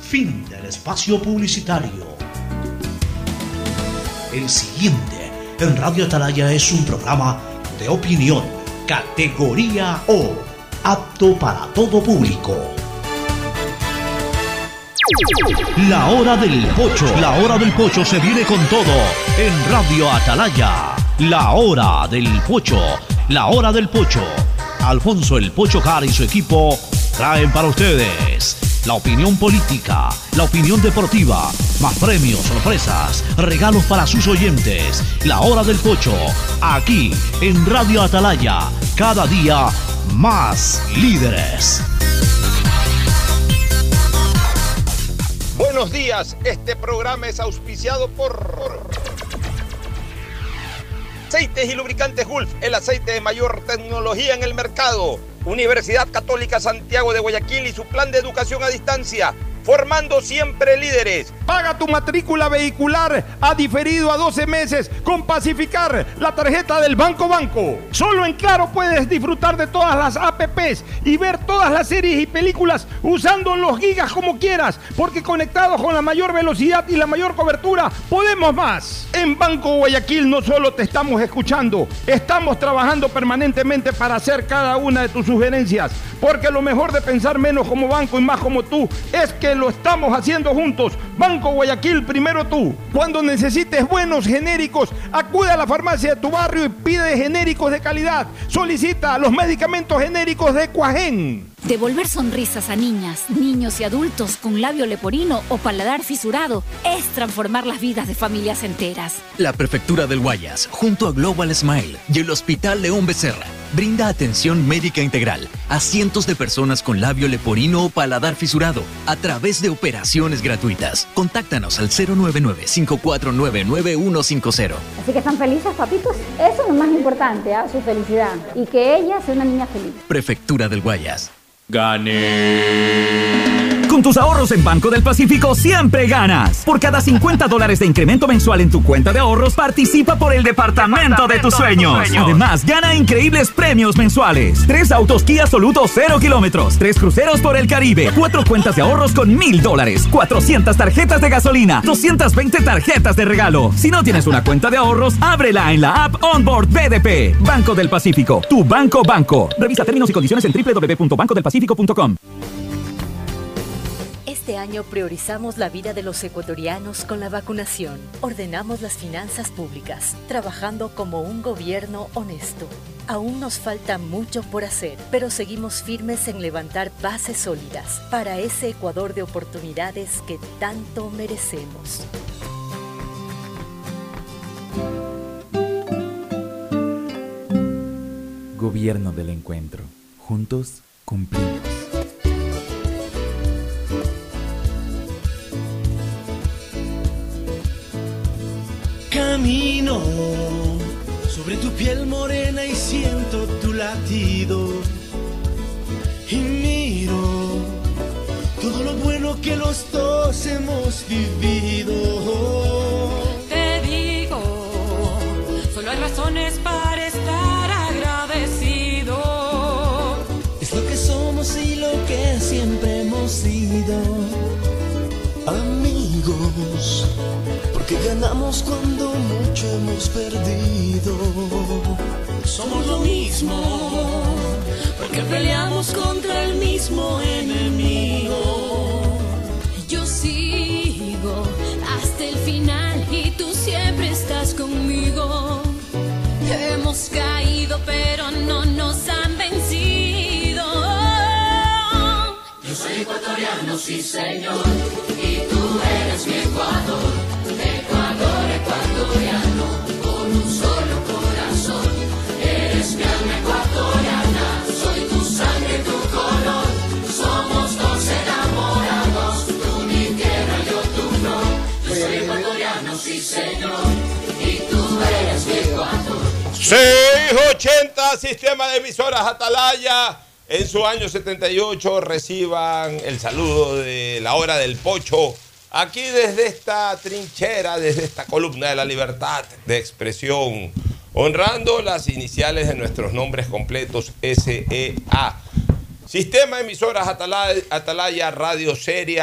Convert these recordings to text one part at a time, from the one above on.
Fin del espacio publicitario. El siguiente en Radio Atalaya es un programa de opinión, categoría O, apto para todo público. La hora del pocho. La hora del pocho se viene con todo en Radio Atalaya. La hora del pocho. La hora del pocho. Alfonso el Pocho Car y su equipo traen para ustedes la opinión política, la opinión deportiva, más premios, sorpresas, regalos para sus oyentes. La hora del pocho, aquí en Radio Atalaya, cada día más líderes. Buenos días, este programa es auspiciado por Aceites y Lubricantes Gulf, el aceite de mayor tecnología en el mercado. Universidad Católica Santiago de Guayaquil y su plan de educación a distancia, formando siempre líderes. Paga tu matrícula vehicular a diferido a 12 meses con Pacificar, la tarjeta del Banco. Solo en Claro puedes disfrutar de todas las apps y ver todas las series y películas usando los gigas como quieras, porque conectados con la mayor velocidad y la mayor cobertura, podemos más. En Banco Guayaquil no solo te estamos escuchando, estamos trabajando permanentemente para hacer cada una de tus sugerencias, porque lo mejor de pensar menos como banco y más como tú es que lo estamos haciendo juntos. Banco Guayaquil, primero tú. Cuando necesites buenos genéricos, acude a la farmacia de tu barrio y pide genéricos de calidad. Solicita los medicamentos genéricos de Cuajén. Devolver sonrisas a niñas, niños y adultos con labio leporino o paladar fisurado es transformar las vidas de familias enteras. La Prefectura del Guayas, junto a Global Smile y el Hospital León Becerra, brinda atención médica integral a cientos de personas con labio leporino o paladar fisurado a través de operaciones gratuitas. Contáctanos al 099-549-9150. Así que están felices, papitos. Eso es lo más importante, su felicidad. Y que ella sea una niña feliz. Prefectura del Guayas. ¡Gané! Con tus ahorros en Banco del Pacífico siempre ganas. Por cada $50 de incremento mensual en tu cuenta de ahorros, participa por el departamento de tus sueños. Además, gana increíbles premios mensuales. 3 autos Kia Soluto 0 kilómetros, 3 cruceros por el Caribe, 4 cuentas de ahorros con $1,000, 400 tarjetas de gasolina, 220 tarjetas de regalo. Si no tienes una cuenta de ahorros, ábrela en la app Onboard BDP. Banco del Pacífico, tu banco. Revisa términos y condiciones en www.bancodelpacifico.com. Este año priorizamos la vida de los ecuatorianos con la vacunación. Ordenamos las finanzas públicas, trabajando como un gobierno honesto. Aún nos falta mucho por hacer, pero seguimos firmes en levantar bases sólidas para ese Ecuador de oportunidades que tanto merecemos. Gobierno del Encuentro. Juntos cumplimos. Camino sobre tu piel morena y siento tu latido. Y miro todo lo bueno que los dos hemos vivido. Te digo, solo hay razones para estar agradecido. Es lo que somos y lo que siempre hemos sido. Amigos, porque ganamos cuando mucho hemos perdido. Somos lo mismo, porque peleamos contra el mismo enemigo. Yo sigo hasta el final y tú siempre estás conmigo. Hemos caído pero no nos han vencido. Yo soy ecuatoriano, sí señor, y tú eres mi Ecuador. Ecuador, ecuatoriano, con un solo corazón. Eres mi alma ecuatoriana, soy tu sangre, tu color. Somos dos enamorados, tú mi tierra, yo tu flor. Yo soy ecuatoriano, sí señor, y tú eres mi Ecuador. 680, sistema de emisoras Atalaya. En su año 78 reciban el saludo de la hora del pocho. Aquí desde esta trinchera, desde esta columna de la libertad de expresión, honrando las iniciales de nuestros nombres completos, SEA. Sistema de emisoras Atalaya, radio seria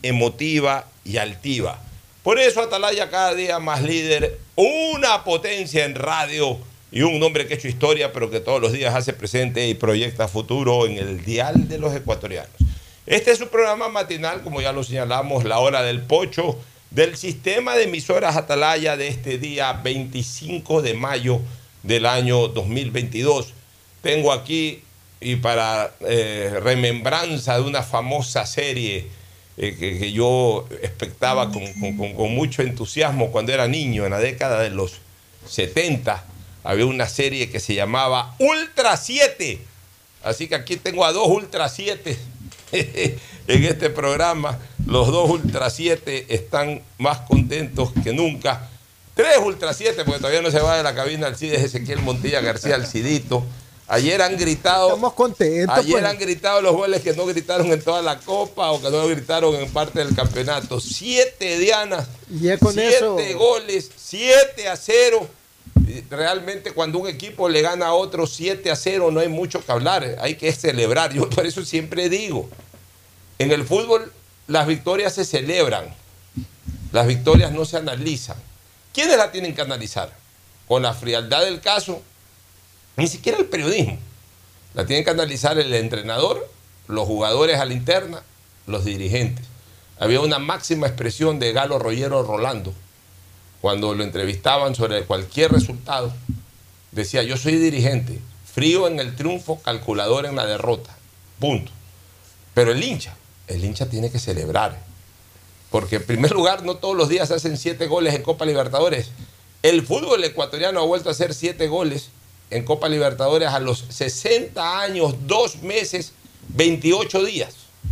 emotiva y altiva. Por eso Atalaya cada día más líder, una potencia en radio y un hombre que ha hecho historia, pero que todos los días hace presente y proyecta futuro en el dial de los ecuatorianos. Este es su programa matinal, como ya lo señalamos, La Hora del Pocho, del sistema de emisoras Atalaya de este día 25 de mayo del año 2022. Tengo aquí, y para remembranza de una famosa serie que yo expectaba con mucho entusiasmo cuando era niño, en la década de los 70, había una serie que se llamaba Ultra 7. Así que aquí tengo a dos Ultra 7 en este programa. Los dos Ultra 7 están más contentos que nunca. Tres Ultra 7, porque todavía no se va de la cabina Alcides Ezequiel Montilla García Alcidito. Ayer han gritado. Estamos contentos. Ayer han gritado los goles que no gritaron en toda la Copa o que no gritaron en parte del campeonato. 7 dianas, 7 goles, 7-0. Realmente cuando un equipo le gana a otro 7-0 no hay mucho que hablar, hay que celebrar. Yo por eso siempre digo, en el fútbol las victorias se celebran, las victorias no se analizan. ¿Quiénes la tienen que analizar? Con la frialdad del caso, ni siquiera el periodismo. La tienen que analizar el entrenador, los jugadores a la interna, los dirigentes. Había una máxima expresión de Galo Rollero Rolando, cuando lo entrevistaban sobre cualquier resultado, decía: yo soy dirigente, frío en el triunfo, calculador en la derrota, punto. Pero el hincha tiene que celebrar, porque en primer lugar no todos los días hacen 7 goles en Copa Libertadores. El fútbol ecuatoriano ha vuelto a hacer 7 goles en Copa Libertadores a los 60 años, 2 meses, 28 días.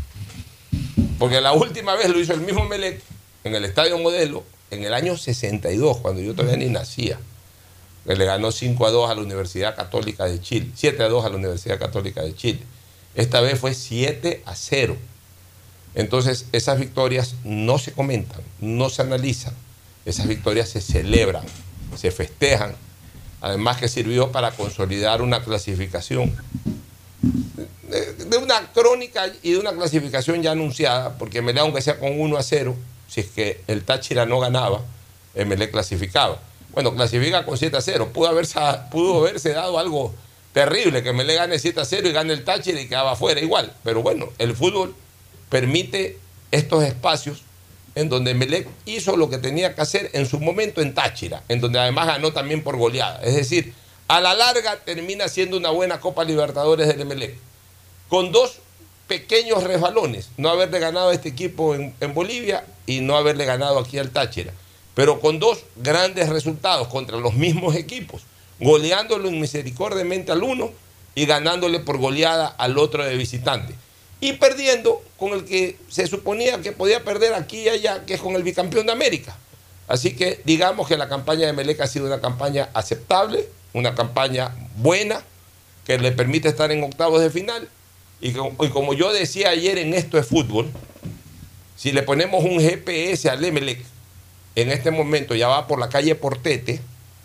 Porque la última vez lo hizo el mismo Emelec en el Estadio Modelo en el año 62, cuando yo todavía ni nacía, que le ganó 5-2 a la Universidad Católica de Chile, 7-2 a la Universidad Católica de Chile. Esta vez fue 7-0. Entonces, esas victorias no se comentan, no se analizan. Esas victorias se celebran, se festejan. Además que sirvió para consolidar una clasificación, de una crónica y de una clasificación ya anunciada, porque Emelec, aunque sea con 1-0, si es que el Táchira no ganaba, Emelec clasificaba. Bueno, clasifica con 7-0. Pudo haberse dado algo terrible, que Emelec gane 7-0 y gane el Táchira y quedaba fuera igual. Pero bueno, el fútbol permite estos espacios en donde Emelec hizo lo que tenía que hacer en su momento en Táchira, en donde además ganó también por goleada. Es decir, a la larga termina siendo una buena Copa Libertadores del Emelec, con 2 pequeños resbalones: no haberle ganado a este equipo en Bolivia y no haberle ganado aquí al Táchira, pero con 2 grandes resultados contra los mismos equipos, goleándolo misericordiamente al uno y ganándole por goleada al otro de visitante, y perdiendo con el que se suponía que podía perder aquí y allá, que es con el bicampeón de América. Así que digamos que la campaña de Emelec ha sido una campaña aceptable, una campaña buena, que le permite estar en octavos de final. Y como yo decía ayer en Esto es Fútbol, si le ponemos un GPS al Emelec, en este momento ya va por la calle Portete,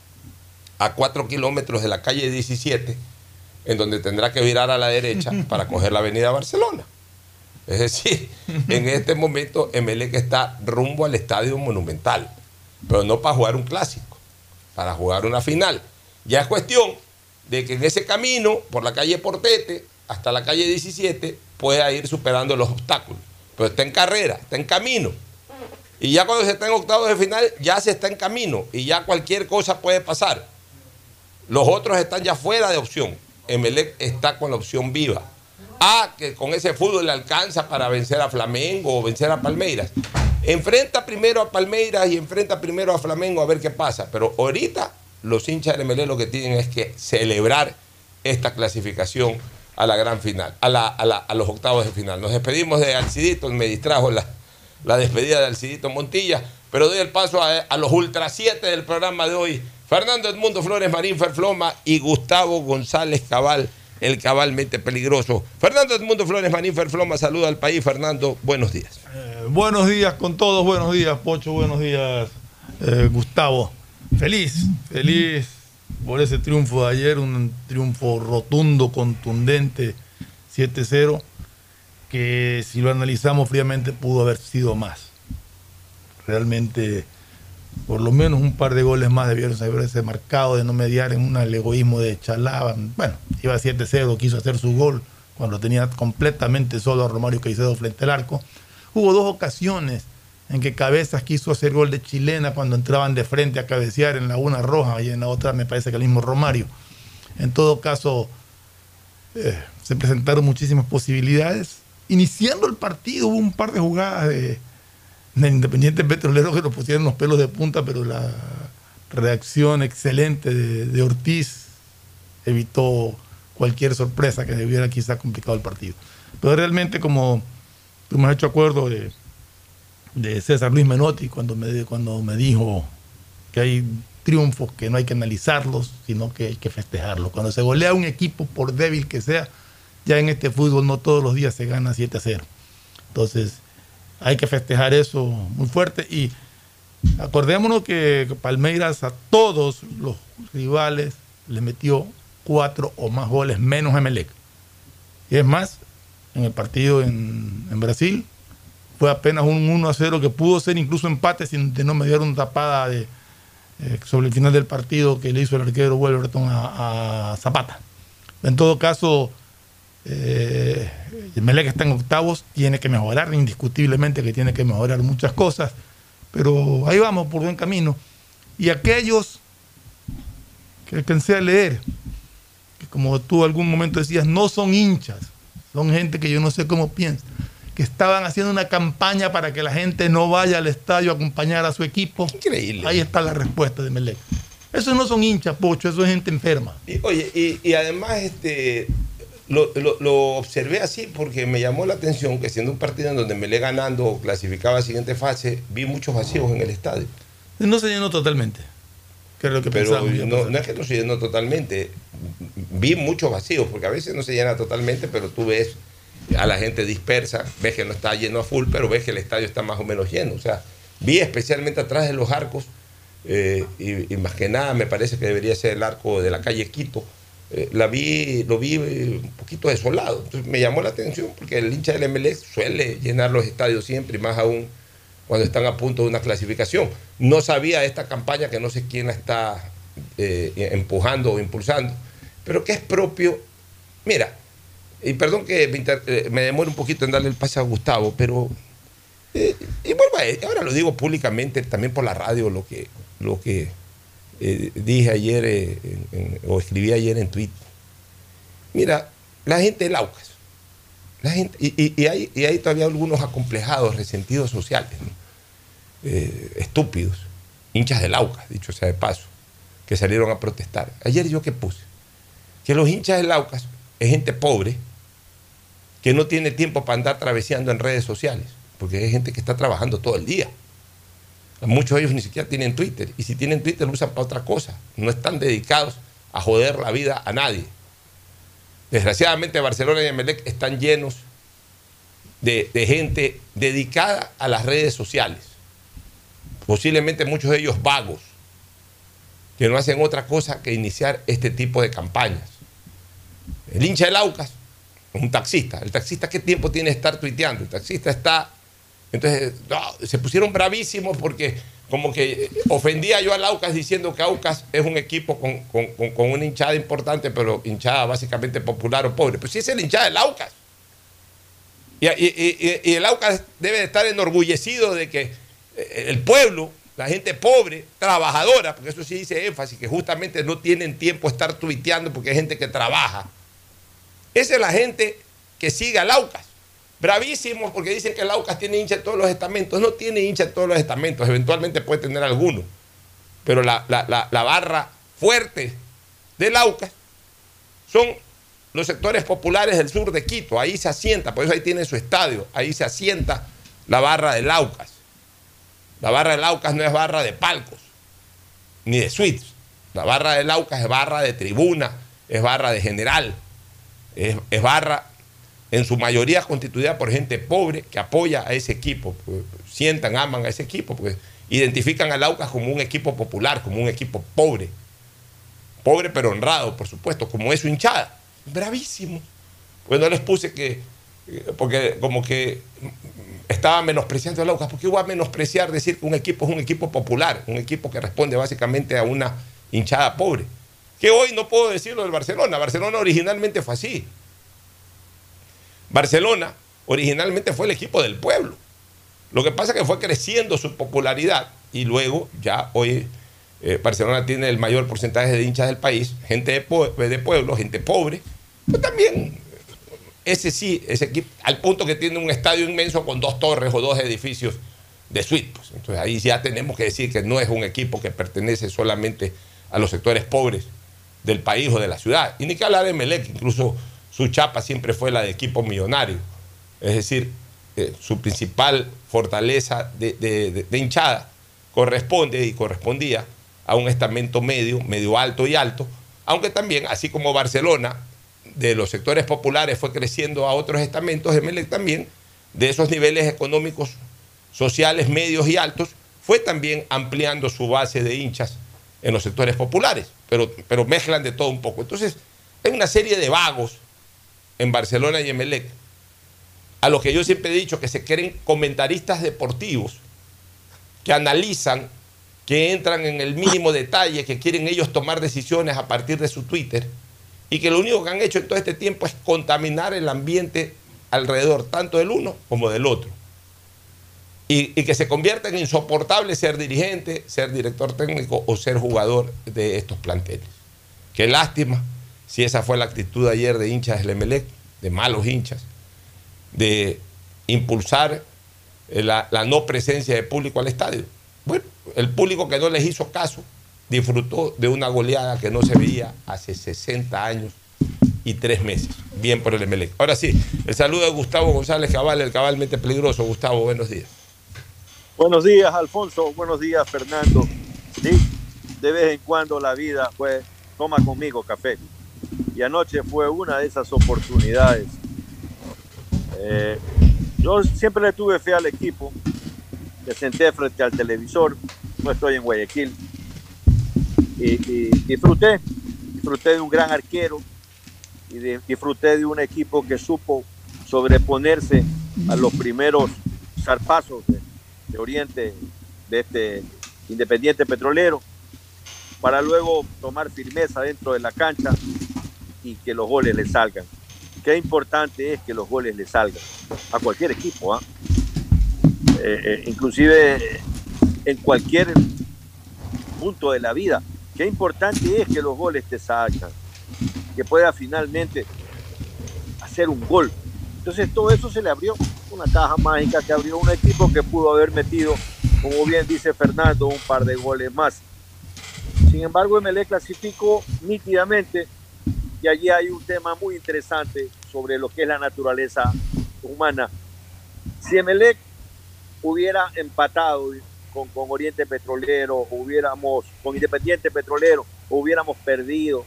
a 4 kilómetros de la calle 17, en donde tendrá que virar a la derecha para coger la avenida Barcelona. Es decir, en este momento Emelec está rumbo al Estadio Monumental, pero no para jugar un clásico, para jugar una final. Ya es cuestión de que en ese camino, por la calle Portete hasta la calle 17, pueda ir superando los obstáculos. Pero está en carrera, está en camino. Y ya cuando se está en octavos de final, ya se está en camino. Y ya cualquier cosa puede pasar. Los otros están ya fuera de opción. Emelec está con la opción viva. Que con ese fútbol le alcanza para vencer a Flamengo o vencer a Palmeiras. Enfrenta primero a Palmeiras y enfrenta primero a Flamengo a ver qué pasa. Pero ahorita los hinchas del Emelec lo que tienen es que celebrar esta clasificación a la gran final, a los octavos de final. Nos despedimos de Alcidito, me distrajo la despedida de Alcidito Montilla, pero doy el paso a los Ultra 7 del programa de hoy: Fernando Edmundo Flores Marín Ferfloma y Gustavo González Cabal, el cabalmente peligroso. Fernando Edmundo Flores Marín Ferfloma saluda al país. Fernando, buenos días. Buenos días con todos, buenos días Pocho, buenos días Gustavo. Feliz por ese triunfo de ayer, un triunfo rotundo, contundente, 7-0. que si lo analizamos fríamente pudo haber sido más. Realmente, por lo menos un par de goles más debieron haberse marcado, de no mediar en el egoísmo de Chalá. Bueno, iba 7-0, quiso hacer su gol cuando tenía completamente solo a Romario Caicedo frente al arco. Hubo 2 ocasiones en que Cabezas quiso hacer gol de chilena cuando entraban de frente a cabecear, en la una Roja y en la otra me parece que el mismo Romario. En todo caso, se presentaron muchísimas posibilidades. Iniciando el partido hubo un par de jugadas de Independiente Petrolero que nos pusieron los pelos de punta, pero la reacción excelente de Ortiz evitó cualquier sorpresa que debiera quizá complicado el partido. Pero realmente, como tú me has hecho acuerdo de César Luis Menotti cuando me dijo que hay triunfos que no hay que analizarlos, sino que hay que festejarlos. Cuando se golea un equipo, por débil que sea, ya en este fútbol no todos los días se gana 7-0. Entonces hay que festejar eso muy fuerte. Y acordémonos que Palmeiras a todos los rivales le metió 4 o más goles, menos a Emelec. Y es más, en el partido en Brasil fue apenas un 1-0 que pudo ser incluso empate si no me dieron tapada sobre el final del partido que le hizo el arquero Wolverton a Zapata. En todo caso, Emelec está en octavos, tiene que mejorar, indiscutiblemente que tiene que mejorar muchas cosas, pero ahí vamos por buen camino. Y aquellos que alcancé a leer, que como tú algún momento decías, no son hinchas, son gente que yo no sé cómo piensa, que estaban haciendo una campaña para que la gente no vaya al estadio a acompañar a su equipo. Increíble. Ahí está la respuesta de Emelec. Esos no son hinchas, Pocho, eso es gente enferma. Y además lo observé así porque me llamó la atención que siendo un partido en donde Emelec ganando clasificaba a la siguiente fase, vi muchos vacíos en el estadio. No se llenó totalmente. Que es lo que pero pensamos, no es que no se llenó totalmente. Vi muchos vacíos, porque a veces no se llena totalmente, pero tú ves a la gente dispersa, ves que no está lleno a full, pero ves que el estadio está más o menos lleno. O sea, vi especialmente atrás de los arcos, y más que nada me parece que debería ser el arco de la calle Quito. Lo vi un poquito desolado. Entonces me llamó la atención porque el hincha del Emelec suele llenar los estadios siempre, y más aún cuando están a punto de una clasificación. No sabía de esta campaña, que no sé quién la está empujando o impulsando, pero que es propio. Mira, y perdón que me demore un poquito en darle el pase a Gustavo, pero y vuelvo a ahora lo digo públicamente también por la radio, lo que dije ayer o escribí ayer en Twitter. Mira, la gente del Aucas, la gente, y hay todavía algunos acomplejados, resentidos sociales, ¿no? Estúpidos, hinchas del Aucas, dicho sea de paso, que salieron a protestar. Ayer yo que puse que los hinchas del Aucas es gente pobre que no tiene tiempo para andar traveseando en redes sociales, porque hay gente que está trabajando todo el día. Muchos de ellos ni siquiera tienen Twitter, y si tienen Twitter lo usan para otra cosa. No están dedicados a joder la vida a nadie. Desgraciadamente Barcelona y Emelec están llenos de gente dedicada a las redes sociales. Posiblemente muchos de ellos vagos, que no hacen otra cosa que iniciar este tipo de campañas. El hincha del Aucas, un taxista. ¿El taxista qué tiempo tiene de estar tuiteando? El taxista está... Entonces, se pusieron bravísimos porque como que ofendía yo al Aucas diciendo que Aucas es un equipo con una hinchada importante, pero hinchada básicamente popular o pobre. Pues sí, es el hinchada del Aucas. Y el Aucas debe de estar enorgullecido de que el pueblo, la gente pobre, trabajadora, porque eso sí dice énfasis, que justamente no tienen tiempo de estar tuiteando porque hay gente que trabaja. Esa es la gente que sigue al Aucas. Bravísimos porque dicen que el Aucas tiene hincha en todos los estamentos. No tiene hincha en todos los estamentos, eventualmente puede tener alguno, pero la barra fuerte del Aucas son los sectores populares del sur de Quito. Ahí se asienta, por eso ahí tiene su estadio, ahí se asienta la barra del Aucas. La barra del Aucas no es barra de palcos ni de suites. La barra del Aucas es barra de tribuna, es barra de general, es barra en su mayoría constituida por gente pobre que apoya a ese equipo, pues, sientan, aman a ese equipo, pues, identifican al Aucas como un equipo popular, como un equipo pobre pero honrado, por supuesto, como es su hinchada. Bravísimo. Pues no les puse que porque como que estaba menospreciando el Aucas. ¿Por qué iba a menospreciar decir que un equipo es un equipo popular, un equipo que responde básicamente a una hinchada pobre? Que hoy no puedo decirlo del Barcelona. Barcelona originalmente fue así. Barcelona originalmente fue el equipo del pueblo. Lo que pasa es que fue creciendo su popularidad y luego ya hoy Barcelona tiene el mayor porcentaje de hinchas del país, gente de pueblo, gente pobre. Pues también ese equipo, al punto que tiene un estadio inmenso con 2 torres o 2 edificios de suite. Pues. Entonces ahí ya tenemos que decir que no es un equipo que pertenece solamente a los sectores pobres del país o de la ciudad. Y ni que hablar de Emelec, incluso su chapa siempre fue la de equipo millonario. Es decir, su principal fortaleza de hinchada correspondía a un estamento medio alto y alto, aunque también, así como Barcelona, de los sectores populares fue creciendo a otros estamentos, Emelec también, de esos niveles económicos, sociales, medios y altos, fue también ampliando su base de hinchas en los sectores populares, pero mezclan de todo un poco. Entonces, hay una serie de vagos en Barcelona y Emelec, a los que yo siempre he dicho que se creen comentaristas deportivos, que analizan, que entran en el mínimo detalle, que quieren ellos tomar decisiones a partir de su Twitter, y que lo único que han hecho en todo este tiempo es contaminar el ambiente alrededor, tanto del uno como del otro. Y que se convierta en insoportable ser dirigente, ser director técnico o ser jugador de estos planteles. Qué lástima si esa fue la actitud ayer de hinchas del Emelec, de malos hinchas, de impulsar la no presencia de público al estadio. Bueno, el público que no les hizo caso disfrutó de una goleada que no se veía hace 60 años y 3 meses. Bien por el Emelec. Ahora sí, el saludo de Gustavo González Cabal, el cabalmente peligroso. Gustavo, buenos días. Buenos días, Alfonso. Buenos días, Fernando. Sí, de vez en cuando la vida toma conmigo café. Y anoche fue una de esas oportunidades. Yo siempre le tuve fe al equipo. Me senté frente al televisor. No estoy en Guayaquil. Y disfruté de un gran arquero y disfruté de un equipo que supo sobreponerse a los primeros zarpazos de Oriente, de este Independiente Petrolero, para luego tomar firmeza dentro de la cancha y que los goles le salgan. Qué importante es que los goles le salgan a cualquier equipo, inclusive en cualquier punto de la vida. Qué importante es que los goles te salgan, que pueda finalmente hacer un gol. Entonces todo eso se le abrió, una caja mágica que abrió un equipo que pudo haber metido, como bien dice Fernando, un par de goles más. Sin embargo, Emelec clasificó nítidamente, y allí hay un tema muy interesante sobre lo que es la naturaleza humana. Si Emelec hubiera empatado con Oriente Petrolero, con Independiente Petrolero, hubiéramos perdido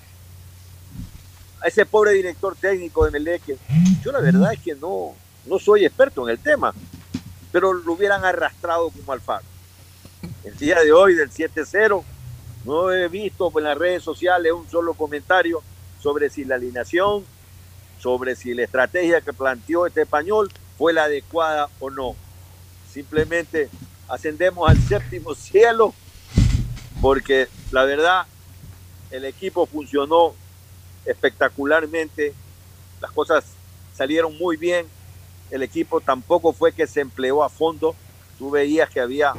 a ese pobre director técnico de Emelec, yo la verdad es que no soy experto en el tema, pero lo hubieran arrastrado como Alfaro. El día de hoy, del 7-0, no he visto en las redes sociales un solo comentario sobre si la alineación, sobre si la estrategia que planteó este español fue la adecuada o no. Simplemente ascendemos al 7º cielo, porque la verdad el equipo funcionó espectacularmente, las cosas salieron muy bien, el equipo tampoco fue que se empleó a fondo, tú veías que había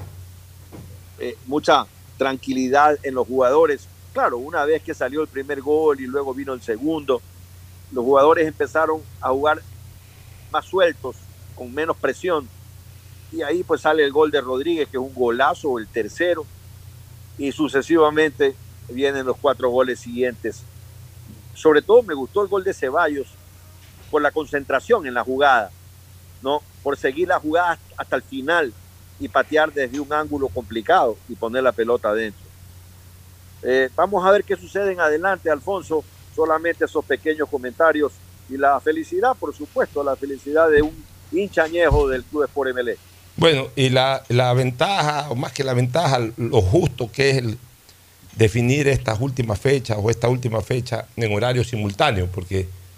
mucha tranquilidad en los jugadores. Claro, una vez que salió el primer gol y luego vino el segundo, los jugadores empezaron a jugar más sueltos, con menos presión, y ahí pues sale el gol de Rodríguez, que es un golazo, el tercero, y sucesivamente vienen los 4 goles siguientes. Sobre todo me gustó el gol de Ceballos por la concentración en la jugada, ¿no? Por seguir la jugada hasta el final y patear desde un ángulo complicado y poner la pelota adentro. Vamos a ver qué sucede en adelante, Alfonso. Solamente esos pequeños comentarios y la felicidad, por supuesto, la felicidad de un hincha añejo del Club Sport Emelec. Bueno, y la ventaja, o más que la ventaja, lo justo que es el definir estas últimas fechas o esta última fecha en horario simultáneo, porque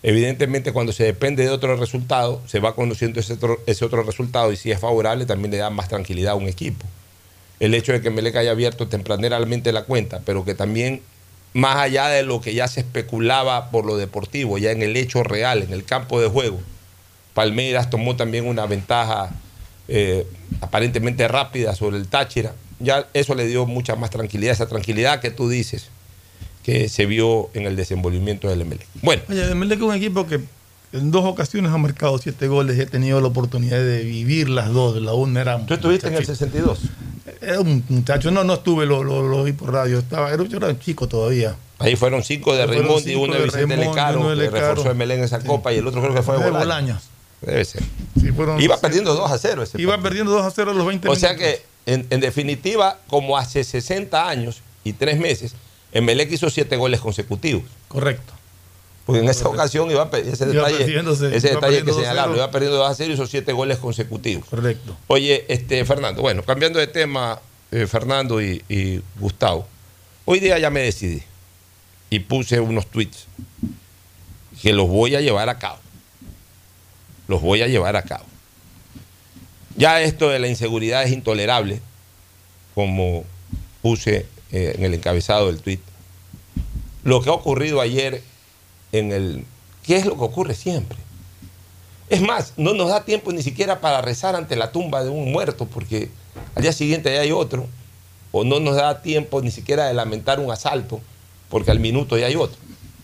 Evidentemente, cuando se depende de otro resultado, se va conociendo ese otro resultado, y si es favorable también le da más tranquilidad a un equipo. El hecho de que Emelec haya abierto tempraneramente la cuenta, pero que también, más allá de lo que ya se especulaba por lo deportivo, ya en el hecho real, en el campo de juego, Palmeiras tomó también una ventaja aparentemente rápida sobre el Táchira. Ya eso le dio mucha más tranquilidad, esa tranquilidad que tú dices que se vio en el desenvolvimiento del Emelec. Bueno. Oye, el Emelec es un equipo que en 2 ocasiones ha marcado 7 goles y he tenido la oportunidad de vivir las dos. La una era... ¿Tú estuviste en el 62? Era un muchacho, no estuve, lo vi por radio. Yo era un chico todavía. Ahí fueron 5 de Raymond y uno de Vicente Lecaro, que reforzó Emelec en esa copa, y el otro creo que fue de Bolaños. Debe ser. Sí, iba perdiendo 2-0 ese Iba perdiendo 2-0 a los 20 minutos. O sea que, en definitiva, como hace 60 años y 3 meses, Emelec hizo 7 goles consecutivos. Correcto. Porque en esa ocasión ese detalle que señalarlo, iba perdiendo 2-0 y hizo 7 goles consecutivos. Correcto. Oye, Fernando, bueno, cambiando de tema, Fernando y Gustavo, hoy día ya me decidí y puse unos tweets que los voy a llevar a cabo. Los voy a llevar a cabo. Ya esto de la inseguridad es intolerable, como puse en el encabezado del tweet. Lo que ha ocurrido ayer ¿qué es lo que ocurre siempre? Es más, no nos da tiempo ni siquiera para rezar ante la tumba de un muerto, porque al día siguiente ya hay otro, o no nos da tiempo ni siquiera de lamentar un asalto, porque al minuto ya hay otro.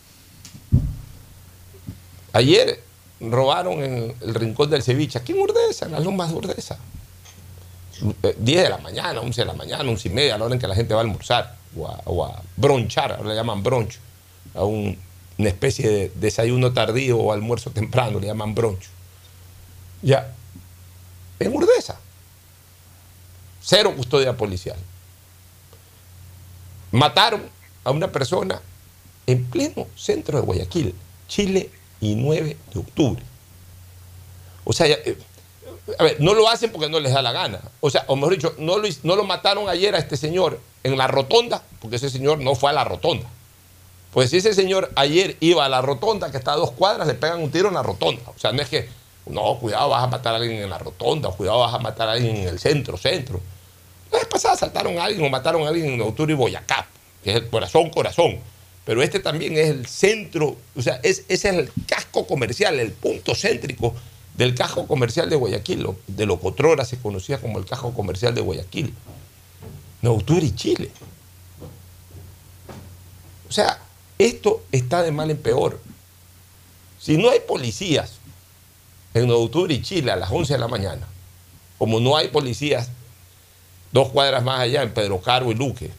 Ayer robaron en el rincón del ceviche, aquí en Urdesa, en las Lomas de Urdesa. 10 de la mañana, 11 de la mañana, 11:30, a la hora en que la gente va a almorzar o a bronchar, ahora le llaman broncho, a una especie de desayuno tardío o almuerzo temprano, le llaman broncho. Ya, en Urdesa, 0 custodia policial. Mataron a una persona en pleno centro de Guayaquil, Chile y 9 de octubre. O sea, a ver, no lo hacen porque no les da la gana. O sea, o mejor dicho, no lo mataron ayer a este señor en la rotonda, porque ese señor no fue a la rotonda. Pues si ese señor ayer iba a la rotonda, que está a 2 cuadras, le pegan un tiro en la rotonda. O sea, no es que, no, cuidado, vas a matar a alguien en la rotonda, cuidado, vas a matar a alguien en el centro. La vez pasada asaltaron a alguien o mataron a alguien en Octubre y Boyacá, que es el corazón. Pero este también es el centro, o sea, ese es el casco comercial, el punto céntrico del casco comercial de Guayaquil, de lo que otrora se conocía como el casco comercial de Guayaquil. No, Octubre y Chile. O sea, esto está de mal en peor. Si no hay policías en Octubre y Chile a las 11 de la mañana, como no hay policías 2 cuadras más allá en Pedro Carbo y Luque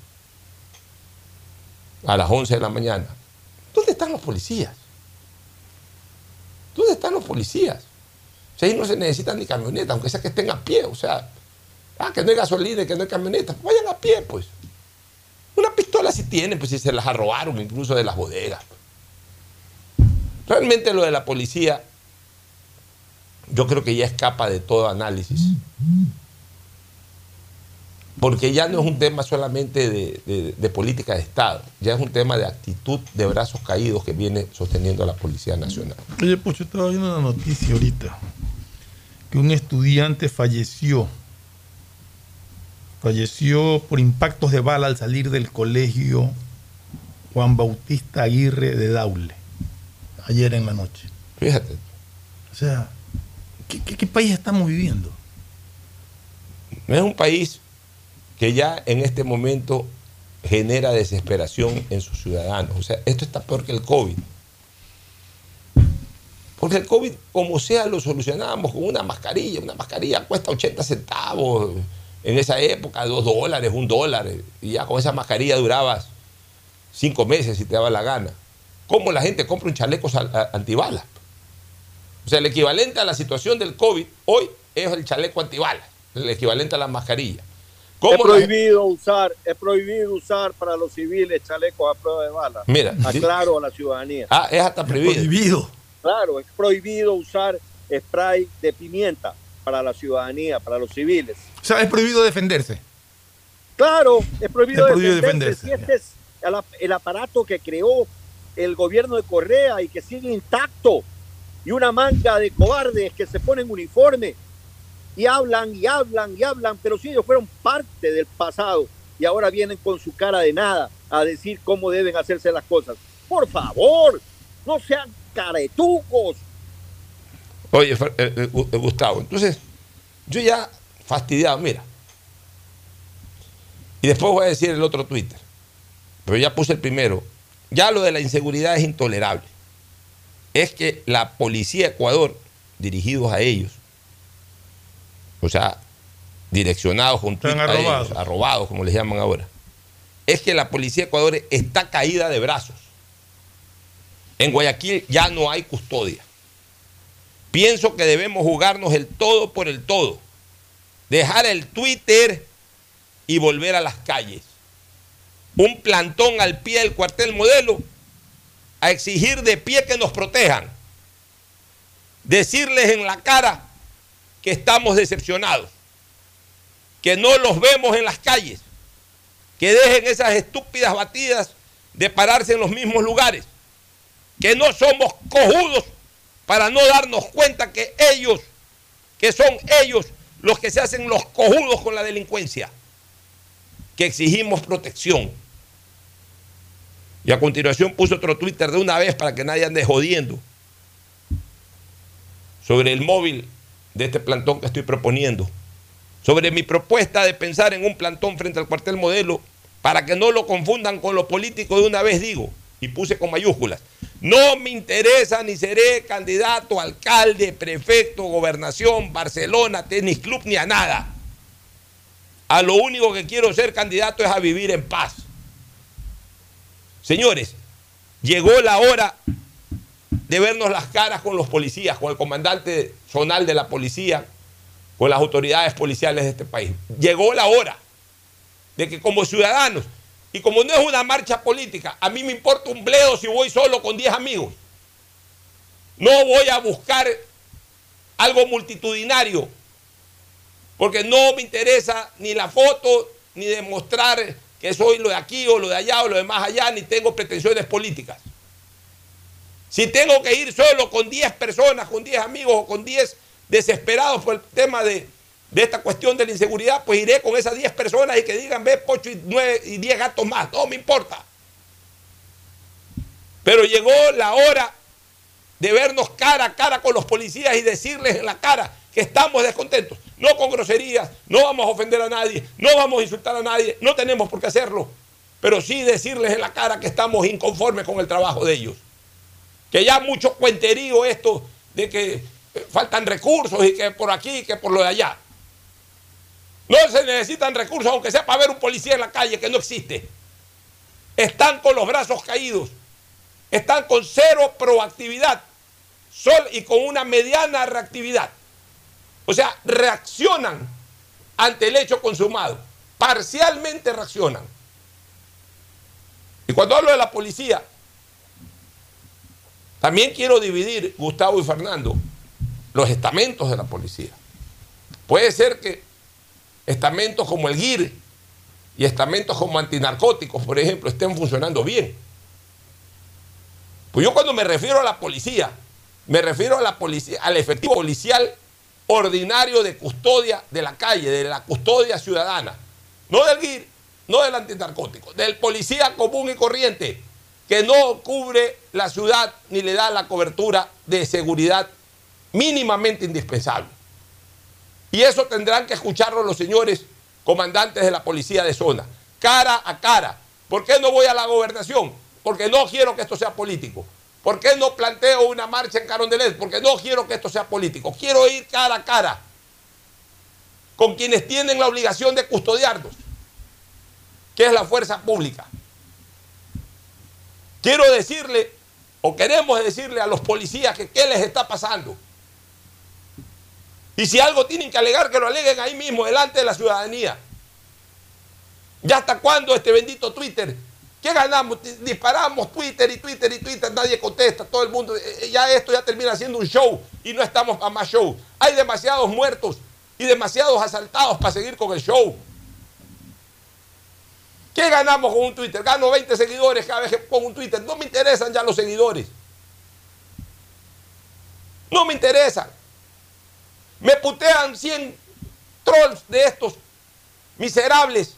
a las 11 de la mañana, ¿dónde están los policías? ¿Dónde están los policías? O sea, ahí no se necesitan ni camionetas, aunque sea que estén a pie. O sea, que no hay gasolina y que no hay camionetas, vayan a pie, pues. Una pistola sí tienen, pues si se las robaron incluso de las bodegas. Realmente lo de la policía, yo creo que ya escapa de todo análisis. Porque ya no es un tema solamente de política de Estado, ya es un tema de actitud de brazos caídos que viene sosteniendo la Policía Nacional. Oye, pues yo estaba viendo una noticia ahorita, que un estudiante falleció por impactos de bala al salir del colegio Juan Bautista Aguirre de Daule, ayer en la noche. Fíjate. O sea, ¿qué país estamos viviendo? No es un país que ya en este momento genera desesperación en sus ciudadanos. O sea, esto está peor que el COVID. Porque el COVID, como sea, lo solucionábamos con una mascarilla. Una mascarilla cuesta 80 centavos. En esa época, $2, $1. Y ya con esa mascarilla durabas 5 meses si te daba la gana. ¿Cómo la gente compra un chaleco antibalas? O sea, el equivalente a la situación del COVID hoy es el chaleco antibalas. El equivalente a la mascarilla. Es prohibido usar para los civiles chalecos a prueba de bala. Mira, aclaro a la ciudadanía. Es hasta prohibido. Claro, es prohibido usar spray de pimienta para la ciudadanía, para los civiles. O sea, es prohibido defenderse. Claro, es prohibido defenderse. defenderse. Si este es el aparato que creó el gobierno de Correa y que sigue intacto, y una manga de cobardes que se ponen uniforme y hablan, pero sí, ellos fueron parte del pasado y ahora vienen con su cara de nada a decir cómo deben hacerse las cosas. Por favor, no sean caretucos. Oye, Gustavo, entonces, yo ya fastidiado, mira, y después voy a decir el otro Twitter, pero ya puse el primero. Ya lo de la inseguridad es intolerable. Es que la policía de Ecuador, dirigidos a ellos, o sea, direccionados con Twitter a ellos, arrobados, como les llaman ahora, es que la policía de Ecuador está caída de brazos. En Guayaquil ya no hay custodia. Pienso que debemos jugarnos el todo por el todo. Dejar el Twitter y volver a las calles. Un plantón al pie del cuartel Modelo a exigir de pie que nos protejan. Decirles en la cara que estamos decepcionados, que no los vemos en las calles, que dejen esas estúpidas batidas de pararse en los mismos lugares, que no somos cojudos para no darnos cuenta que ellos, que son ellos los que se hacen los cojudos con la delincuencia, que exigimos protección. Y a continuación puse otro Twitter de una vez para que nadie ande jodiendo sobre el móvil de este plantón que estoy proponiendo, sobre mi propuesta de pensar en un plantón frente al cuartel Modelo para que no lo confundan con lo político. De una vez digo, y puse con mayúsculas, no me interesa ni seré candidato a alcalde, prefecto, gobernación, Barcelona, tenis club, ni a nada. A lo único que quiero ser candidato es a vivir en paz. Señores, llegó la hora de vernos las caras con los policías, con el comandante zonal de la policía, con las autoridades policiales de este país. Llegó la hora de que como ciudadanos, y como no es una marcha política, a mí me importa un bledo si voy solo con 10 amigos. No voy a buscar algo multitudinario, porque no me interesa ni la foto, ni demostrar que soy lo de aquí o lo de allá o lo de más allá, ni tengo pretensiones políticas. Si tengo que ir solo con 10 personas, con 10 amigos o con 10 desesperados por el tema de esta cuestión de la inseguridad, pues iré con esas 10 personas y que digan, ve, Pocho y 9 y 10 gatos más, no me importa. Pero llegó la hora de vernos cara a cara con los policías y decirles en la cara que estamos descontentos, no con groserías, no vamos a ofender a nadie, no vamos a insultar a nadie, no tenemos por qué hacerlo, pero sí decirles en la cara que estamos inconformes con el trabajo de ellos, que ya mucho cuenterío esto de que faltan recursos y que por aquí, que por lo de allá. No se necesitan recursos, aunque sea para ver un policía en la calle, que no existe. Están con los brazos caídos, están con cero proactividad y con una mediana reactividad. O sea, reaccionan ante el hecho consumado, parcialmente reaccionan. Y cuando hablo de la policía, también quiero dividir, Gustavo y Fernando, los estamentos de la policía. Puede ser que estamentos como el GIR y estamentos como antinarcóticos, por ejemplo, estén funcionando bien. Pues yo cuando me refiero a la policía, me refiero a la policía, al efectivo policial ordinario de custodia de la calle, de la custodia ciudadana. No del GIR, no del antinarcótico, del policía común y corriente, que no cubre la ciudad ni le da la cobertura de seguridad mínimamente indispensable. Y eso tendrán que escucharlo los señores comandantes de la policía de zona, cara a cara. ¿Por qué no voy a la gobernación? Porque no quiero que esto sea político. ¿Por qué no planteo una marcha en Carondelet? Porque no quiero que esto sea político. Quiero ir cara a cara con quienes tienen la obligación de custodiarnos, que es la fuerza pública. Quiero decirle, o queremos decirle a los policías que qué les está pasando. Y si algo tienen que alegar, que lo aleguen ahí mismo, delante de la ciudadanía. ¿Ya hasta cuándo este bendito Twitter? ¿Qué ganamos? Disparamos Twitter y Twitter y Twitter, nadie contesta, todo el mundo. Ya esto ya termina siendo un show y no estamos para más show. Hay demasiados muertos y demasiados asaltados para seguir con el show. ¿Qué ganamos con un Twitter? Gano 20 seguidores cada vez que pongo un Twitter. No me interesan ya los seguidores. No me interesan. Me putean 100 trolls de estos miserables.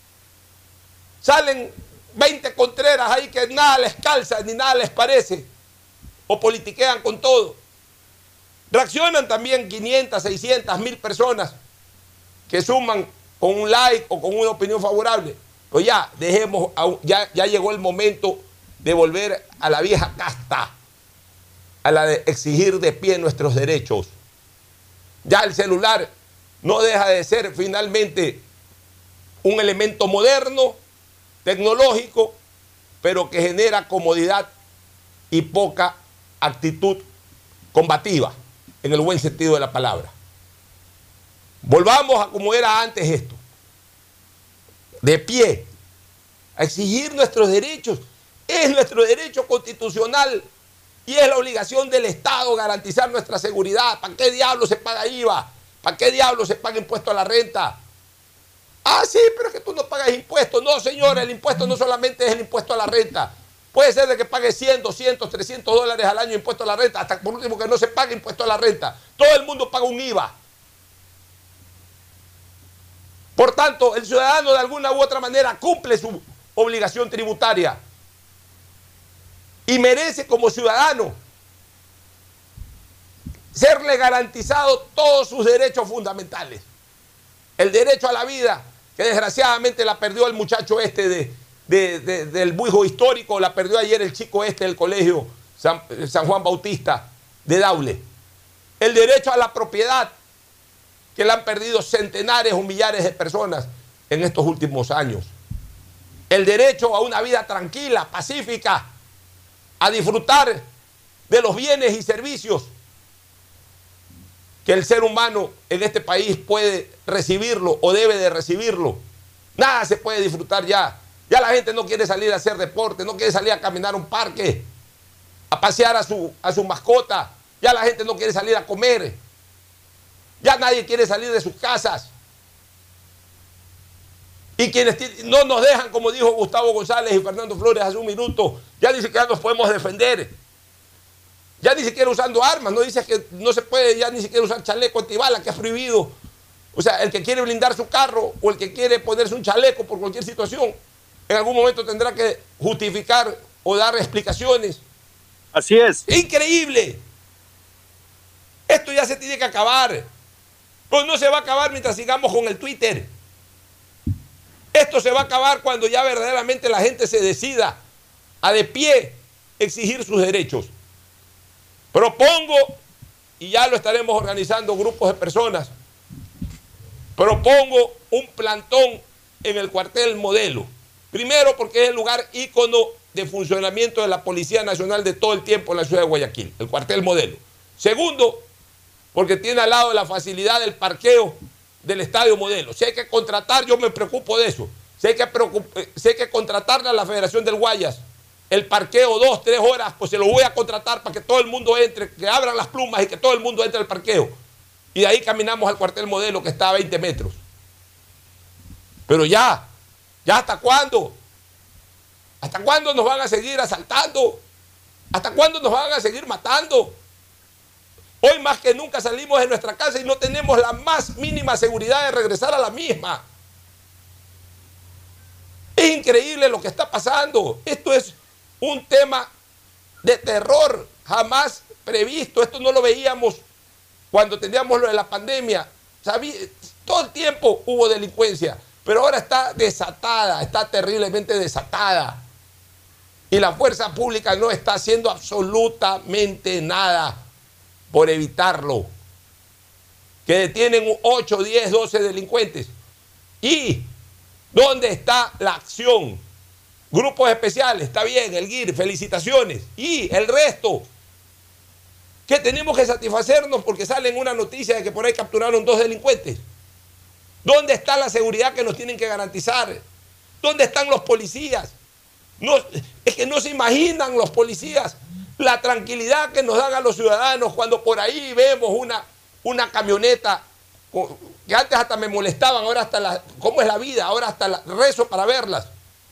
Salen 20 contreras ahí que nada les calza ni nada les parece. O politiquean con todo. Reaccionan también 500, 600, 1000 personas que suman con un like o con una opinión favorable. Pues ya, dejemos, ya llegó el momento de volver a la vieja casta, a la de exigir de pie nuestros derechos. Ya el celular no deja de ser finalmente un elemento moderno, tecnológico, pero que genera comodidad y poca actitud combativa, en el buen sentido de la palabra. Volvamos a como era antes esto. De pie, a exigir nuestros derechos. Es nuestro derecho constitucional y es la obligación del Estado garantizar nuestra seguridad. ¿Para qué diablo se paga IVA? ¿Para qué diablo se paga impuesto a la renta? Ah, sí, pero es que tú no pagas impuestos. No, señor, el impuesto no solamente es el impuesto a la renta. Puede ser de que pague 100, 200, 300 dólares al año impuesto a la renta, hasta por último que no se pague impuesto a la renta. Todo el mundo paga un IVA. Por tanto, el ciudadano de alguna u otra manera cumple su obligación tributaria y merece como ciudadano serle garantizado todos sus derechos fundamentales. El derecho a la vida, que desgraciadamente la perdió el muchacho este del Buijo histórico, la perdió ayer el chico este del colegio San Juan Bautista de Daule. El derecho a la propiedad, que la han perdido centenares o millares de personas en estos últimos años. El derecho a una vida tranquila, pacífica, a disfrutar de los bienes y servicios que el ser humano en este país puede recibirlo o debe de recibirlo. Nada se puede disfrutar ya. Ya la gente no quiere salir a hacer deporte, no quiere salir a caminar a un parque, a pasear a su mascota. Ya la gente no quiere salir a comer. Ya nadie quiere salir de sus casas. Y quienes no nos dejan, como dijo Gustavo González y Fernando Flores hace un minuto, ya ni siquiera nos podemos defender. Ya ni siquiera usando armas. No dice que no se puede ya ni siquiera usar chaleco antibala, que es prohibido. O sea, el que quiere blindar su carro o el que quiere ponerse un chaleco por cualquier situación, en algún momento tendrá que justificar o dar explicaciones. Así es. Increíble. Esto ya se tiene que acabar. Pues no se va a acabar mientras sigamos con el Twitter. Esto se va a acabar cuando ya verdaderamente la gente se decida a de pie exigir sus derechos. Propongo, y ya lo estaremos organizando grupos de personas, propongo un plantón en el cuartel Modelo. Primero porque es el lugar ícono de funcionamiento de la Policía Nacional de todo el tiempo en la ciudad de Guayaquil, el cuartel Modelo. Segundo, porque tiene al lado la facilidad del parqueo del Estadio Modelo. Si hay que contratar, yo me preocupo de eso. Si hay que contratarle a la Federación del Guayas el parqueo 2, 3 horas, pues se lo voy a contratar para que todo el mundo entre, que abran las plumas y que todo el mundo entre al parqueo. Y de ahí caminamos al cuartel Modelo, que está a 20 metros. Pero ya ¿hasta cuándo? ¿Hasta cuándo nos van a seguir asaltando? ¿Hasta cuándo nos van a seguir matando? Hoy más que nunca salimos de nuestra casa y no tenemos la más mínima seguridad de regresar a la misma. Es increíble lo que está pasando. Esto es un tema de terror jamás previsto. Esto no lo veíamos cuando teníamos lo de la pandemia. Todo el tiempo hubo delincuencia, pero ahora está desatada, está terriblemente desatada. Y la fuerza pública no está haciendo absolutamente nada por evitarlo. Que detienen 8, 10, 12 delincuentes. ¿Y dónde está la acción? Grupos especiales, está bien, el GIR, felicitaciones. ¿Y el resto? Que tenemos que satisfacernos porque sale en una noticia de que por ahí capturaron 2 delincuentes. ¿Dónde está la seguridad que nos tienen que garantizar? ¿Dónde están los policías? No, es que no se imaginan los policías la tranquilidad que nos dan a los ciudadanos cuando por ahí vemos una camioneta que antes hasta me molestaban, ahora hasta ¿cómo es la vida? Ahora hasta rezo para verlas.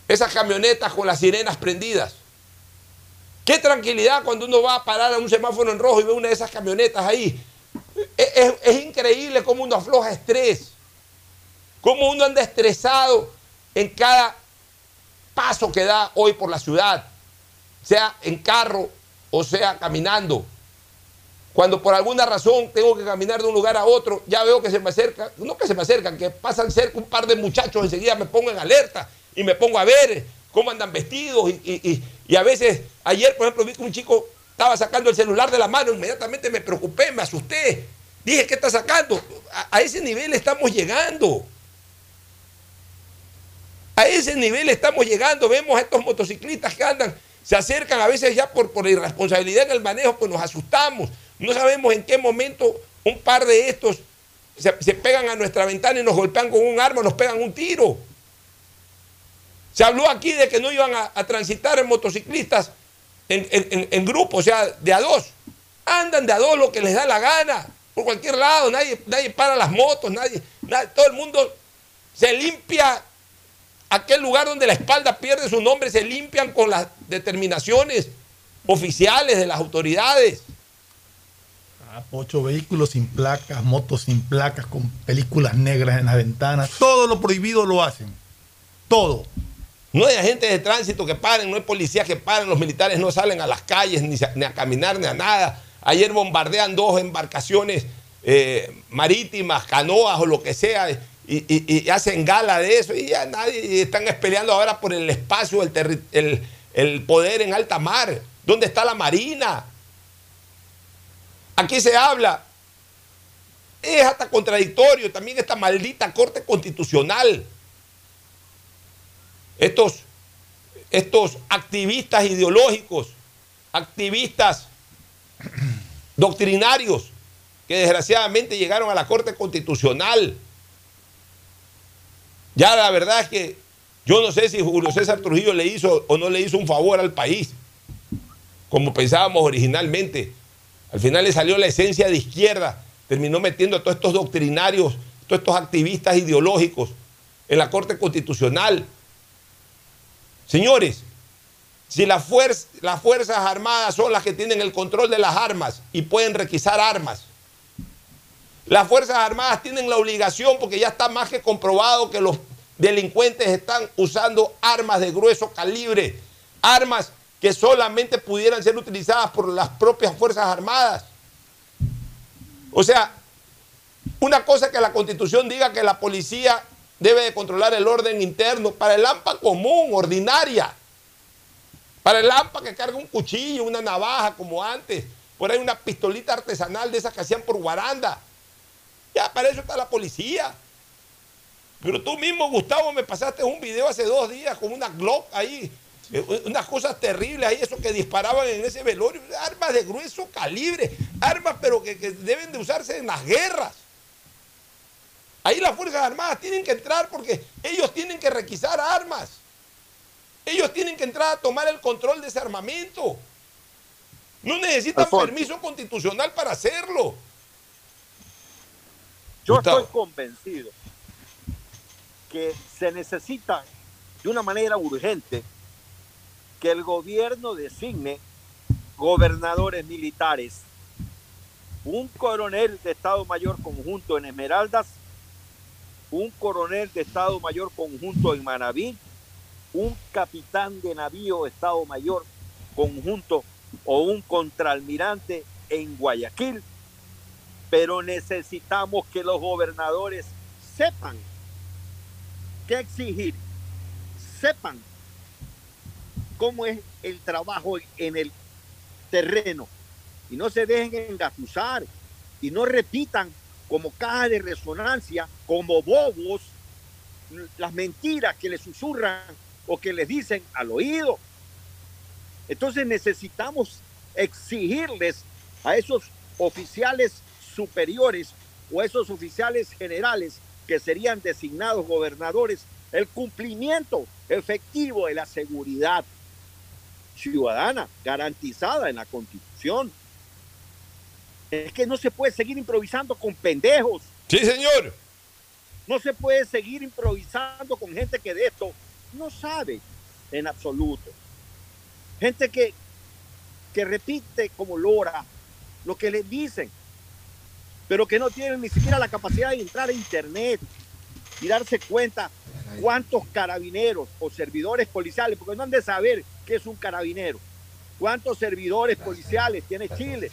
esas camionetas con las sirenas prendidas. Qué tranquilidad cuando uno va a parar a un semáforo en rojo y ve una de esas camionetas ahí. Es increíble cómo uno afloja estrés, cómo uno anda estresado en cada paso que da hoy por la ciudad, sea en carro o sea caminando. Cuando por alguna razón tengo que caminar de un lugar a otro, ya veo que se me acercan, no que se me acercan, que pasan cerca un par de muchachos, enseguida me pongo en alerta y me pongo a ver cómo andan vestidos y a veces, ayer por ejemplo vi que un chico estaba sacando el celular de la mano, inmediatamente me preocupé, me asusté, dije, ¿qué está sacando? A ese nivel estamos llegando. A ese nivel estamos llegando. Vemos a estos motociclistas que andan, se acercan a veces ya por irresponsabilidad en el manejo, pues nos asustamos. No sabemos en qué momento un par de estos se pegan a nuestra ventana y nos golpean con un arma, nos pegan un tiro. Se habló aquí de que no iban a transitar en motociclistas en grupo, o sea, de a dos. Andan de a dos lo que les da la gana, por cualquier lado, nadie para las motos, todo el mundo se limpia aquel lugar donde la espalda pierde su nombre, se limpian con las determinaciones oficiales de las autoridades. Pocho, vehículos sin placas, motos sin placas, con películas negras en las ventanas, todo lo prohibido lo hacen, todo. No hay agentes de tránsito que paren, no hay policías que paren, los militares no salen a las calles ni a caminar ni a nada. Ayer bombardean 2 embarcaciones marítimas, canoas o lo que sea, y hacen gala de eso, y ya nadie, están peleando ahora por el espacio, el poder en alta mar. ¿Dónde está la Marina? Aquí se habla, es hasta contradictorio también esta maldita Corte Constitucional. Estos activistas ideológicos, activistas doctrinarios que desgraciadamente llegaron a la Corte Constitucional. Ya la verdad es que yo no sé si Julio César Trujillo le hizo o no le hizo un favor al país, como pensábamos originalmente. Al final le salió la esencia de izquierda, terminó metiendo a todos estos doctrinarios, todos estos activistas ideológicos en la Corte Constitucional. Señores, si las Fuerzas Armadas son las que tienen el control de las armas y pueden requisar armas, las Fuerzas Armadas tienen la obligación, porque ya está más que comprobado que los delincuentes están usando armas de grueso calibre, armas que solamente pudieran ser utilizadas por las propias Fuerzas Armadas. O sea, una cosa es que la Constitución diga que la policía debe de controlar el orden interno, para el AMPA común, ordinaria, para el AMPA que carga un cuchillo, una navaja como antes, por ahí una pistolita artesanal de esas que hacían por Guaranda. Ya, para eso está la policía. Pero tú mismo, Gustavo, me pasaste un video hace 2 días con una Glock ahí, unas cosas terribles ahí, eso que disparaban en ese velorio, armas de grueso calibre, armas pero que deben de usarse en las guerras. Ahí las Fuerzas Armadas tienen que entrar porque ellos tienen que requisar armas. Ellos tienen que entrar a tomar el control de ese armamento. No necesitan permiso constitucional para hacerlo. Yo estoy convencido que se necesita de una manera urgente que el gobierno designe gobernadores militares, un coronel de Estado Mayor Conjunto en Esmeraldas, un coronel de Estado Mayor Conjunto en Manabí, un capitán de navío Estado Mayor Conjunto o un contraalmirante en Guayaquil. Pero necesitamos que los gobernadores sepan qué exigir, sepan cómo es el trabajo en el terreno y no se dejen engatusar y no repitan como caja de resonancia, como bobos, las mentiras que les susurran o que les dicen al oído. Entonces necesitamos exigirles a esos oficiales superiores o a esos oficiales generales que serían designados gobernadores el cumplimiento efectivo de la seguridad ciudadana garantizada en la Constitución. Es que no se puede seguir improvisando con pendejos. Sí, señor. No se puede seguir improvisando con gente que de esto no sabe. en absoluto. Gente que repite como lora lo que les dicen, pero que no tienen ni siquiera la capacidad de entrar a internet y darse cuenta cuántos carabineros o servidores policiales, porque no han de saber qué es un carabinero, cuántos servidores policiales tiene Chile,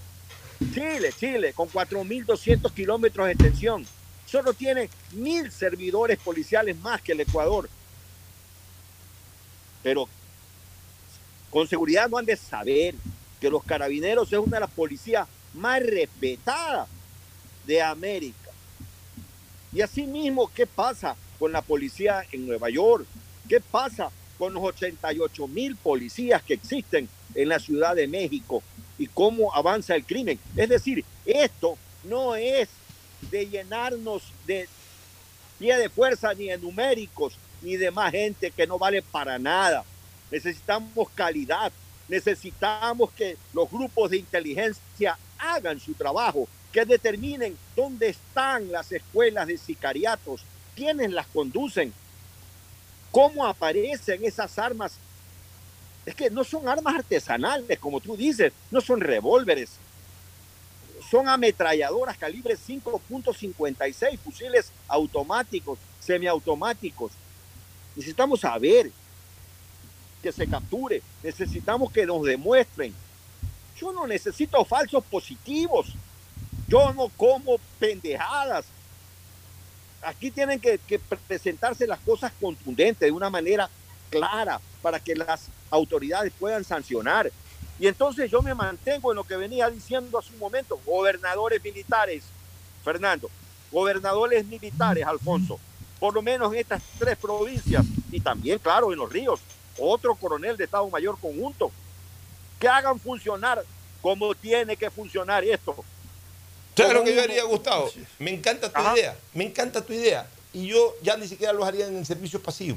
con 4.200 kilómetros de extensión. Solo tiene 1.000 servidores policiales más que el Ecuador. Pero con seguridad no han de saber que los carabineros es una de las policías más respetadas de América. Y asimismo, ¿qué pasa con la policía en Nueva York? ¿Qué pasa con los 88,000 policías que existen en la Ciudad de México? ¿Y cómo avanza el crimen? Es decir, esto no es de llenarnos de pie de fuerza, ni de numéricos, ni de más gente que no vale para nada. Necesitamos calidad, necesitamos que los grupos de inteligencia hagan su trabajo, que determinen dónde están las escuelas de sicariatos, quiénes las conducen, cómo aparecen esas armas. Es que no son armas artesanales, como tú dices, no son revólveres, son ametralladoras calibre 5.56, fusiles automáticos, semiautomáticos. Necesitamos saber que se capture, necesitamos que nos demuestren. Yo no necesito falsos positivos, yo no como pendejadas. Aquí tienen que presentarse las cosas contundentes de una manera clara para que las autoridades puedan sancionar. Y entonces yo me mantengo en lo que venía diciendo hace un momento. Gobernadores militares, Fernando, gobernadores militares, Alfonso, por lo menos en estas 3 provincias y también, claro, en Los Ríos, otro coronel de Estado Mayor conjunto, que hagan funcionar como tiene que funcionar esto. ¿Sabes lo que yo haría, Gustavo? Me encanta tu idea, y yo ya ni siquiera los haría en el servicio pasivo.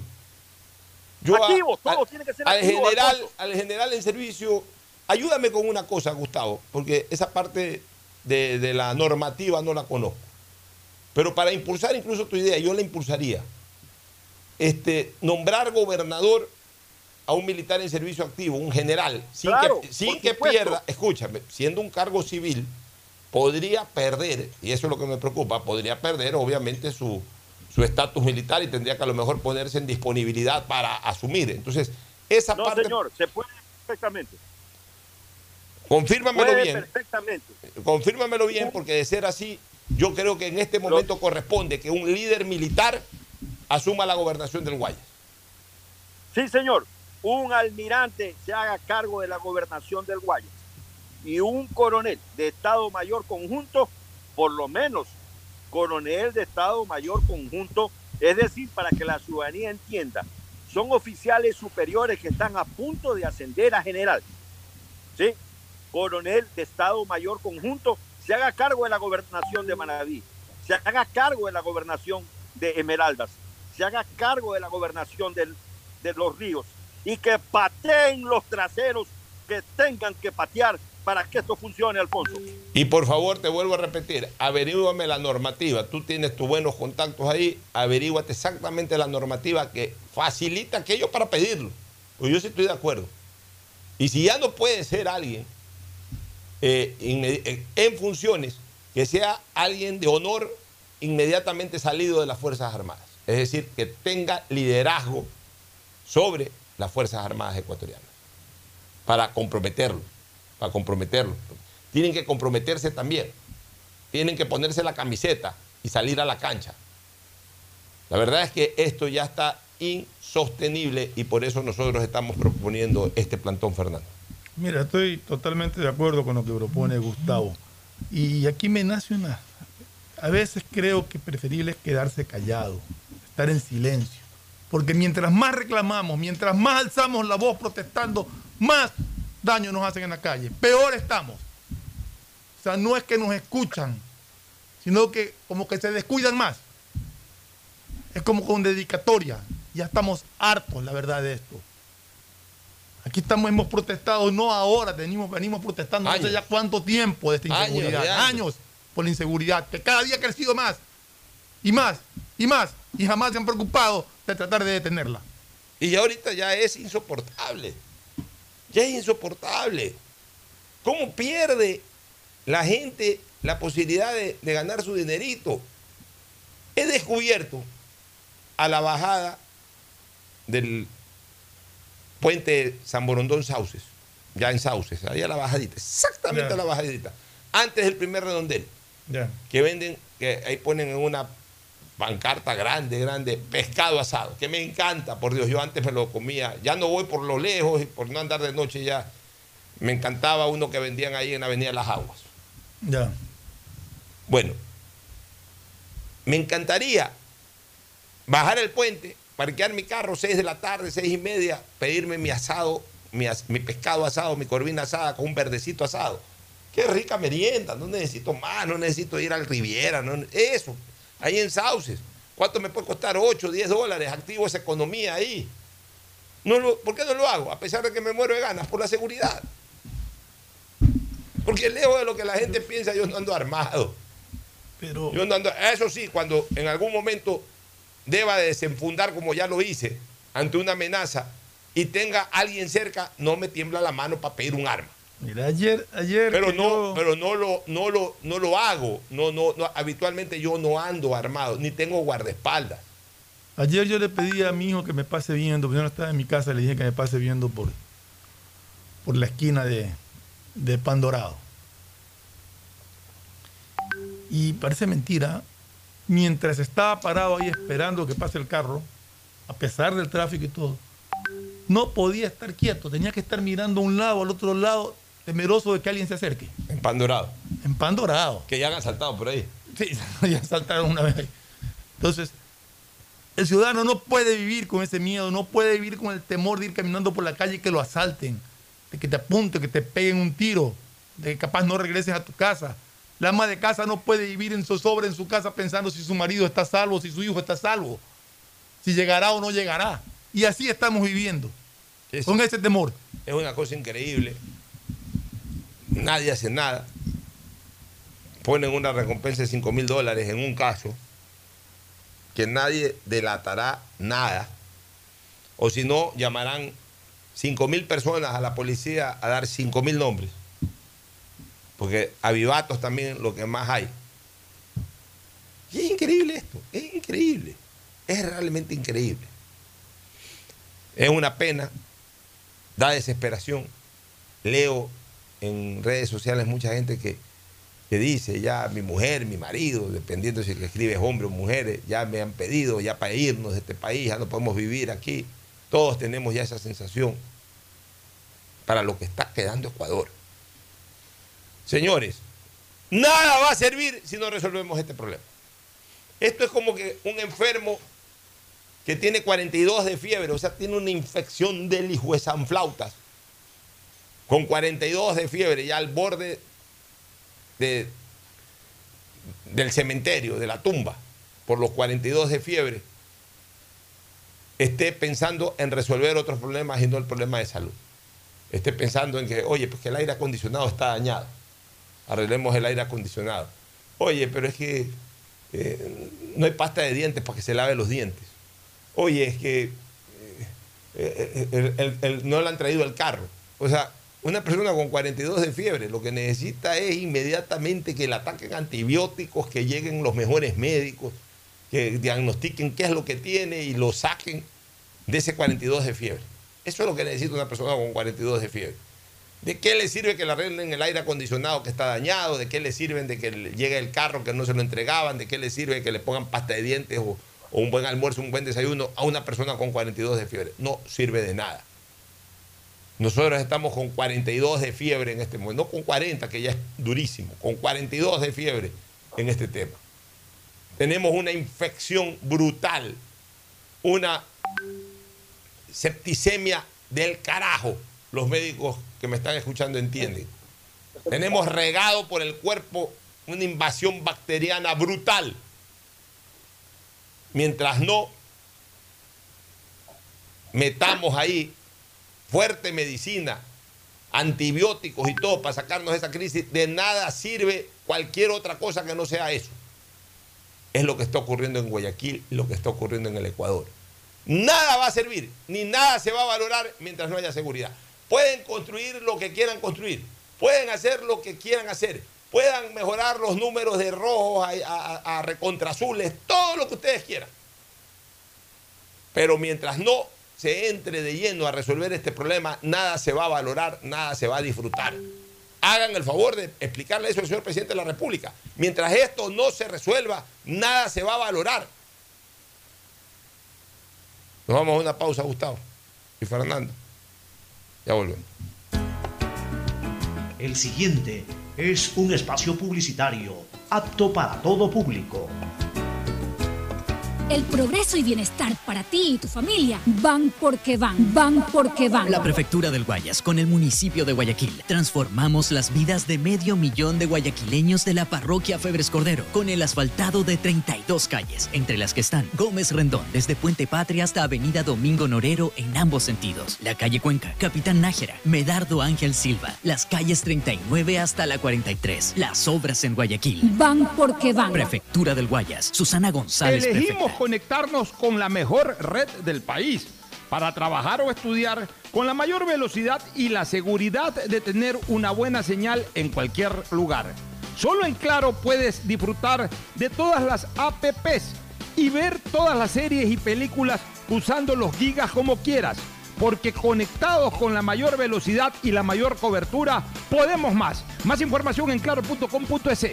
Yo activo, todo tiene que ser activo. Al general en servicio, ayúdame con una cosa, Gustavo, porque esa parte de la normativa no la conozco. Pero para impulsar incluso tu idea, yo la impulsaría. Nombrar gobernador a un militar en servicio activo, un general, sin que pierda, escúchame, siendo un cargo civil, podría perder, y eso es lo que me preocupa, podría perder obviamente su estatus militar y tendría que a lo mejor ponerse en disponibilidad para asumir. Entonces, esa parte... No, señor, se puede perfectamente. Confírmamelo bien. Perfectamente. Confírmamelo bien, porque de ser así, yo creo que en este momento corresponde que un líder militar asuma la gobernación del Guayas. Sí, señor. Un almirante se haga cargo de la gobernación del Guayas y un coronel de Estado Mayor Conjunto, por lo menos coronel de Estado Mayor Conjunto, es decir, para que la ciudadanía entienda, son oficiales superiores que están a punto de ascender a general. ¿Sí? Coronel de Estado Mayor Conjunto se haga cargo de la gobernación de Manabí, se haga cargo de la gobernación de Esmeraldas, se haga cargo de la gobernación de Los Ríos, y que pateen los traseros que tengan que patear para que esto funcione, Alfonso. Y por favor, te vuelvo a repetir, averíguame la normativa. Tú tienes tus buenos contactos ahí, averíguate exactamente la normativa que facilita aquello para pedirlo. Pues yo sí estoy de acuerdo. Y si ya no puede ser alguien en funciones, que sea alguien de honor inmediatamente salido de las Fuerzas Armadas. Es decir, que tenga liderazgo sobre las Fuerzas Armadas ecuatorianas, para comprometerlo. Tienen que comprometerse también, tienen que ponerse la camiseta y salir a la cancha. La verdad es que esto ya está insostenible y por eso nosotros estamos proponiendo este plantón, Fernando. Mira, estoy totalmente de acuerdo con lo que propone Gustavo, y aquí me nace a veces creo que preferible es quedarse callado, estar en silencio. Porque mientras más reclamamos, mientras más alzamos la voz protestando, más daño nos hacen en la calle. Peor estamos. O sea, no es que nos escuchan, sino que como que se descuidan más. Es como con dedicatoria. Ya estamos hartos, la verdad, de esto. Aquí hemos protestado, no ahora, venimos protestando no sé ya cuánto tiempo de esta inseguridad. Años por la inseguridad, que cada día ha crecido más. Y más, y más. Y jamás se han preocupado de tratar de detenerla. Y ya ahorita ya es insoportable. Ya es insoportable. ¿Cómo pierde la gente la posibilidad de ganar su dinerito? He descubierto a la bajada del puente San Borondón Sauces, ya en Sauces, ahí a la bajadita, exactamente a la bajadita, antes del primer redondel, que venden, que ahí ponen en una pancarta grande, pescado asado, que me encanta, por Dios, yo antes me lo comía, ya no voy por lo lejos y por no andar de noche ya, me encantaba uno que vendían ahí en la Avenida Las Aguas. Bueno, me encantaría bajar el puente, parquear mi carro 6 de la tarde, 6:30, pedirme mi asado, mi pescado asado, mi corvina asada con un verdecito asado. Qué rica merienda, no necesito más, no necesito ir al Riviera, eso, ahí en Sauces. ¿Cuánto me puede costar? 8, 10 dólares, activo esa economía ahí. ¿Por qué no lo hago? A pesar de que me muero de ganas, por la seguridad. Porque lejos de lo que la gente piensa, yo no ando armado. Yo no ando, eso sí, cuando en algún momento deba de desenfundar, como ya lo hice, ante una amenaza y tenga alguien cerca, no me tiembla la mano para pedir un arma. Mira, ayer pero no lo hago. No, habitualmente yo no ando armado, ni tengo guardaespaldas. Ayer yo le pedí a mi hijo que me pase viendo, porque yo no estaba en mi casa, le dije que me pase viendo por la esquina de Pan Dorado. Y parece mentira, mientras estaba parado ahí esperando que pase el carro, a pesar del tráfico y todo, no podía estar quieto, tenía que estar mirando a un lado, al otro lado, temeroso de que alguien se acerque. En Pan Dorado. En Pan Dorado. Que ya han asaltado por ahí. Sí, ya asaltaron una vez. Entonces, el ciudadano no puede vivir con ese miedo, no puede vivir con el temor de ir caminando por la calle y que lo asalten, de que te apunten, que te peguen un tiro, de que capaz no regreses a tu casa. La ama de casa no puede vivir en zozobra en su casa pensando si su marido está salvo, si su hijo está salvo, si llegará o no llegará. Y así estamos viviendo, con ese temor. Es una cosa increíble. Nadie hace nada. Ponen una recompensa de $5,000 en un caso que nadie delatará nada. O si no, llamarán 5,000 personas a la policía a dar 5,000 nombres. Porque avivatos también lo que más hay. Y es increíble esto, es increíble. Es realmente increíble. Es una pena, da desesperación. Leo en redes sociales mucha gente que dice, ya mi mujer, mi marido, dependiendo si el que escribe es hombre o mujer, ya me han pedido ya para irnos de este país, ya no podemos vivir aquí. Todos tenemos ya esa sensación para lo que está quedando Ecuador. Señores, nada va a servir si no resolvemos este problema. Esto es como que un enfermo que tiene 42 de fiebre, o sea, tiene una infección del hijo de sanflautas, con 42 de fiebre, ya al borde del cementerio, de la tumba, por los 42 de fiebre, esté pensando en resolver otros problemas y no el problema de salud. Esté pensando en que, oye, pues que el aire acondicionado está dañado, arreglemos el aire acondicionado. Oye, pero es que no hay pasta de dientes para que se lave los dientes. Oye, es que no le han traído el carro. O sea, una persona con 42 de fiebre lo que necesita es inmediatamente que le ataquen antibióticos, que lleguen los mejores médicos, que diagnostiquen qué es lo que tiene y lo saquen de ese 42 de fiebre. Eso es lo que necesita una persona con 42 de fiebre. ¿De qué le sirve que le arreglen el aire acondicionado que está dañado? ¿De qué le sirven de que llegue el carro que no se lo entregaban? ¿De qué le sirve que le pongan pasta de dientes o un buen almuerzo, un buen desayuno a una persona con 42 de fiebre? No sirve de nada. Nosotros estamos con 42 de fiebre en este momento, no con 40, que ya es durísimo, con 42 de fiebre en este tema. Tenemos una infección brutal, una septicemia del carajo. Los médicos que me están escuchando entienden. Tenemos regado por el cuerpo una invasión bacteriana brutal. Mientras no metamos ahí fuerte medicina, antibióticos y todo para sacarnos de esa crisis, de nada sirve cualquier otra cosa que no sea eso. Es lo que está ocurriendo en Guayaquil y lo que está ocurriendo en el Ecuador. nada va a servir, ni nada se va a valorar mientras no haya seguridad. Pueden construir lo que quieran construir, pueden hacer lo que quieran hacer, puedan mejorar los números de rojos a recontraazules, todo lo que ustedes quieran. Pero mientras no se entre de lleno a resolver este problema, nada se va a valorar, nada se va a disfrutar. Hagan el favor de explicarle eso al señor presidente de la República. Mientras esto no se resuelva, nada se va a valorar. Nos vamos a una pausa, Gustavo y Fernando. Ya volvemos. El siguiente es un espacio publicitario apto para todo público. El progreso y bienestar para ti y tu familia van porque van, van porque van. La Prefectura del Guayas, con el municipio de Guayaquil, transformamos las vidas de 500,000 de guayaquileños de la parroquia Febres Cordero, con el asfaltado de 32 calles, entre las que están Gómez Rendón, desde Puente Patria hasta Avenida Domingo Norero en ambos sentidos, la calle Cuenca, Capitán Nájera, Medardo Ángel Silva, las calles 39 hasta la 43, las obras en Guayaquil. Van porque van. Prefectura del Guayas, Susana González, Elegimos prefecta. conectarnos con la mejor red del país para trabajar o estudiar con la mayor velocidad y la seguridad de tener una buena señal en cualquier lugar. Solo en Claro puedes disfrutar de todas las apps y ver todas las series y películas usando los gigas como quieras, porque conectados con la mayor velocidad y la mayor cobertura, podemos más. Más información en claro.com.es.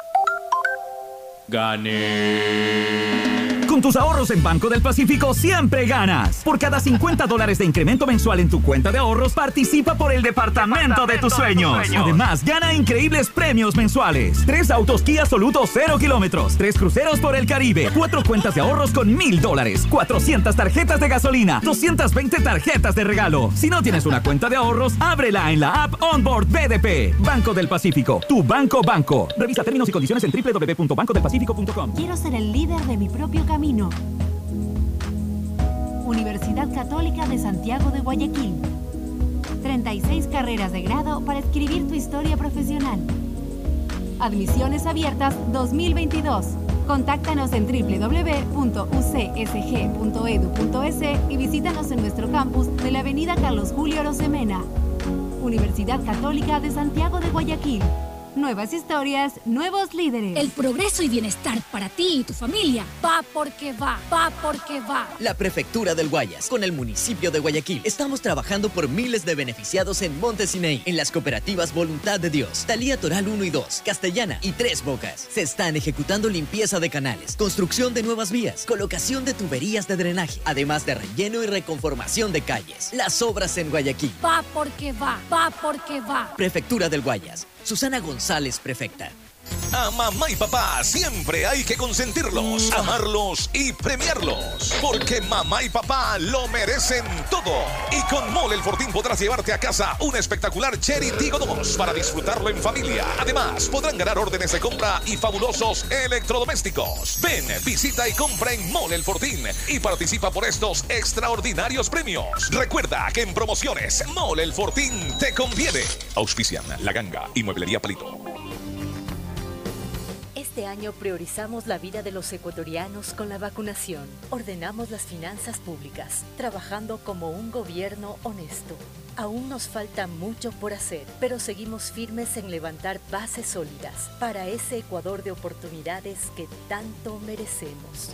Gané. Con tus ahorros en Banco del Pacífico siempre ganas. Por cada $50 de incremento mensual en tu cuenta de ahorros, participa por el departamento de tus sueños. Además, gana increíbles premios mensuales. 3 autos Kia Soluto 0 kilómetros, 3 cruceros por el Caribe, 4 cuentas de ahorros con $1,000, 400 tarjetas de gasolina, 220 tarjetas de regalo. Si no tienes una cuenta de ahorros, ábrela en la app Onboard BDP. Banco del Pacífico, tu banco. Revisa términos y condiciones en www.bancodelpacifico.com. Quiero ser el líder de mi propio camino. Universidad Católica de Santiago de Guayaquil. 36 carreras de grado para escribir tu historia profesional. Admisiones abiertas 2022. Contáctanos en www.ucsg.edu.es y visítanos en nuestro campus de la avenida Carlos Julio Arosemena. Universidad Católica de Santiago de Guayaquil. Nuevas historias, nuevos líderes. El progreso y bienestar para ti y tu familia va porque va, va porque va. La Prefectura del Guayas, con el municipio de Guayaquil, estamos trabajando por miles de beneficiados en Montesineí, en las cooperativas Voluntad de Dios, Talía Toral 1 y 2, Castellana y Tres Bocas. Se están ejecutando limpieza de canales, construcción de nuevas vías, colocación de tuberías de drenaje, además de relleno y reconformación de calles. Las obras en Guayaquil. Va porque va, va porque va. Prefectura del Guayas. Susana González, prefecta. A mamá y papá siempre hay que consentirlos, amarlos y premiarlos, porque mamá y papá lo merecen todo. Y con Mole El Fortín podrás llevarte a casa un espectacular Cherry Tigo 2 para disfrutarlo en familia. Además, podrán ganar órdenes de compra y fabulosos electrodomésticos. Ven, visita y compra en Mole El Fortín y participa por estos extraordinarios premios. Recuerda que en promociones Mole El Fortín te conviene. Auspician La Ganga y Mueblería Palito. Este año priorizamos la vida de los ecuatorianos con la vacunación. Ordenamos las finanzas públicas, trabajando como un gobierno honesto. Aún nos falta mucho por hacer, pero seguimos firmes en levantar bases sólidas para ese Ecuador de oportunidades que tanto merecemos.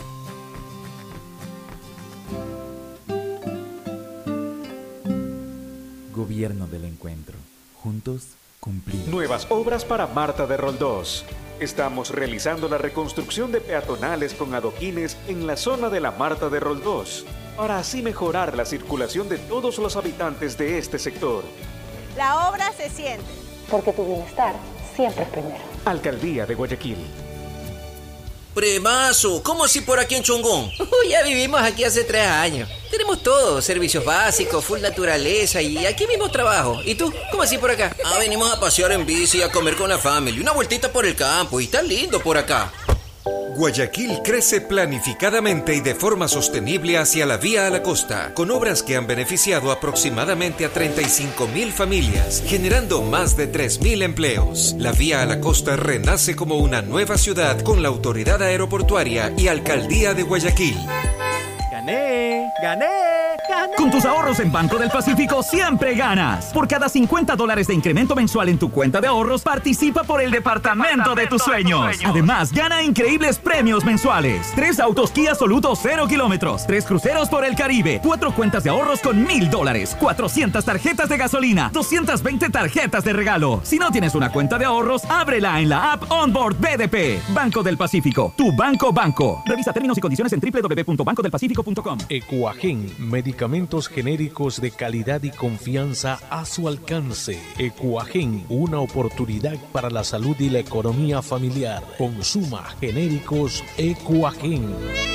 Gobierno del Encuentro. Juntos cumplimos. Nuevas obras para Marta de Roldós. Estamos realizando la reconstrucción de peatonales con adoquines en la zona de la Marta de Roldós, para así mejorar la circulación de todos los habitantes de este sector. La obra se siente. Porque tu bienestar siempre es primero. Alcaldía de Guayaquil. Premazo, ¿cómo así por aquí en Chongón? Ya vivimos aquí hace 3 años. Tenemos todo, servicios básicos, full naturaleza y aquí mismo trabajo. ¿Y tú? ¿Cómo así por acá? Venimos a pasear en bici, a comer con la familia, una vueltita por el campo y está lindo por acá. Guayaquil crece planificadamente y de forma sostenible hacia la vía a la costa, con obras que han beneficiado aproximadamente a 35,000 familias, generando más de 3,000 empleos. La vía a la costa renace como una nueva ciudad con la autoridad aeroportuaria y alcaldía de Guayaquil. ¡Gané! Con tus ahorros en Banco del Pacífico siempre ganas. Por cada $50 de incremento mensual en tu cuenta de ahorros, participa por el departamento de tus sueños. Además, gana increíbles premios mensuales. 3 autos Kia Soluto 0 kilómetros, 3 cruceros por el Caribe, 4 cuentas de ahorros con $1,000, 400 tarjetas de gasolina, 220 tarjetas de regalo. Si no tienes una cuenta de ahorros, ábrela en la app Onboard BDP. Banco del Pacífico, tu banco. Revisa términos y condiciones en www.bancodelpacifico.com. Ecuagen, medicamentos genéricos de calidad y confianza a su alcance. Ecuagen, una oportunidad para la salud y la economía familiar. Consuma genéricos Ecuagen.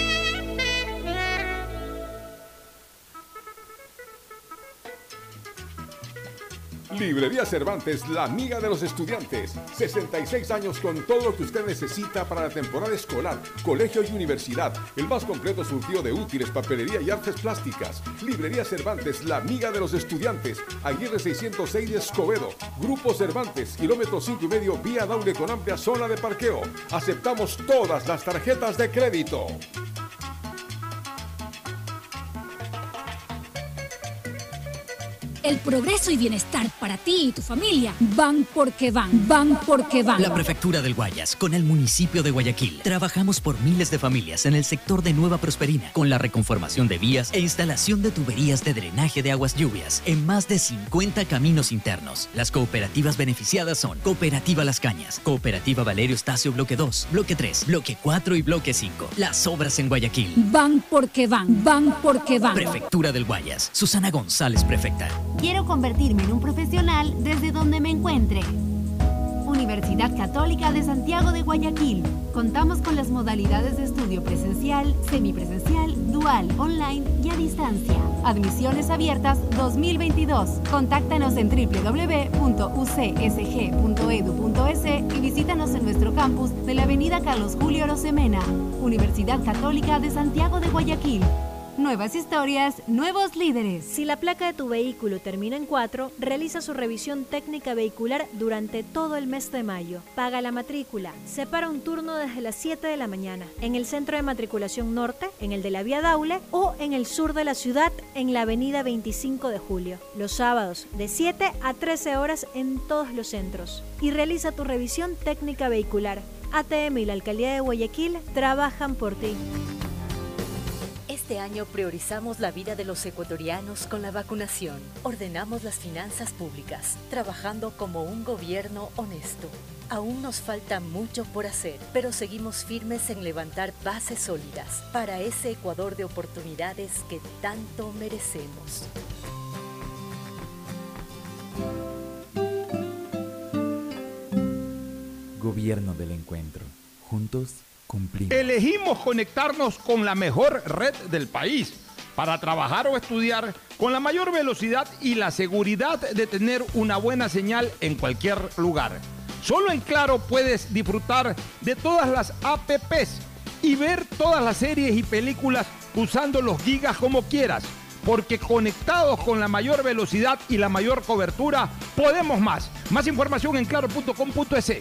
Librería Cervantes, la amiga de los estudiantes. 66 años con todo lo que usted necesita para la temporada escolar, colegio y universidad. El más completo surtido de útiles, papelería y artes plásticas. Librería Cervantes, la amiga de los estudiantes. Aguirre 606 de Escobedo. Grupo Cervantes, kilómetro 5,5, vía Daule con amplia zona de parqueo. Aceptamos todas las tarjetas de crédito. El progreso y bienestar para ti y tu familia van porque van, van porque van. La Prefectura del Guayas, con el municipio de Guayaquil, trabajamos por miles de familias en el sector de Nueva Prosperina, con la reconformación de vías e instalación de tuberías de drenaje de aguas lluvias en más de 50 caminos internos. Las cooperativas beneficiadas son Cooperativa Las Cañas, Cooperativa Valerio Estacio Bloque 2, Bloque 3, Bloque 4 y Bloque 5. Las obras en Guayaquil van porque van, van porque van. Prefectura del Guayas, Susana González, prefecta. Quiero convertirme en un profesional desde donde me encuentre. Universidad Católica de Santiago de Guayaquil. Contamos con las modalidades de estudio presencial, semipresencial, dual, online y a distancia. Admisiones abiertas 2022. Contáctanos en www.ucsg.edu.es y visítanos en nuestro campus de la avenida Carlos Julio Arosemena. Universidad Católica de Santiago de Guayaquil. Nuevas historias, nuevos líderes. Si la placa de tu vehículo termina en 4, realiza su revisión técnica vehicular durante todo el mes de mayo. Paga la matrícula. Separa un turno desde las 7 de la mañana en el centro de matriculación norte, en el de la vía Daule o en el sur de la ciudad, en la avenida 25 de julio. Los sábados de 7 a 13 horas en todos los centros. Y realiza tu revisión técnica vehicular. ATM y la Alcaldía de Guayaquil trabajan por ti. Este año priorizamos la vida de los ecuatorianos con la vacunación. Ordenamos las finanzas públicas, trabajando como un gobierno honesto. Aún nos falta mucho por hacer, pero seguimos firmes en levantar bases sólidas para ese Ecuador de oportunidades que tanto merecemos. Gobierno del Encuentro. Juntos cumplimos. Elegimos conectarnos con la mejor red del país para trabajar o estudiar con la mayor velocidad y la seguridad de tener una buena señal en cualquier lugar. Solo en Claro puedes disfrutar de todas las apps y ver todas las series y películas usando los gigas como quieras, porque conectados con la mayor velocidad y la mayor cobertura, podemos más. Más información en claro.com.es.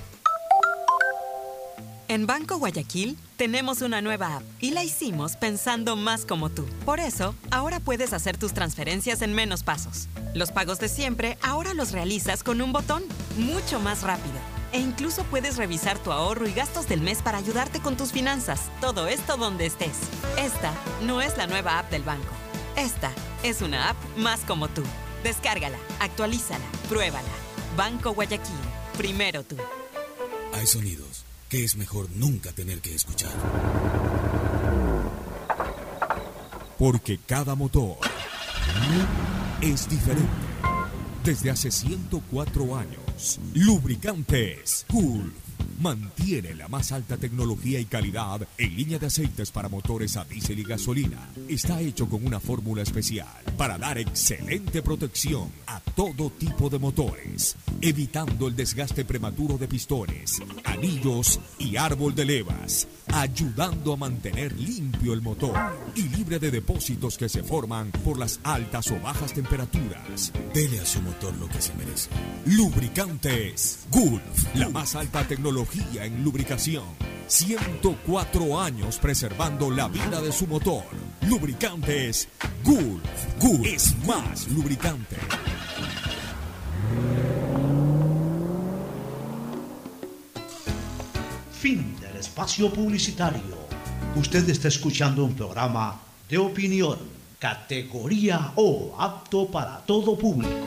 En Banco Guayaquil tenemos una nueva app y la hicimos pensando más como tú. Por eso, ahora puedes hacer tus transferencias en menos pasos. Los pagos de siempre ahora los realizas con un botón, mucho más rápido. E incluso puedes revisar tu ahorro y gastos del mes para ayudarte con tus finanzas. Todo esto donde estés. Esta no es la nueva app del banco. Esta es una app más como tú. Descárgala, actualízala, pruébala. Banco Guayaquil. Primero tú. Hay sonidos que es mejor nunca tener que escuchar. Porque cada motor es diferente. Desde hace 104 años, Lubricantes Gulf mantiene la más alta tecnología y calidad en línea de aceites para motores a diésel y gasolina. Está hecho con una fórmula especial para dar excelente protección a todo tipo de motores, evitando el desgaste prematuro de pistones, anillos y árbol de levas, ayudando a mantener limpio el motor y libre de depósitos que se forman por las altas o bajas temperaturas. Dele a su motor lo que se merece. Lubricantes Gulf, la más alta tecnología en lubricación. 104 años preservando la vida de su motor. Lubricantes Gulf. Gulf es más lubricante. Fin del espacio publicitario. Usted está escuchando un programa de opinión, categoría O, apto para todo público.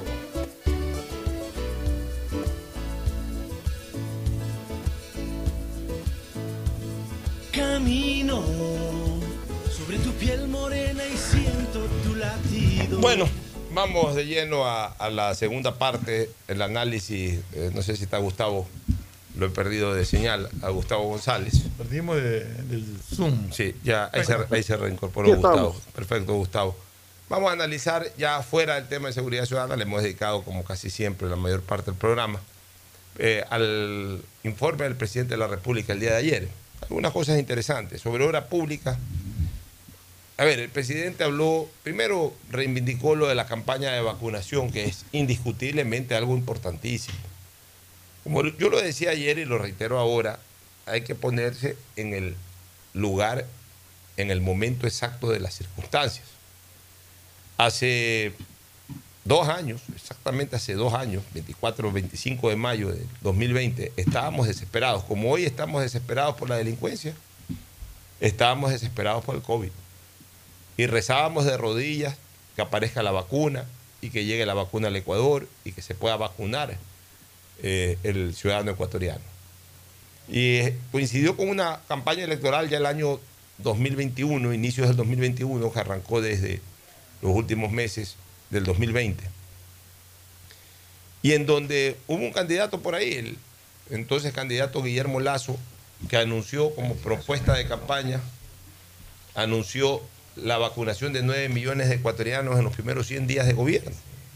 Camino sobre tu piel morena y siento tu latido. Bueno, vamos de lleno a la segunda parte, el análisis. No sé si está Gustavo, lo he perdido de señal, a Gustavo González. Perdimos del Zoom. Sí, ya ahí se reincorporó Gustavo. Perfecto, Gustavo. Vamos a analizar ya fuera del tema de seguridad ciudadana. Le hemos dedicado, como casi siempre, la mayor parte del programa, al informe del presidente de la República el día de ayer. Algunas cosas interesantes sobre obra pública. A ver, el presidente habló, primero reivindicó lo de la campaña de vacunación, que es indiscutiblemente algo importantísimo. Como yo lo decía ayer y lo reitero ahora, hay que ponerse en el lugar, en el momento exacto de las circunstancias. Hace 2 años, exactamente hace 2 años, 24 o 25 de mayo de 2020, estábamos desesperados. Como hoy estamos desesperados por la delincuencia, estábamos desesperados por el COVID. Y rezábamos de rodillas que aparezca la vacuna y que llegue la vacuna al Ecuador y que se pueda vacunar el ciudadano ecuatoriano. Y coincidió con una campaña electoral ya el año 2021, inicios del 2021, que arrancó desde los últimos meses del 2020. Y en donde hubo un candidato por ahí, el entonces candidato Guillermo Lasso, que anunció como propuesta de campaña, anunció la vacunación de 9 millones de ecuatorianos en los primeros 100 días de gobierno.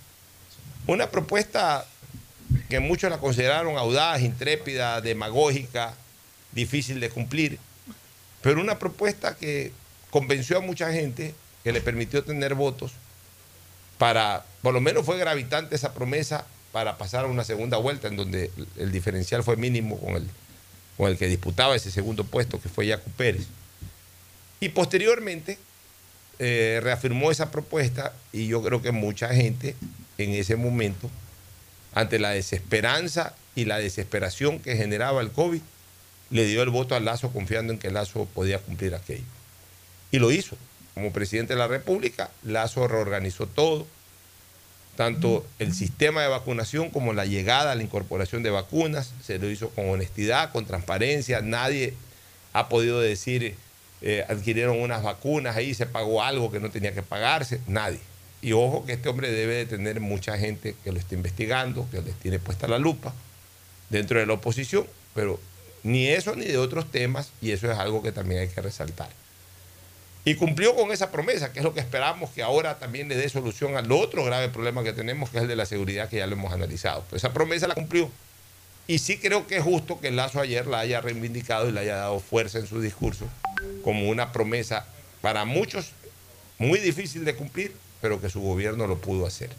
Una propuesta que muchos la consideraron audaz, intrépida, demagógica, difícil de cumplir, pero una propuesta que convenció a mucha gente, que le permitió tener votos para, por lo menos fue gravitante esa promesa para pasar a una segunda vuelta en donde el diferencial fue mínimo con el que disputaba ese segundo puesto, que fue Yacu Pérez. Y posteriormente reafirmó esa propuesta y yo creo que mucha gente en ese momento, ante la desesperanza y la desesperación que generaba el COVID, le dio el voto a Lasso confiando en que Lasso podía cumplir aquello. Y lo hizo. Como presidente de la República, Lasso reorganizó todo, tanto el sistema de vacunación como la llegada a la incorporación de vacunas. Se lo hizo con honestidad, con transparencia. Nadie ha podido decir adquirieron unas vacunas ahí, se pagó algo que no tenía que pagarse. Nadie. Y ojo que este hombre debe de tener mucha gente que lo está investigando, que les tiene puesta la lupa dentro de la oposición, pero ni eso ni de otros temas, y eso es algo que también hay que resaltar. Y cumplió con esa promesa, que es lo que esperamos que ahora también le dé solución al otro grave problema que tenemos, que es el de la seguridad, que ya lo hemos analizado. Pero esa promesa la cumplió. Y sí creo que es justo que Lasso ayer la haya reivindicado y le haya dado fuerza en su discurso como una promesa para muchos muy difícil de cumplir, pero que su gobierno lo pudo hacer.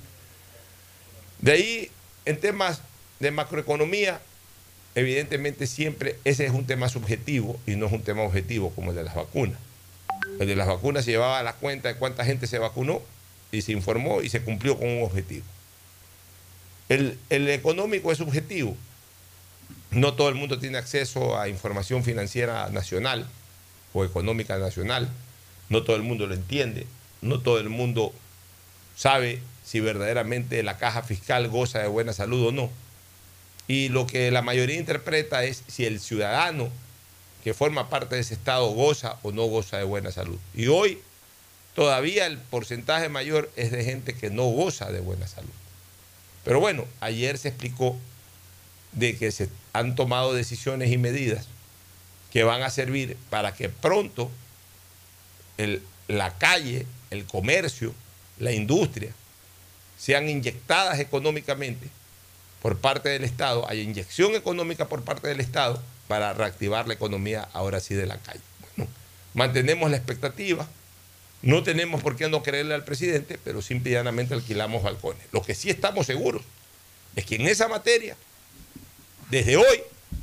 De ahí, en temas de macroeconomía, evidentemente siempre ese es un tema subjetivo y no es un tema objetivo como el de las vacunas. El de las vacunas se llevaba a la cuenta de cuánta gente se vacunó y se informó y se cumplió con un objetivo. El económico es subjetivo. No todo el mundo tiene acceso a información financiera nacional o económica nacional. No todo el mundo lo entiende. No todo el mundo sabe si verdaderamente la caja fiscal goza de buena salud o no. Y lo que la mayoría interpreta es si el ciudadano que forma parte de ese Estado goza o no goza de buena salud. Y hoy todavía el porcentaje mayor es de gente que no goza de buena salud. Pero bueno, ayer se explicó de que se han tomado decisiones y medidas que van a servir para que pronto la calle, el comercio, la industria sean inyectadas económicamente por parte del Estado, haya inyección económica por parte del Estado para reactivar la economía ahora sí de la calle. Bueno, mantenemos la expectativa, no tenemos por qué no creerle al presidente, pero simple y llanamente alquilamos balcones. Lo que sí estamos seguros es que en esa materia, desde hoy,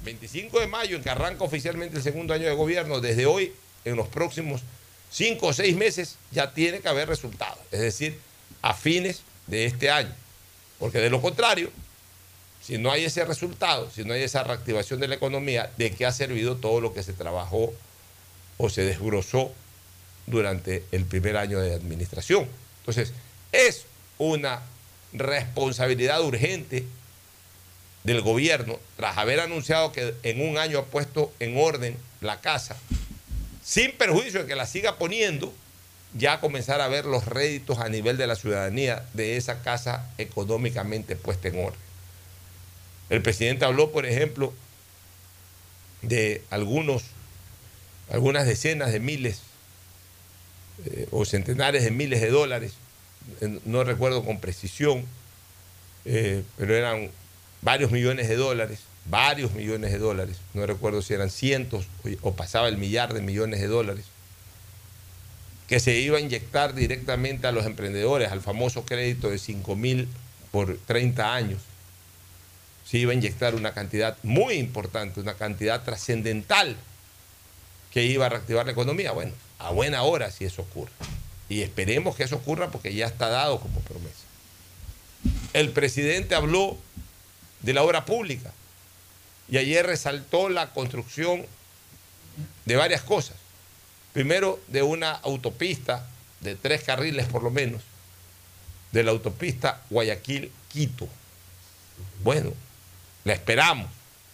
25 de mayo, en que arranca oficialmente el segundo año de gobierno, desde hoy, en los próximos 5 o 6 meses, ya tiene que haber resultados. Es decir, a fines de este año. Porque de lo contrario, si no hay ese resultado, si no hay esa reactivación de la economía, ¿de qué ha servido todo lo que se trabajó o se desbrozó durante el primer año de administración? Entonces, es una responsabilidad urgente del gobierno, tras haber anunciado que en un año ha puesto en orden la casa, sin perjuicio de que la siga poniendo, ya comenzar a ver los réditos a nivel de la ciudadanía de esa casa económicamente puesta en orden. El presidente habló, por ejemplo, de algunas decenas de miles o centenares de miles de dólares, no recuerdo con precisión, pero eran varios millones de dólares, no recuerdo si eran cientos o pasaba el millar de millones de dólares, que se iba a inyectar directamente a los emprendedores, al famoso crédito de 5.000 por 30 años. Se iba a inyectar una cantidad muy importante, una cantidad trascendental que iba a reactivar la economía. Bueno, a buena hora si eso ocurre. Y esperemos que eso ocurra porque ya está dado como promesa. El presidente habló de la obra pública y ayer resaltó la construcción de varias cosas. Primero, de una autopista de 3 carriles por lo menos, de la autopista Guayaquil-Quito. Bueno, la esperamos.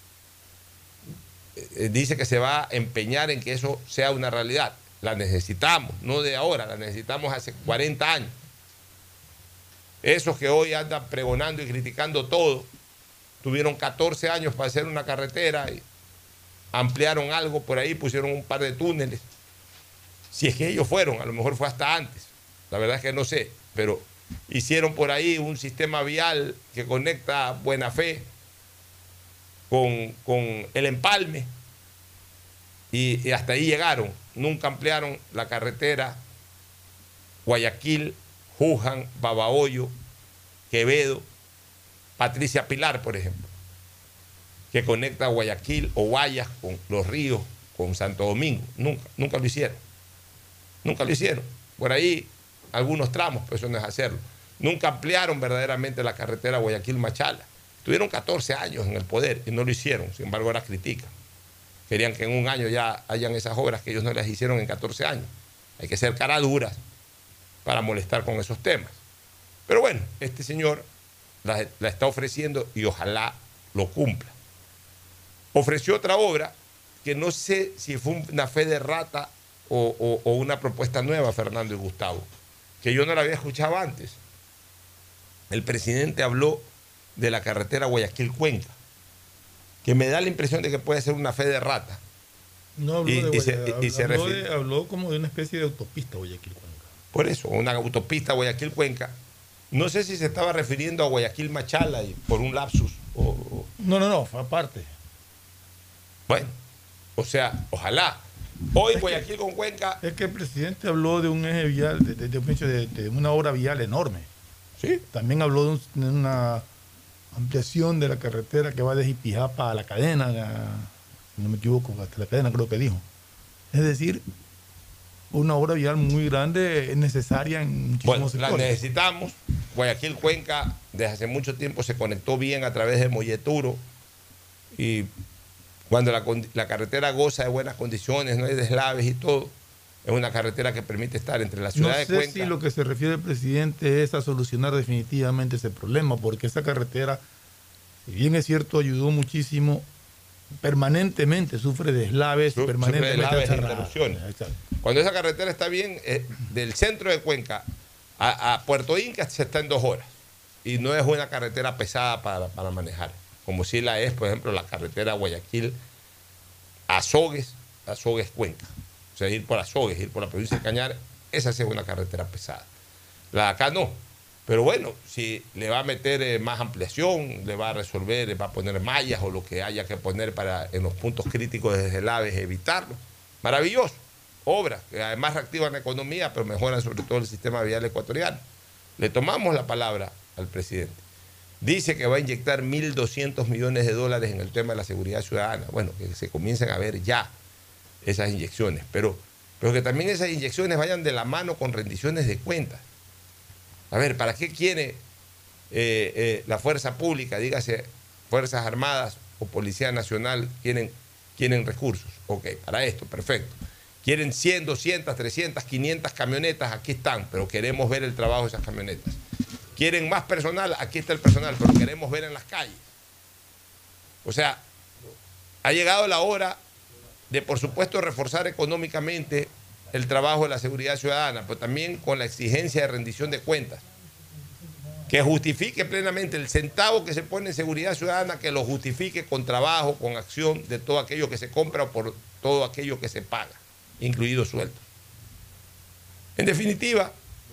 Dice que se va a empeñar en que eso sea una realidad. La necesitamos, no de ahora, la necesitamos hace 40 años. Esos que hoy andan pregonando y criticando todo, tuvieron 14 años para hacer una carretera y ampliaron algo por ahí, pusieron un par de túneles. Si es que ellos fueron, a lo mejor fue hasta antes. La verdad es que no sé, pero hicieron por ahí un sistema vial que conecta Buena Fe con el Empalme y hasta ahí llegaron. Nunca ampliaron la carretera Guayaquil, Juján, Babahoyo, Quevedo, Patricia Pilar, por ejemplo, que conecta Guayaquil o Guayas con Los Ríos, con Santo Domingo. Nunca lo hicieron. Nunca lo hicieron. Por ahí algunos tramos, pero eso no es hacerlo. Nunca ampliaron verdaderamente la carretera Guayaquil-Machala. Tuvieron 14 años en el poder y no lo hicieron. Sin embargo, ahora critican. Querían que en un año ya hayan esas obras que ellos no las hicieron en 14 años. Hay que ser cara duras para molestar con esos temas. Pero bueno, este señor la está ofreciendo y ojalá lo cumpla. Ofreció otra obra que no sé si fue una fe de rata o una propuesta nueva, Fernando y Gustavo, que yo no la había escuchado antes. El presidente habló de la carretera Guayaquil-Cuenca, que me da la impresión de que puede ser una fe de rata. No habló habló como de una especie de autopista Guayaquil-Cuenca. Por eso, una autopista Guayaquil-Cuenca. No sé si se estaba refiriendo a Guayaquil-Machala y por un lapsus. No, fue aparte. Bueno, o sea, ojalá. Hoy Guayaquil con Cuenca. Es que el presidente habló de un eje vial, de una obra vial enorme. Sí. También habló de una ampliación de la carretera que va de Jipijapa a la cadena, si no me equivoco, hasta la cadena creo que dijo. Es decir, una obra vial muy grande es necesaria en muchísimos sectores. La necesitamos. Guayaquil Cuenca desde hace mucho tiempo se conectó bien a través de Molleturo y cuando la carretera goza de buenas condiciones, no hay deslaves y todo, es una carretera que permite estar entre la ciudad de Cuenca. No sé si lo que se refiere el presidente es a solucionar definitivamente ese problema, porque esa carretera, si bien es cierto, ayudó muchísimo, permanentemente sufre deslaves, permanentemente e interrupciones. Cuando esa carretera está bien, del centro de Cuenca a Puerto Inca se está en 2 horas y no es una carretera pesada para manejar, como si la es, por ejemplo, la carretera Guayaquil Azogues Cuenca. O sea, ir por Azogues, ir por la provincia de Cañar, esa sí es una carretera pesada. La de acá no. Pero bueno, si le va a meter más ampliación, le va a resolver, va a poner mallas o lo que haya que poner para en los puntos críticos de deslaves evitarlo. Maravilloso. Obras que además reactivan la economía, pero mejoran sobre todo el sistema vial ecuatoriano. Le tomamos la palabra al presidente. dice que va a inyectar $1.200 millones en el tema de la seguridad ciudadana. Bueno, que se comiencen a ver ya esas inyecciones, pero que también esas inyecciones vayan de la mano con rendiciones de cuentas. A ver, ¿para qué quiere la fuerza pública, dígase Fuerzas Armadas o Policía Nacional, quieren recursos? Ok, para esto, perfecto. Quieren 100, 200, 300, 500 camionetas, aquí están, pero queremos ver el trabajo de esas camionetas. Quieren más personal, aquí está el personal, pero queremos ver en las calles. O sea, ha llegado la hora de, por supuesto, reforzar económicamente el trabajo de la seguridad ciudadana, pero también con la exigencia de rendición de cuentas, que justifique plenamente el centavo que se pone en seguridad ciudadana, que lo justifique con trabajo, con acción de todo aquello que se compra o por todo aquello que se paga, incluidos sueldos. En definitiva,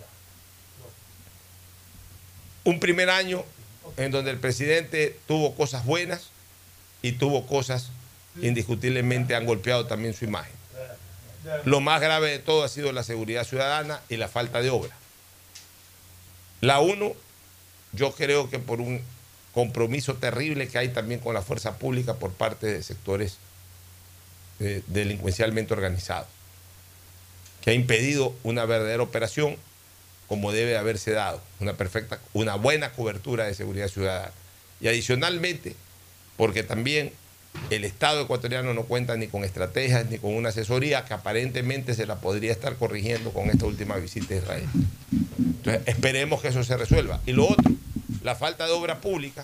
un primer año en donde el presidente tuvo cosas buenas y tuvo cosas indiscutiblemente han golpeado también su imagen. Lo más grave de todo ha sido la seguridad ciudadana y la falta de obra. La UNO, yo creo que por un compromiso terrible que hay también con la fuerza pública por parte de sectores delincuencialmente organizados, que ha impedido una verdadera operación como debe haberse dado, una buena cobertura de seguridad ciudadana. Y adicionalmente, porque también el Estado ecuatoriano no cuenta ni con estrategias ni con una asesoría que aparentemente se la podría estar corrigiendo con esta última visita a Israel. Entonces, esperemos que eso se resuelva. Y lo otro, la falta de obra pública.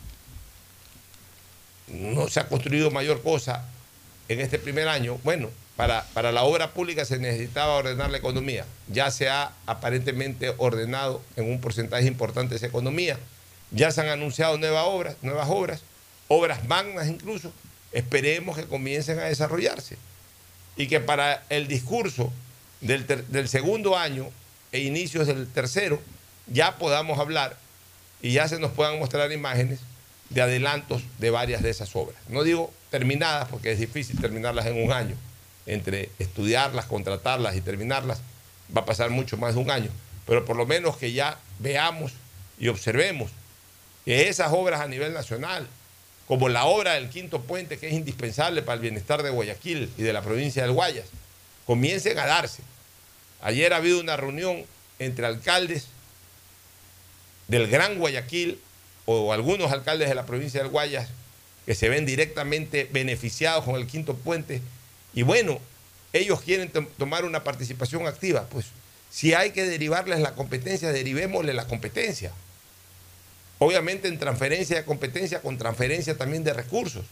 No se ha construido mayor cosa en este primer año. Bueno, para la obra pública se necesitaba ordenar la economía. Ya se ha aparentemente ordenado en un porcentaje importante esa economía. Ya se han anunciado nuevas obras magnas incluso. Esperemos que comiencen a desarrollarse. Y que para el discurso del segundo año e inicios del tercero ya podamos hablar y ya se nos puedan mostrar imágenes de adelantos de varias de esas obras. No digo terminadas, porque es difícil terminarlas en un año. Entre estudiarlas, contratarlas y terminarlas va a pasar mucho más de un año, pero por lo menos que ya veamos y observemos que esas obras a nivel nacional, como la obra del quinto puente, que es indispensable para el bienestar de Guayaquil y de la provincia del Guayas, comiencen a darse. Ayer ha habido una reunión entre alcaldes del Gran Guayaquil o algunos alcaldes de la provincia del Guayas que se ven directamente beneficiados con el quinto puente. Y bueno, ellos quieren tomar una participación activa. Pues si hay que derivarles la competencia, derivémosle la competencia. Obviamente en transferencia de competencia, con transferencia también de recursos.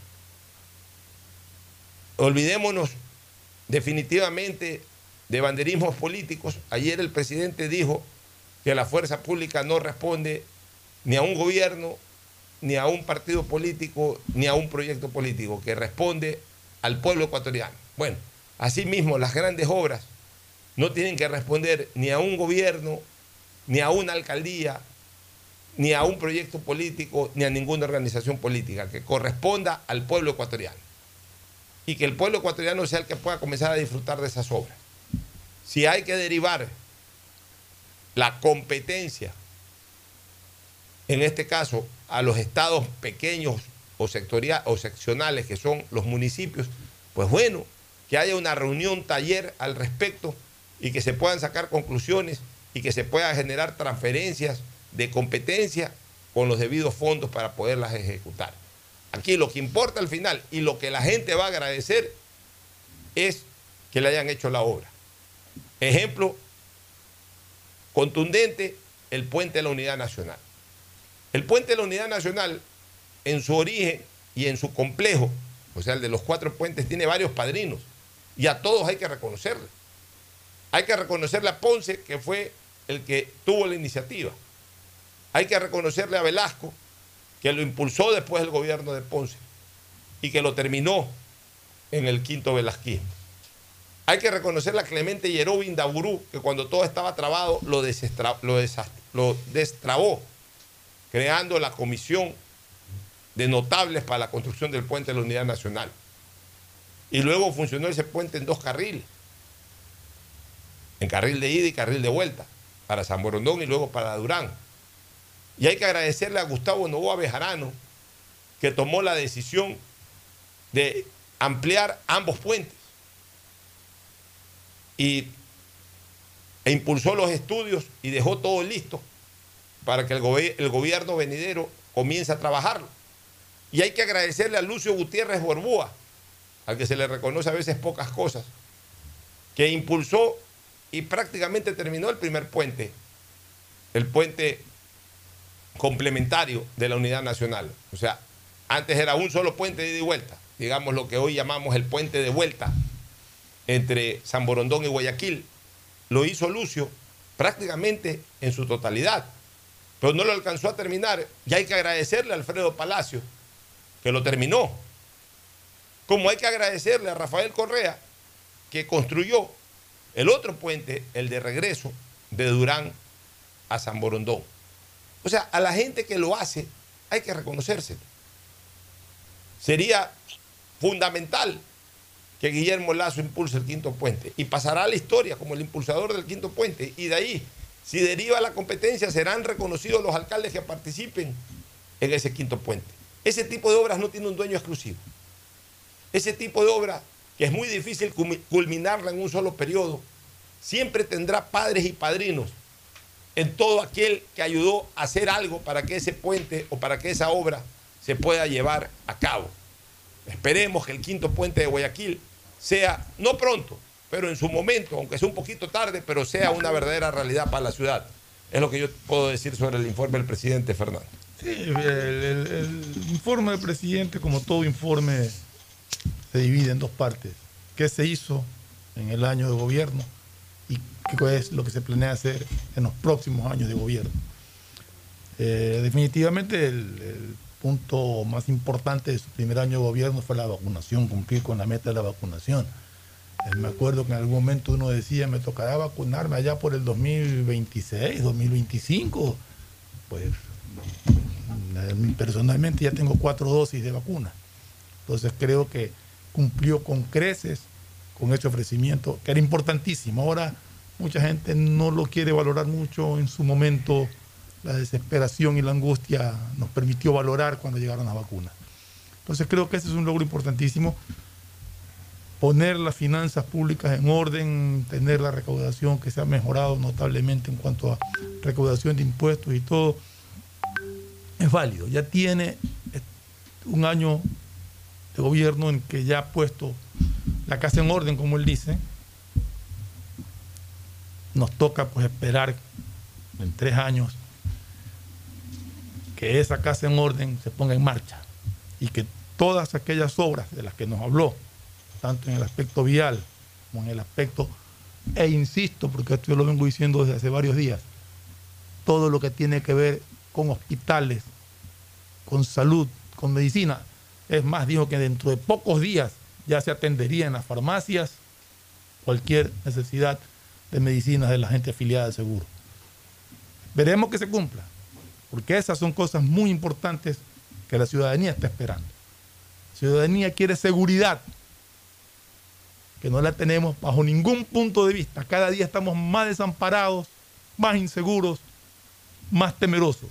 Olvidémonos definitivamente de banderismos políticos. Ayer el presidente dijo que la fuerza pública no responde ni a un gobierno, ni a un partido político, ni a un proyecto político, que responde al pueblo ecuatoriano. Bueno, asimismo las grandes obras no tienen que responder ni a un gobierno, ni a una alcaldía, ni a un proyecto político, ni a ninguna organización política, que corresponda al pueblo ecuatoriano. Y que el pueblo ecuatoriano sea el que pueda comenzar a disfrutar de esas obras. Si hay que derivar la competencia, en este caso, a los estados pequeños o seccionales que son los municipios, pues bueno, que haya una reunión, taller al respecto y que se puedan sacar conclusiones y que se puedan generar transferencias de competencia con los debidos fondos para poderlas ejecutar. Aquí lo que importa al final y lo que la gente va a agradecer es que le hayan hecho la obra. Ejemplo contundente, el puente de la Unidad Nacional. El puente de la Unidad Nacional, en su origen y en su complejo, o sea, el de los 4 puentes, tiene varios padrinos y a todos hay que reconocerle. Hay que reconocerle a Ponce, que fue el que tuvo la iniciativa. Hay que reconocerle a Velasco, que lo impulsó después del gobierno de Ponce y que lo terminó en el quinto velasquismo. Hay que reconocerle a Clemente Yerobi Indaburú, que cuando todo estaba trabado lo destrabó, creando la comisión de notables para la construcción del puente de la Unidad Nacional. Y luego funcionó ese puente en 2 carriles, en carril de ida y carril de vuelta, para San Borondón y luego para Durán. Y hay que agradecerle a Gustavo Novoa Bejarano, que tomó la decisión de ampliar ambos puentes e impulsó los estudios y dejó todo listo para que el gobierno venidero comience a trabajarlo. Y hay que agradecerle a Lucio Gutiérrez Borbúa, al que se le reconoce a veces pocas cosas, que impulsó y prácticamente terminó el primer puente, el puente complementario de la unidad nacional. O sea, antes era un solo puente de ida y vuelta, digamos lo que hoy llamamos el puente de vuelta entre San Borondón y Guayaquil. Lo hizo Lucio prácticamente en su totalidad, pero no lo alcanzó a terminar. Y hay que agradecerle a Alfredo Palacio, que lo terminó. Como hay que agradecerle a Rafael Correa, que construyó el otro puente, el de regreso de Durán a San Borondón. O sea, a la gente que lo hace hay que reconocérselo. Sería fundamental que Guillermo Lasso impulse el quinto puente y pasará a la historia como el impulsador del quinto puente. Y de ahí, si deriva la competencia, serán reconocidos los alcaldes que participen en ese quinto puente. Ese tipo de obras no tiene un dueño exclusivo. Ese tipo de obra, que es muy difícil culminarla en un solo periodo, siempre tendrá padres y padrinos en todo aquel que ayudó a hacer algo para que ese puente o para que esa obra se pueda llevar a cabo. Esperemos que el quinto puente de Guayaquil sea, no pronto, pero en su momento, aunque sea un poquito tarde, pero sea una verdadera realidad para la ciudad. Es lo que yo puedo decir sobre el informe del presidente Fernando. Sí, el informe del presidente, como todo informe, se divide en dos partes. ¿Qué se hizo en el año de gobierno y qué es lo que se planea hacer en los próximos años de gobierno? Definitivamente el punto más importante de su primer año de gobierno fue la vacunación, cumplir con la meta de la vacunación. Me acuerdo que en algún momento uno decía, me tocará vacunarme allá por el 2026, 2025. Pues personalmente ya tengo 4 dosis de vacuna. Entonces creo que cumplió con creces con ese ofrecimiento, que era importantísimo. Ahora mucha gente no lo quiere valorar mucho. En su momento la desesperación y la angustia nos permitió valorar cuando llegaron las vacunas. Entonces creo que ese es un logro importantísimo. Poner las finanzas públicas en orden, tener la recaudación que se ha mejorado notablemente en cuanto a recaudación de impuestos y todo, es válido. Ya tiene un año de gobierno en que ya ha puesto la casa en orden, como él dice. Nos toca pues esperar en 3 años que esa casa en orden se ponga en marcha y que todas aquellas obras de las que nos habló, tanto en el aspecto vial como en el aspecto, e insisto, porque esto yo lo vengo diciendo desde hace varios días, todo lo que tiene que ver con hospitales, con salud, con medicina. Es más, dijo que dentro de pocos días ya se atendería en las farmacias cualquier necesidad de medicinas de la gente afiliada al seguro. Veremos que se cumpla, porque esas son cosas muy importantes que la ciudadanía está esperando. La ciudadanía quiere seguridad, que no la tenemos bajo ningún punto de vista. Cada día estamos más desamparados, más inseguros, más temerosos.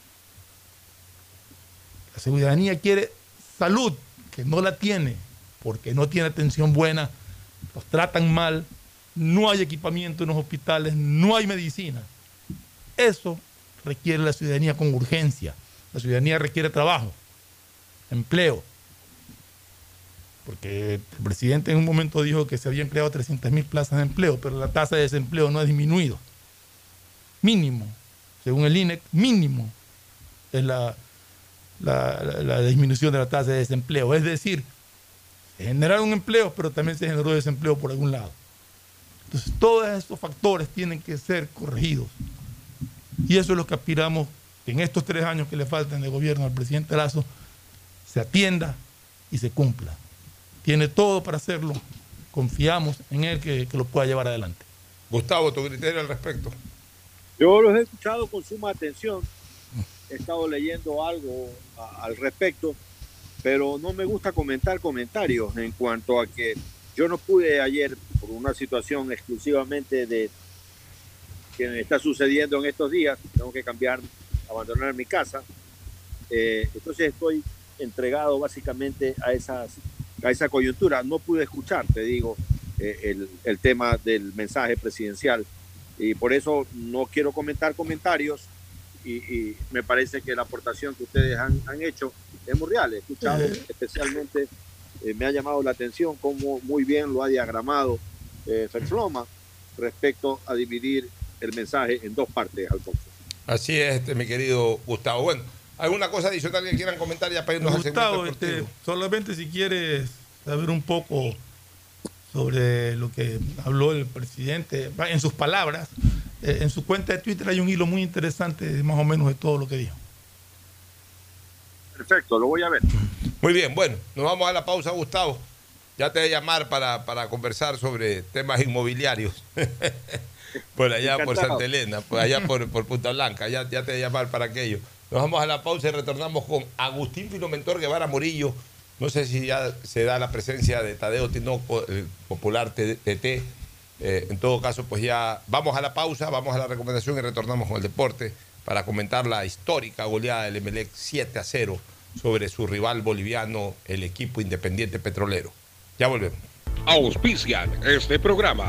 La ciudadanía quiere salud, que no la tiene, porque no tiene atención buena, los tratan mal, no hay equipamiento en los hospitales, no hay medicina. Eso requiere la ciudadanía con urgencia. La ciudadanía requiere trabajo, empleo. Porque el presidente en un momento dijo que se habían creado 300.000 plazas de empleo, pero la tasa de desempleo no ha disminuido. Mínimo, según el INEC, mínimo es la disminución de la tasa de desempleo. Es decir, se generaron empleos, pero también se generó desempleo por algún lado. Entonces, todos estos factores tienen que ser corregidos. Y eso es lo que aspiramos, que en estos 3 años que le faltan de gobierno al presidente Lasso, se atienda y se cumpla. Tiene todo para hacerlo. Confiamos en él que lo pueda llevar adelante. Gustavo, tu criterio al respecto. Yo los he escuchado con suma atención. He estado leyendo algo al respecto, pero no me gusta comentar comentarios en cuanto a que yo no pude ayer, por una situación exclusivamente de que me está sucediendo en estos días, tengo que cambiar abandonar mi casa. Entonces estoy entregado básicamente a esa coyuntura. No pude escuchar, te digo, el tema del mensaje presidencial, y por eso no quiero comentar comentarios, y me parece que la aportación que ustedes han hecho es muy real. He escuchado, especialmente me ha llamado la atención cómo muy bien lo ha diagramado Ferfloma respecto a dividir el mensaje en dos partes, Alfonso. Así es, mi querido Gustavo. Bueno, ¿alguna cosa adicional que quieran comentar ya para irnos al segmento deportivo? Solamente si quieres saber un poco sobre lo que habló el presidente, en sus palabras, en su cuenta de Twitter hay un hilo muy interesante más o menos de todo lo que dijo. Perfecto, lo voy a ver. Muy bien, bueno, nos vamos a la pausa, Gustavo. Ya te voy a llamar para conversar sobre temas inmobiliarios. Por allá, por Santa Elena, por allá por Punta Blanca. Ya te voy a llamar para aquello. Nos vamos a la pausa y retornamos con Agustín Filomentor Guevara Morillo. No sé si ya se da la presencia de Tadeo Tinoco, el popular TT. En todo caso, pues ya vamos a la pausa, vamos a la recomendación y retornamos con el deporte para comentar la histórica goleada del Emelec 7-0 sobre su rival boliviano, el equipo Independiente Petrolero. Ya volvemos. Auspician este programa.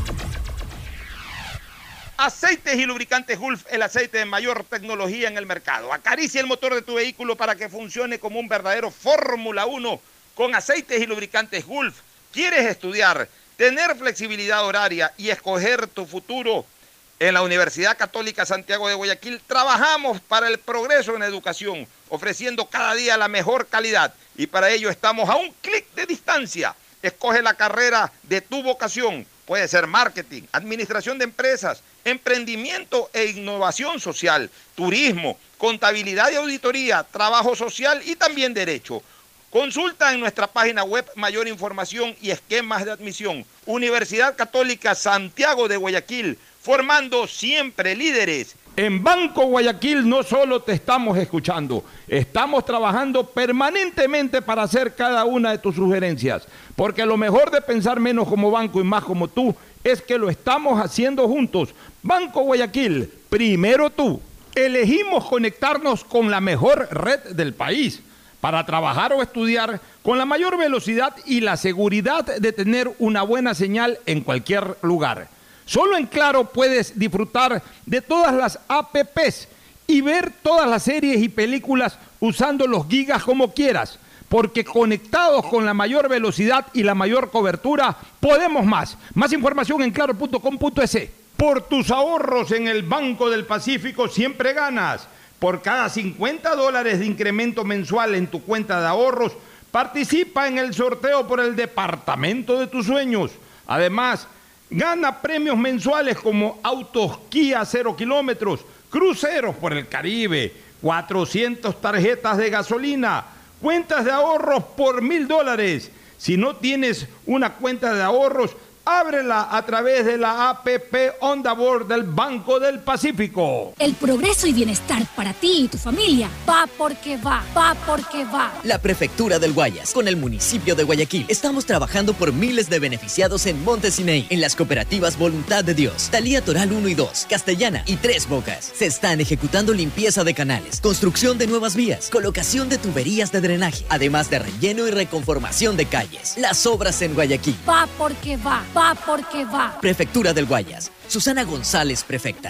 Aceites y lubricantes Gulf, el aceite de mayor tecnología en el mercado. Acaricia el motor de tu vehículo para que funcione como un verdadero Fórmula 1 con aceites y lubricantes Gulf. ¿Quieres estudiar, tener flexibilidad horaria y escoger tu futuro? En la Universidad Católica Santiago de Guayaquil trabajamos para el progreso en educación, ofreciendo cada día la mejor calidad. Y para ello estamos a un clic de distancia. Escoge la carrera de tu vocación. Puede ser marketing, administración de empresas, emprendimiento e innovación social, turismo, contabilidad y auditoría, trabajo social y también derecho. Consulta en nuestra página web mayor información y esquemas de admisión. Universidad Católica Santiago de Guayaquil, formando siempre líderes. En Banco Guayaquil no solo te estamos escuchando, estamos trabajando permanentemente para hacer cada una de tus sugerencias, porque lo mejor de pensar menos como banco y más como tú es que lo estamos haciendo juntos. Banco Guayaquil, primero tú. Elegimos conectarnos con la mejor red del país para trabajar o estudiar con la mayor velocidad y la seguridad de tener una buena señal en cualquier lugar. Solo en Claro puedes disfrutar de todas las APPs y ver todas las series y películas usando los gigas como quieras, porque conectados con la mayor velocidad y la mayor cobertura, podemos más. Más información en claro.com.es. Por tus ahorros en el Banco del Pacífico siempre ganas. Por cada $50 de incremento mensual en tu cuenta de ahorros, participa en el sorteo por el departamento de tus sueños. Además, gana premios mensuales como autos Kia 0 kilómetros, cruceros por el Caribe, 400 tarjetas de gasolina, cuentas de ahorros por $1,000. Si no tienes una cuenta de ahorros, ábrela a través de la APP On The Board del Banco del Pacífico. El progreso y bienestar para ti y tu familia va porque va, va porque va. La Prefectura del Guayas, con el municipio de Guayaquil, estamos trabajando por miles de beneficiados en Montesineí, en las cooperativas Voluntad de Dios, Talía Toral 1 y 2, Castellana y Tres Bocas. Se están ejecutando limpieza de canales, construcción de nuevas vías, colocación de tuberías de drenaje, además de relleno y reconformación de calles. Las obras en Guayaquil. Va porque va. Va porque va. Prefectura del Guayas. Susana González, prefecta.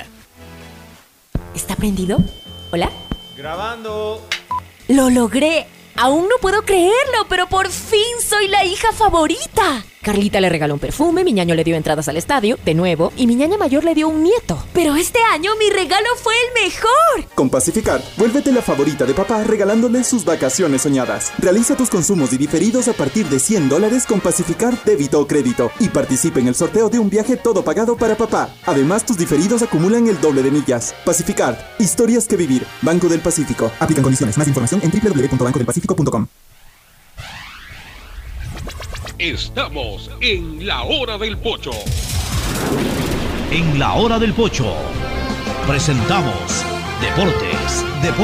¿Está prendido? ¿Hola? Grabando. ¡Lo logré! Aún no puedo creerlo, pero por fin soy la hija favorita. Carlita le regaló un perfume, mi ñaño le dio entradas al estadio, de nuevo, y mi ñaña mayor le dio un nieto. Pero este año mi regalo fue el mejor. Con Pacificar, vuélvete la favorita de papá regalándole sus vacaciones soñadas. Realiza tus consumos y diferidos a partir de $100 con Pacificar débito o crédito y participa en el sorteo de un viaje todo pagado para papá. Además, tus diferidos acumulan el doble de millas. Pacificar, historias que vivir. Banco del Pacífico. Aplican condiciones. Más información en www.bancodelpacifico.com. Estamos en la hora del pocho. En la hora del pocho presentamos Deportes.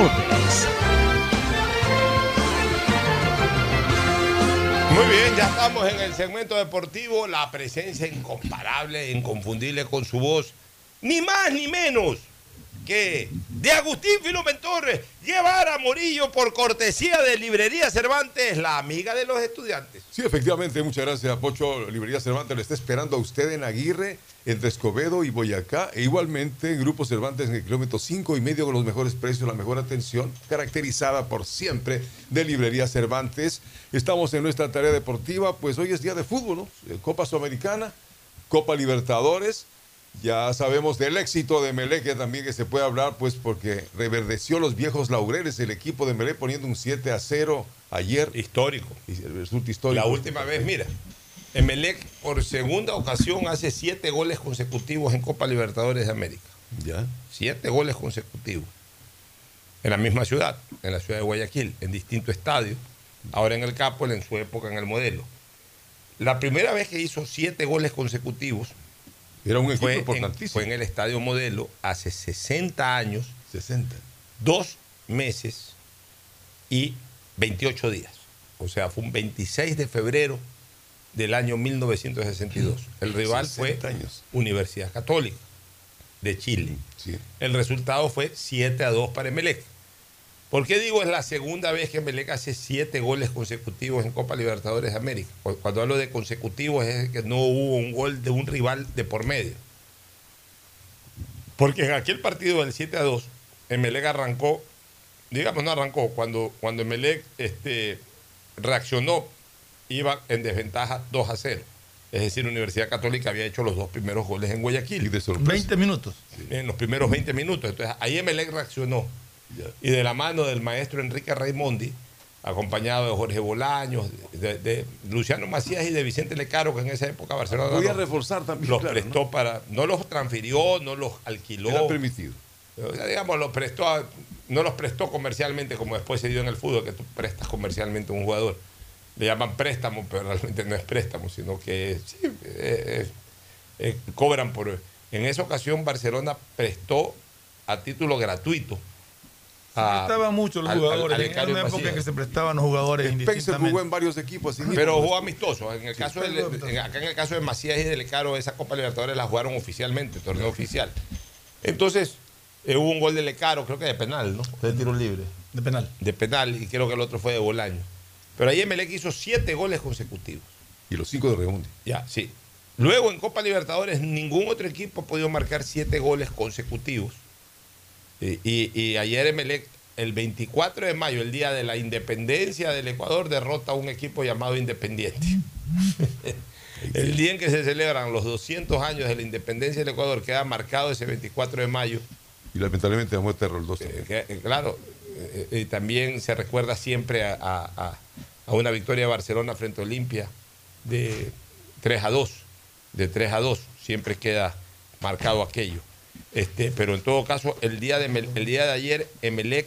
Muy bien, ya estamos en el segmento deportivo. La presencia incomparable, inconfundible con su voz, ni más ni menos que de Agustín Filomentor llevar a Morillo por cortesía de Librería Cervantes, la amiga de los estudiantes. Sí, efectivamente, muchas gracias, Pocho. Librería Cervantes le está esperando a usted en Aguirre, entre Escobedo y Boyacá, e igualmente en Grupo Cervantes en el kilómetro 5.5 con los mejores precios, la mejor atención, caracterizada por siempre de Librería Cervantes. Estamos en nuestra tarea deportiva, pues hoy es día de fútbol, ¿no? Copa Sudamericana, Copa Libertadores. Ya sabemos del éxito de Emelec también, que se puede hablar, pues porque reverdeció los viejos laureles el equipo de Emelec poniendo un 7-0 ayer. Histórico. Resulta histórico. La última vez, mira, Emelec por segunda ocasión hace 7 goles consecutivos en Copa Libertadores de América. Ya. 7 goles consecutivos. En la misma ciudad, en la ciudad de Guayaquil, en distintos estadios. Ahora en el Capo, en su época en el Modelo. La primera vez que hizo 7 goles consecutivos era un equipo importantísimo. Fue en el Estadio Modelo hace 60 años, 2 meses y 28 días. O sea, fue un 26 de febrero del año 1962. El rival fue Universidad Católica de Chile. Sí. El resultado fue 7-2 para Emelec. ¿Por qué digo es la segunda vez que Emelec hace 7 goles consecutivos en Copa Libertadores de América? Cuando hablo de consecutivos es que no hubo un gol de un rival de por medio. Porque en aquel partido del 7-2, Emelec arrancó, digamos no arrancó, cuando Emelec reaccionó, iba en desventaja 2-0. Es decir, Universidad Católica había hecho los 2 primeros goles en Guayaquil. Y de sorpresa. 20 minutos. En los primeros 20 minutos. Entonces ahí Emelec reaccionó. Y de la mano del maestro Enrique Raimondi, acompañado de Jorge Bolaños, de Luciano Macías y de Vicente Lecaro, que en esa época Barcelona podía reforzar también. Los prestó, ¿no? Para, no los transfirió, no los alquiló. Era permitido. O sea, digamos, no los prestó comercialmente, como después se dio en el fútbol, que tú prestas comercialmente a un jugador. Le llaman préstamo, pero realmente no es préstamo, sino que cobran por... En esa ocasión Barcelona prestó a título gratuito. Estaban muchos los jugadores. En una época en que se prestaban los jugadores. Spencer jugó en varios equipos. Pero jugó amistoso. En el caso acá en el caso de Macías y de Lecaro, esa Copa Libertadores la jugaron oficialmente, torneo oficial. Entonces, hubo un gol de Lecaro, creo que de penal, ¿no? De tiro libre. De penal. De penal, y creo que el otro fue de Bolaño. Pero ahí Emelec hizo 7 goles consecutivos. Y los 5 de Remundi. Ya, sí. Luego en Copa Libertadores ningún otro equipo ha podido marcar 7 goles consecutivos. Y ayer Emelec, el 24 de mayo, el día de la independencia del Ecuador, derrota a un equipo llamado Independiente. El día en que se celebran los 200 años de la independencia del Ecuador queda marcado ese 24 de mayo. Y lamentablemente la muerte de Roldós. Claro, y también se recuerda siempre a una victoria de Barcelona frente a Olimpia de 3-2. De 3-2, siempre queda marcado aquello. Pero en todo caso, el día de ayer, Emelec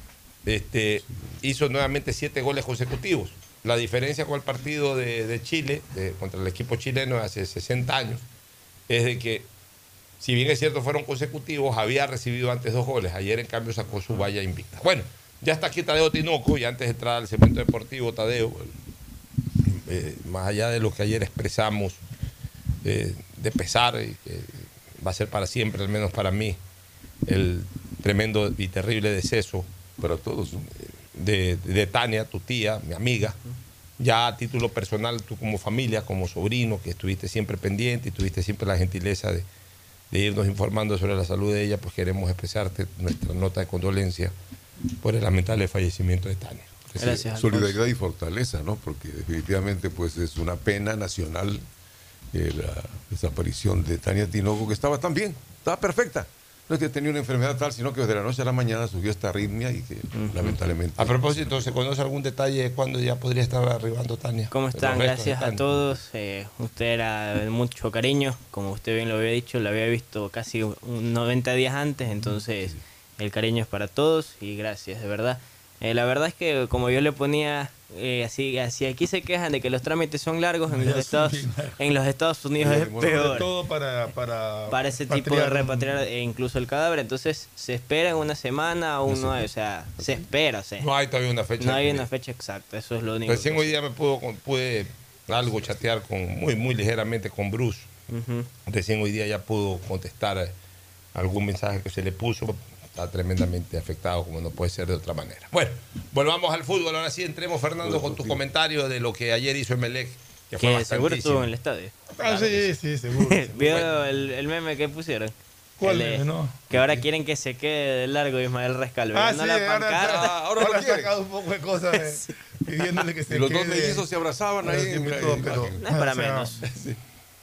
hizo nuevamente 7 goles consecutivos. La diferencia con el partido de Chile, contra el equipo chileno de hace 60 años, es de que, si bien es cierto fueron consecutivos, había recibido antes 2 goles. Ayer, en cambio, sacó su valla invicta. Bueno, ya está aquí Tadeo Tinoco, y antes de entrar al segmento deportivo, Tadeo, más allá de lo que ayer expresamos, de pesar, y que va a ser para siempre, al menos para mí, el tremendo y terrible deceso para todos de Tania, tu tía, mi amiga. Ya a título personal, tú como familia, como sobrino, que estuviste siempre pendiente y tuviste siempre la gentileza de irnos informando sobre la salud de ella, pues queremos expresarte nuestra nota de condolencia por el lamentable fallecimiento de Tania. Gracias. Solidaridad y fortaleza, ¿no? Porque definitivamente pues es una pena nacional la desaparición de Tania Tinoco, que estaba tan bien, estaba perfecta. No es que tenía una enfermedad tal, sino que desde la noche a la mañana surgió esta arritmia y que lamentablemente... A propósito, ¿se conoce algún detalle de cuándo ya podría estar arribando Tania? ¿Cómo están? Gracias a todos. Usted era de mucho cariño, como usted bien lo había dicho, la había visto casi 90 días antes, entonces el cariño es para todos y gracias, de verdad. La verdad es que como yo le ponía, así aquí se quejan de que los trámites son largos, en los Estados Unidos es peor. Todo para ese tipo de repatriar incluso el cadáver, entonces se espera en una semana o no, o sea, se espera. O sea, no hay todavía una fecha. No hay una fecha exacta, eso es lo único. Recién hoy día pude algo chatear muy ligeramente con Bruce. Recién hoy día ya pudo contestar algún mensaje que se le puso. Está tremendamente afectado, como no puede ser de otra manera. Bueno, volvamos al fútbol. Ahora sí entremos, Fernando, con tu comentario de lo que ayer hizo Emelec, que fue Que seguro estuvo en el estadio. Sí, seguro. ¿Vio el meme que pusieron? ¿Cuál meme, no? Que ahora quieren que se quede de largo Ismael Rescalvo. Sí, la pancarta. ahora ha sacado un poco de cosas pidiéndole que se y los quede. dos mellizos se abrazaban ahí. Pero no es para menos. Sí.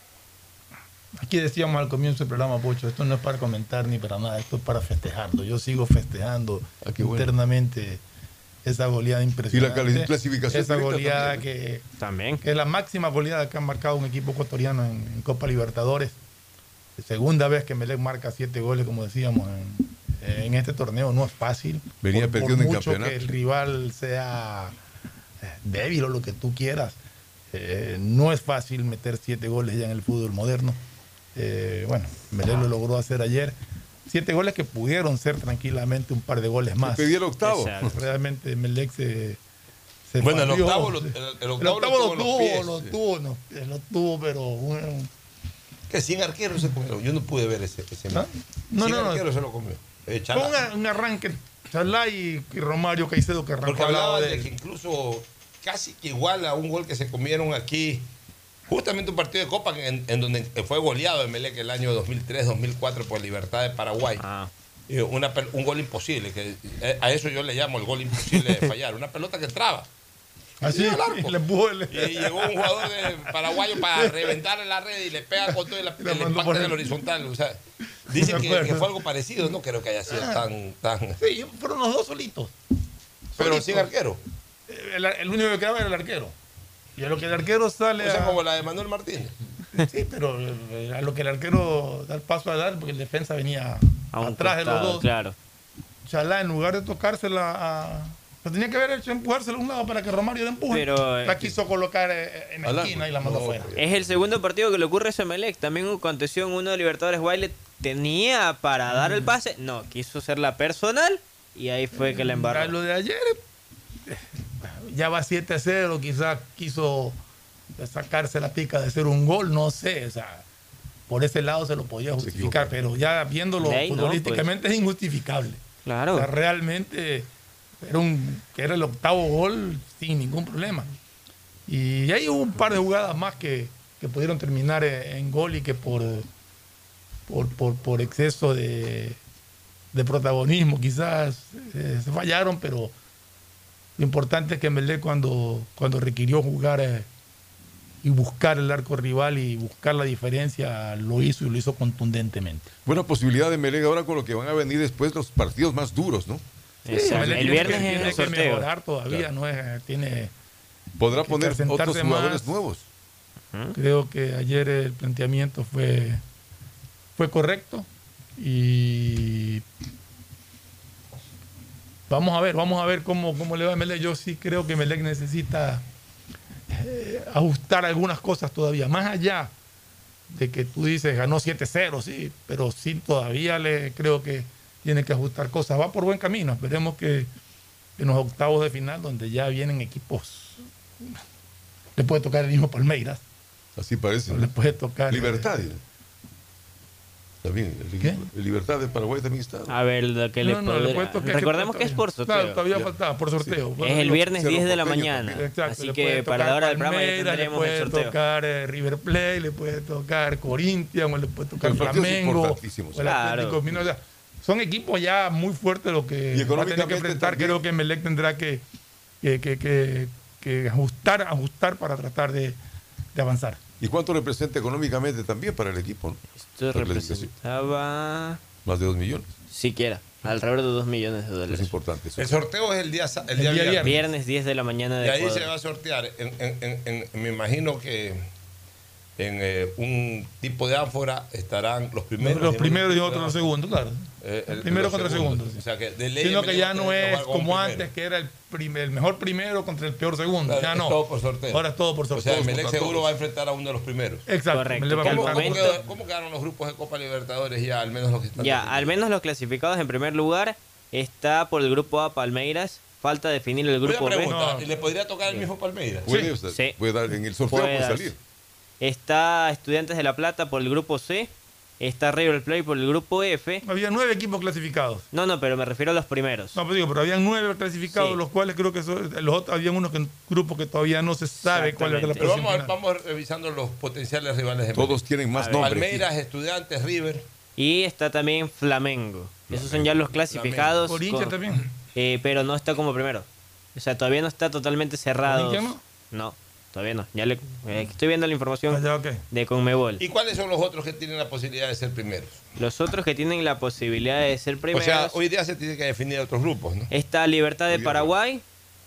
Aquí decíamos al comienzo del programa, Pocho, esto no es para comentar ni para nada, esto es para festejarlo. Yo sigo festejando internamente esa goleada impresionante. Y la clasificación. Esa goleada que es la máxima goleada que ha marcado un equipo ecuatoriano en Copa Libertadores. Segunda vez que Emelec marca 7 goles, como decíamos, en este torneo. No es fácil. Venía perdiendo en mucho campeonato. Que el rival sea débil o lo que tú quieras. No es fácil meter 7 goles ya en el fútbol moderno. Bueno, Emelec lo logró hacer ayer. 7 goles que pudieron ser tranquilamente un par de goles más. Pedí el octavo. Realmente Emelec se bueno, el partió. octavo lo tuvo, pero que sin arquero se comió. Yo no pude ver ese No, sin arquero se lo comió. Fue un arranque Chalá y Romario Caicedo que arrancó. Porque hablaba de que incluso casi que igual a un gol que se comieron aquí. Justamente un partido de Copa en donde fue goleado Emelec el año 2003-2004 por Libertad de Paraguay. Un gol imposible, que a eso yo le llamo el gol imposible de fallar. Una pelota que entraba. Así y llegó un jugador paraguayo para reventarle la red y le pega con todo el impacto en el horizontal. O sea, dicen que fue algo parecido, no creo que haya sido tan... Sí, fueron los dos solitos. Pero sin arquero. El único que quedaba era el arquero. Y a lo que el arquero sale. O sea, como la de Manuel Martínez. Sí, pero a lo que el arquero da el paso a dar, porque el defensa venía atrás de los dos. Claro. Chalá, en lugar de tocársela lo tenía que haber hecho empujársela a un lado para que Romario le empuje. Pero la quiso colocar en la esquina y la mandó afuera. Es el segundo partido que le ocurre a Emelec. También aconteció en uno de Libertadores Guaylet. Tenía para dar el pase. No, quiso ser la personal y ahí fue que la embarró. Lo de ayer ya va 7-0, quizás quiso sacarse la pica de hacer un gol, no sé, o sea, por ese lado se lo podía justificar, pero ya viéndolo futbolísticamente es injustificable. Claro. O sea, realmente era el octavo gol sin ningún problema. Y ahí hubo un par de jugadas más que pudieron terminar en gol y que por exceso de protagonismo quizás se fallaron, pero lo importante es que Emelec cuando requirió jugar y buscar el arco rival y buscar la diferencia, lo hizo y lo hizo contundentemente. Buena posibilidad de Emelec ahora con lo que van a venir después los partidos más duros, ¿no? Sí, el viernes tiene que mejorar todavía, claro. Podrá poner otros jugadores nuevos. Creo que ayer el planteamiento fue correcto y vamos a ver cómo le va a Emelec. Yo sí creo que Emelec necesita ajustar algunas cosas todavía, más allá de que tú dices ganó 7-0, sí, pero sí todavía creo que tiene que ajustar cosas. Va por buen camino. Esperemos que en los octavos de final, donde ya vienen equipos, le puede tocar el mismo Palmeiras. Así parece. Le puede tocar Libertad. También, el Libertad de Paraguay también está. A ver, lo que recordemos que es por sorteo. Claro, todavía faltaba, por sorteo. Sí. Bueno, es el viernes 10 de la mañana. Exacto, así que para la hora del programa ya tendremos el sorteo. Le puede tocar River Plate, le puede tocar Corinthians, o le puede tocar Flamengo, o el Atlético Mineiro. O sea, son equipos ya muy fuertes lo que va a tener que enfrentar. También. Creo que Emelec tendrá que ajustar para tratar de avanzar. ¿Y cuánto representa económicamente también para el equipo? Esto representaba... Más de 2 millones. Siquiera, alrededor de 2 millones de dólares. Es importante eso. El sorteo es el día viernes 10 de la mañana de ahí Ecuador. Se va a sortear, me imagino que en un tipo de ánfora estarán los primeros. Los primeros y otros los segundos, claro. El primero contra el segundo. Sí. O sea que de ley sino que ya no es como antes, que era el mejor primero contra el peor segundo. Claro, ya no. Es todo por sorteo. Ahora es todo por sorteo. O sea, Emelec seguro va a enfrentar a uno de los primeros. Exacto. Correcto. ¿Cómo quedaron los grupos de Copa Libertadores ya, al menos los que están? Ya, al menos los clasificados en primer lugar está por el grupo A Palmeiras. Falta definir el grupo B. ¿Le podría tocar el mismo Palmeiras? Sí. Puede dar en el sorteo puede salir. Está Estudiantes de La Plata por el grupo C. Está River Plate por el grupo F. Había 9 equipos clasificados. No, pero me refiero a los primeros. No, pero habían 9 clasificados, Sí. los cuales creo que los otros, habían unos grupos que todavía no se sabe cuál es la Pero posición final. vamos revisando los potenciales rivales de Todos Melec. tienen más A ver, nombres. Palmeiras, Estudiantes, River. Y está también Flamengo. Esos son ya los clasificados. Corinthians también. Pero no está como primero. O sea, todavía no está totalmente cerrado. ¿Corinthians No, todavía no. Ya estoy viendo la información de Conmebol. ¿Y cuáles son los otros que tienen la posibilidad de ser primeros? Los otros que tienen la posibilidad de ser primeros. O sea, hoy día se tiene que definir otros grupos, ¿no? Está Libertad de Paraguay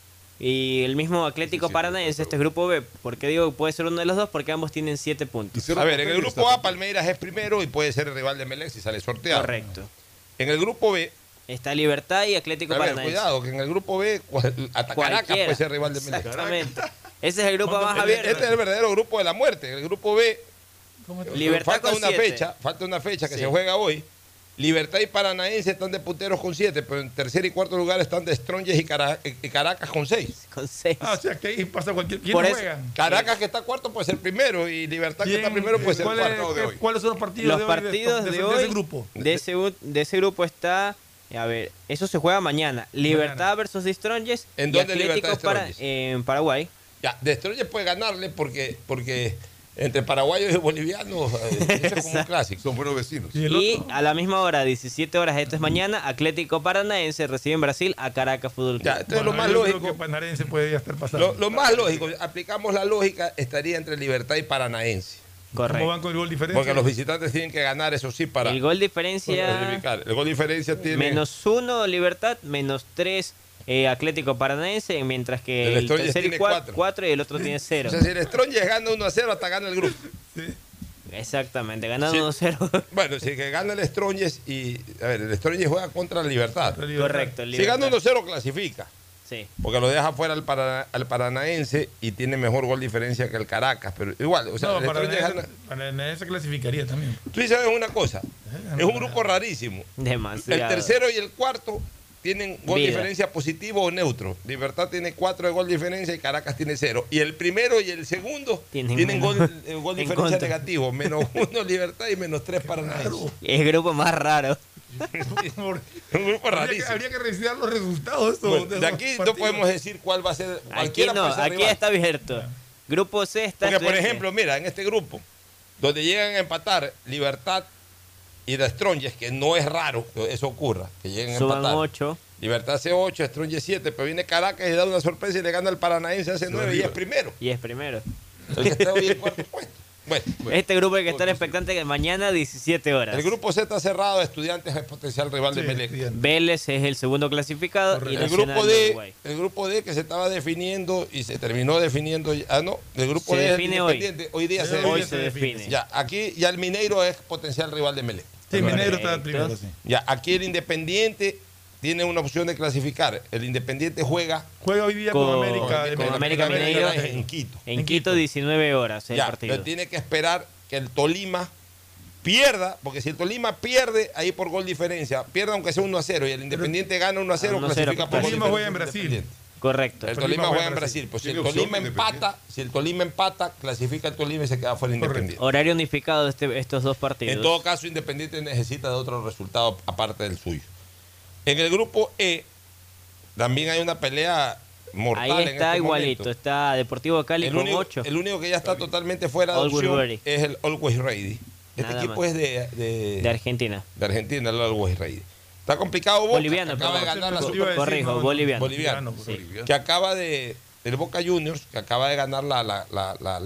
y el mismo Atlético Paranaense. Este es grupo B. ¿Por qué digo que puede ser uno de los dos? Porque ambos tienen 7 puntos. A ver, en el grupo A, Palmeiras es primero y puede ser el rival de Melec si sale sorteado. Correcto. En el grupo B, está Libertad y Atlético a ver, Paranaense. cuidado, que en el grupo B, hasta Caracas Cualquiera. puede ser rival de Melec. Exactamente. Ese es el grupo más abierto. Este es el verdadero grupo de la muerte. El grupo B, Libertad falta con una 7. fecha que Sí. se juega hoy. Libertad y Paranaense están de punteros con 7, pero en tercer y cuarto lugar están de Strongest y Caracas con 6. Con 6. O sea, que ahí pasa cualquier... ¿Quiénes Por eso, juegan? Caracas que está cuarto puede ser primero y Libertad que está primero puede ser cuarto de hoy. ¿Cuáles son los partidos Los partidos de hoy ese grupo? de ese grupo está, a ver, eso se juega mañana. Libertad versus Strongest ¿En y dónde Atlético Libertad Strongest? en Paraguay. Ya, de Strongest puede ganarle porque entre paraguayos y bolivianos eso es como un clásico. Son buenos vecinos. Y a la misma hora, 17 horas, esto es mañana, Atlético Paranaense recibe en Brasil a Caracas Fútbol Club. Ya, entonces lo más yo creo lógico, que Paranaense puede ya estar pasando. lo más lógico, aplicamos la lógica, estaría entre Libertad y Paranaense. Correcto. ¿Cómo van con el gol diferencia? Porque los visitantes tienen que ganar, eso sí, para El gol diferencia clasificar. El gol diferencia tiene -1 Libertad, -3 Atlético Paranaense, mientras que El el Strongest tercer y tiene 4 y el otro tiene 0. O sea, si el Strongest gana 1-0, hasta gana el grupo. Exactamente, ganado Sí. 1-0. Bueno, si que gana el Strongest y... A ver, el Strongest juega contra la Libertad. Correcto, Si gana 1-0, clasifica. Sí. Porque lo deja fuera al Paranaense y tiene mejor gol diferencia que el Caracas. Pero igual, o sea, No, el Strongest gana. Paranaense clasificaría también. Tú sabes una cosa, es un grupo rarísimo. Demasiado. El tercero y el cuarto tienen gol Vida. diferencia positivo o neutro. Libertad tiene 4 de gol diferencia y Caracas tiene 0. Y el primero y el segundo tienen gol en diferencia contra. negativo. -1 Libertad y -3 Paranaense. Es el grupo más raro. Un grupo rarísimo. Habría que revisar los resultados. Bueno, de de los aquí no partidos. podemos decir cuál va a ser. Aquí Cualquiera no, puede ser aquí rival. está abierto. Grupo C está Porque, por Estudiantes. ejemplo, mira, en este grupo, donde llegan a empatar Libertad y The Strongest, que no es raro que eso ocurra, que lleguen a Suban empatar. 8. Libertad hace 8, Strongest 7, pero viene Caracas y da una sorpresa y le gana al Paranaense hace 9 y es primero. Y es primero. El que está hoy en cuarto puesto. Bueno, Este grupo hay que estar expectante que mañana 17 horas. el grupo C está cerrado, Estudiantes es potencial rival de Melec. Vélez es el segundo clasificado y El Nacional grupo, de Uruguay. el grupo D que se estaba definiendo y se terminó definiendo. No, el grupo Se D es el define hoy. Independiente. Hoy día Hoy se define. Ya, aquí ya el Mineiro es potencial rival de Melec. Sí, Mineiro está primero, sí. Ya, aquí el Independiente tiene una opción de clasificar. El Independiente juega hoy día con América. con América Mineiro en Quito. En Quito 19 horas el Ya, partido. pero tiene que esperar que el Tolima pierda, porque si el Tolima pierde ahí por gol diferencia, pierde aunque sea 1-0 y el Independiente gana 1-0, 1-0, clasifica por gol Tolima juega en diferencia. Brasil. Correcto. El Tolima juega en Brasil. Pues si el Tolima empata, clasifica el Tolima y se queda fuera Independiente. Horario unificado de estos dos partidos. En todo caso, Independiente necesita de otro resultado aparte del suyo. En el grupo E también hay una pelea mortal. Ahí en está este igualito. momento. Está Deportivo Cali El con único, 8. el único que ya está totalmente fuera de Always opción Ready. es el Always Ready. Este Nada equipo más. es De Argentina. de Argentina, el Always Ready. Está complicado Boca, Boliviano, que acaba de perdón. ganar la Corrijo, Super- boliviano. Boliviano, Sí. que acaba de el Boca Juniors, que acaba de ganar la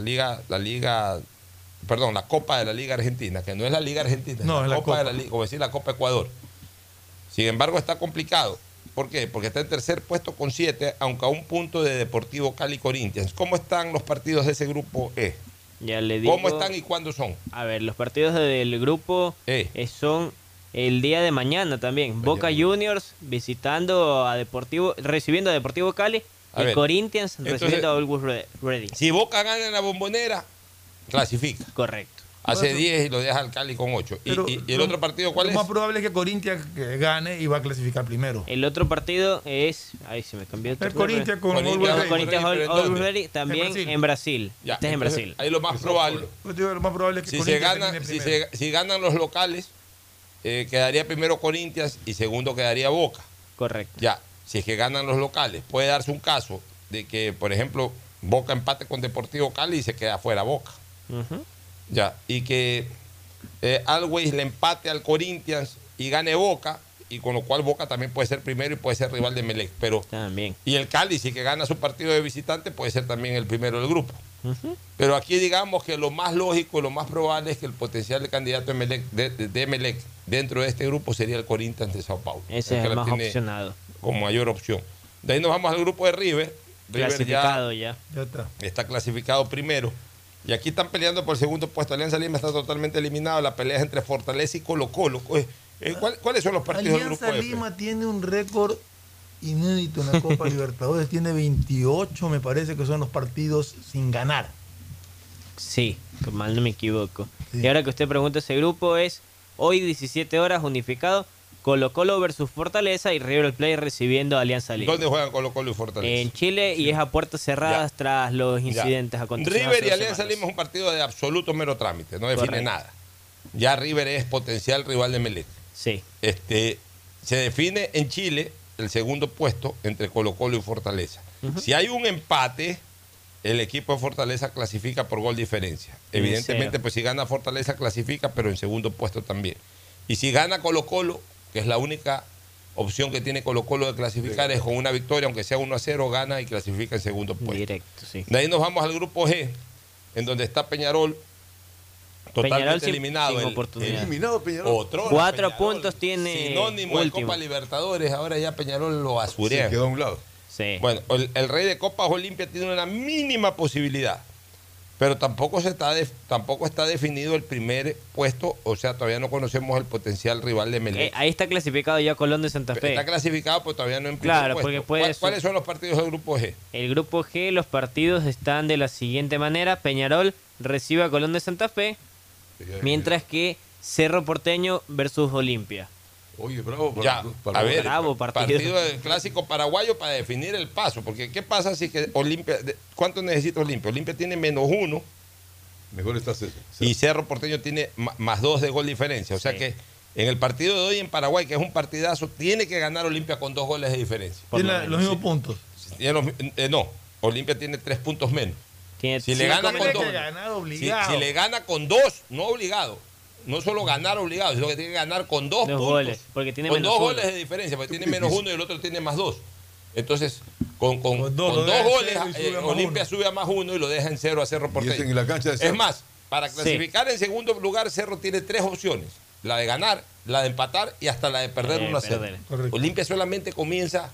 Copa de la Liga Argentina, que no es la Liga Argentina, No, es es la la Copa de Copa. la Liga, como decir la Copa Ecuador. Sin embargo, está complicado. ¿Por qué? Porque está en tercer puesto con 7, aunque a un punto de Deportivo Cali Corinthians. ¿Cómo están los partidos de ese grupo E? Ya le digo. ¿Cómo están y cuándo son? A ver, los partidos del grupo son el día de mañana también. Boca Juniors visitando a Deportivo, recibiendo a Deportivo Cali. A Y ver, Corinthians entonces, recibiendo a Always Ready. Si Boca gana en la Bombonera, clasifica. Correcto. hace Eso. 10 y lo deja al Cali con 8. ¿Y el otro partido cuál es? Lo más probable es que Corinthians gane y va a clasificar primero. El otro partido es. Ahí se me cambió. El Corinthians con Corinthians All Ready también en Brasil. Ya, Este es en Brasil. Ahí lo más probable. Lo más probable es que Si, Corinthians si ganan los locales, quedaría primero Corinthians y segundo quedaría Boca. Correcto. Ya, si es que ganan los locales, puede darse un caso de que, por ejemplo, Boca empate con Deportivo Cali y se queda fuera Boca. Ya, y que Always le empate al Corinthians y gane Boca, y con lo cual Boca también puede ser primero y puede ser rival de Melec. Pero también. Y el Cali, si que gana su partido de visitante, puede ser también el primero del grupo. Pero aquí digamos que lo más lógico, lo más probable es que el potencial de candidato de Melec dentro de este grupo sería el Corinthians de Sao Paulo. Ese es el más opcionado. Con mayor opción. De ahí nos vamos al grupo de River. Clasificado ya. Está clasificado primero. Y aquí están peleando por el segundo puesto. Alianza Lima está totalmente eliminado. La pelea es entre Fortaleza y Colo-Colo. ¿Cuáles son los partidos del grupo Alianza F? Lima tiene un récord inédito en la Copa Libertadores. Tiene 28, me parece que son los partidos sin ganar. Sí, mal no me equivoco. Sí. Y ahora que usted pregunta, ese grupo es hoy 17 horas unificado. Colo-Colo versus Fortaleza y River Plate recibiendo a Alianza Lima. ¿Dónde juegan Colo-Colo y Fortaleza? En Chile y es a puertas cerradas tras los incidentes acontecidos. River y Alianza Lima es un partido de absoluto mero trámite, no define nada. Ya River es potencial rival de Melec. Sí. Se define en Chile el segundo puesto entre Colo-Colo y Fortaleza. Si hay un empate, el equipo de Fortaleza clasifica por gol diferencia. Evidentemente, pues si gana Fortaleza clasifica, pero en segundo puesto también. Y si gana Colo-Colo, que es la única opción que tiene Colo-Colo de clasificar, es con una victoria, aunque sea 1-0, gana y clasifica en segundo puesto. Directo, sí. De ahí nos vamos al grupo G, en donde está Peñarol, totalmente eliminado. Eliminado Peñarol. 4 puntos tiene. Sinónimo de Copa Libertadores, ahora ya Peñarol lo asurea. Quedó a un lado. Sí. Bueno, el rey de Copas Olimpia tiene una mínima posibilidad, pero tampoco está definido el primer puesto, o sea, todavía no conocemos el potencial rival de Melec. Ahí está clasificado ya Colón de Santa Fe. Está clasificado, pero todavía no en primer puesto. Porque ¿Cuáles son los partidos del grupo G? El grupo G, los partidos están de la siguiente manera. Peñarol recibe a Colón de Santa Fe, mientras que Cerro Porteño versus Olimpia. Oye, bravo. Bravo partido del clásico paraguayo para definir el paso. Porque ¿qué pasa si que Olimpia... ¿Cuánto necesita Olimpia? Olimpia tiene -1. Mejor está Cerro. Y Cerro Porteño tiene +2 de gol diferencia. O sea que en el partido de hoy en Paraguay, que es un partidazo, tiene que ganar Olimpia con 2 goles de diferencia. ¿Tiene los mismos puntos? No, Olimpia tiene 3 puntos menos. Si le gana con 2, si le gana con 2, no obligado. No solo ganar obligado, sino que tiene que ganar con 2 puntos. Goles, porque tiene con menos 2 goles de diferencia, porque tiene -1 y el otro tiene +2. Entonces, con 2 goles, Olimpia sube a +1 y lo deja en 0 a Cerro Porteño. En la cancha de Cerro. Es más, para clasificar en segundo lugar, Cerro tiene 3 opciones. La de ganar, la de empatar y hasta la de perder 1-0. Olimpia solamente comienza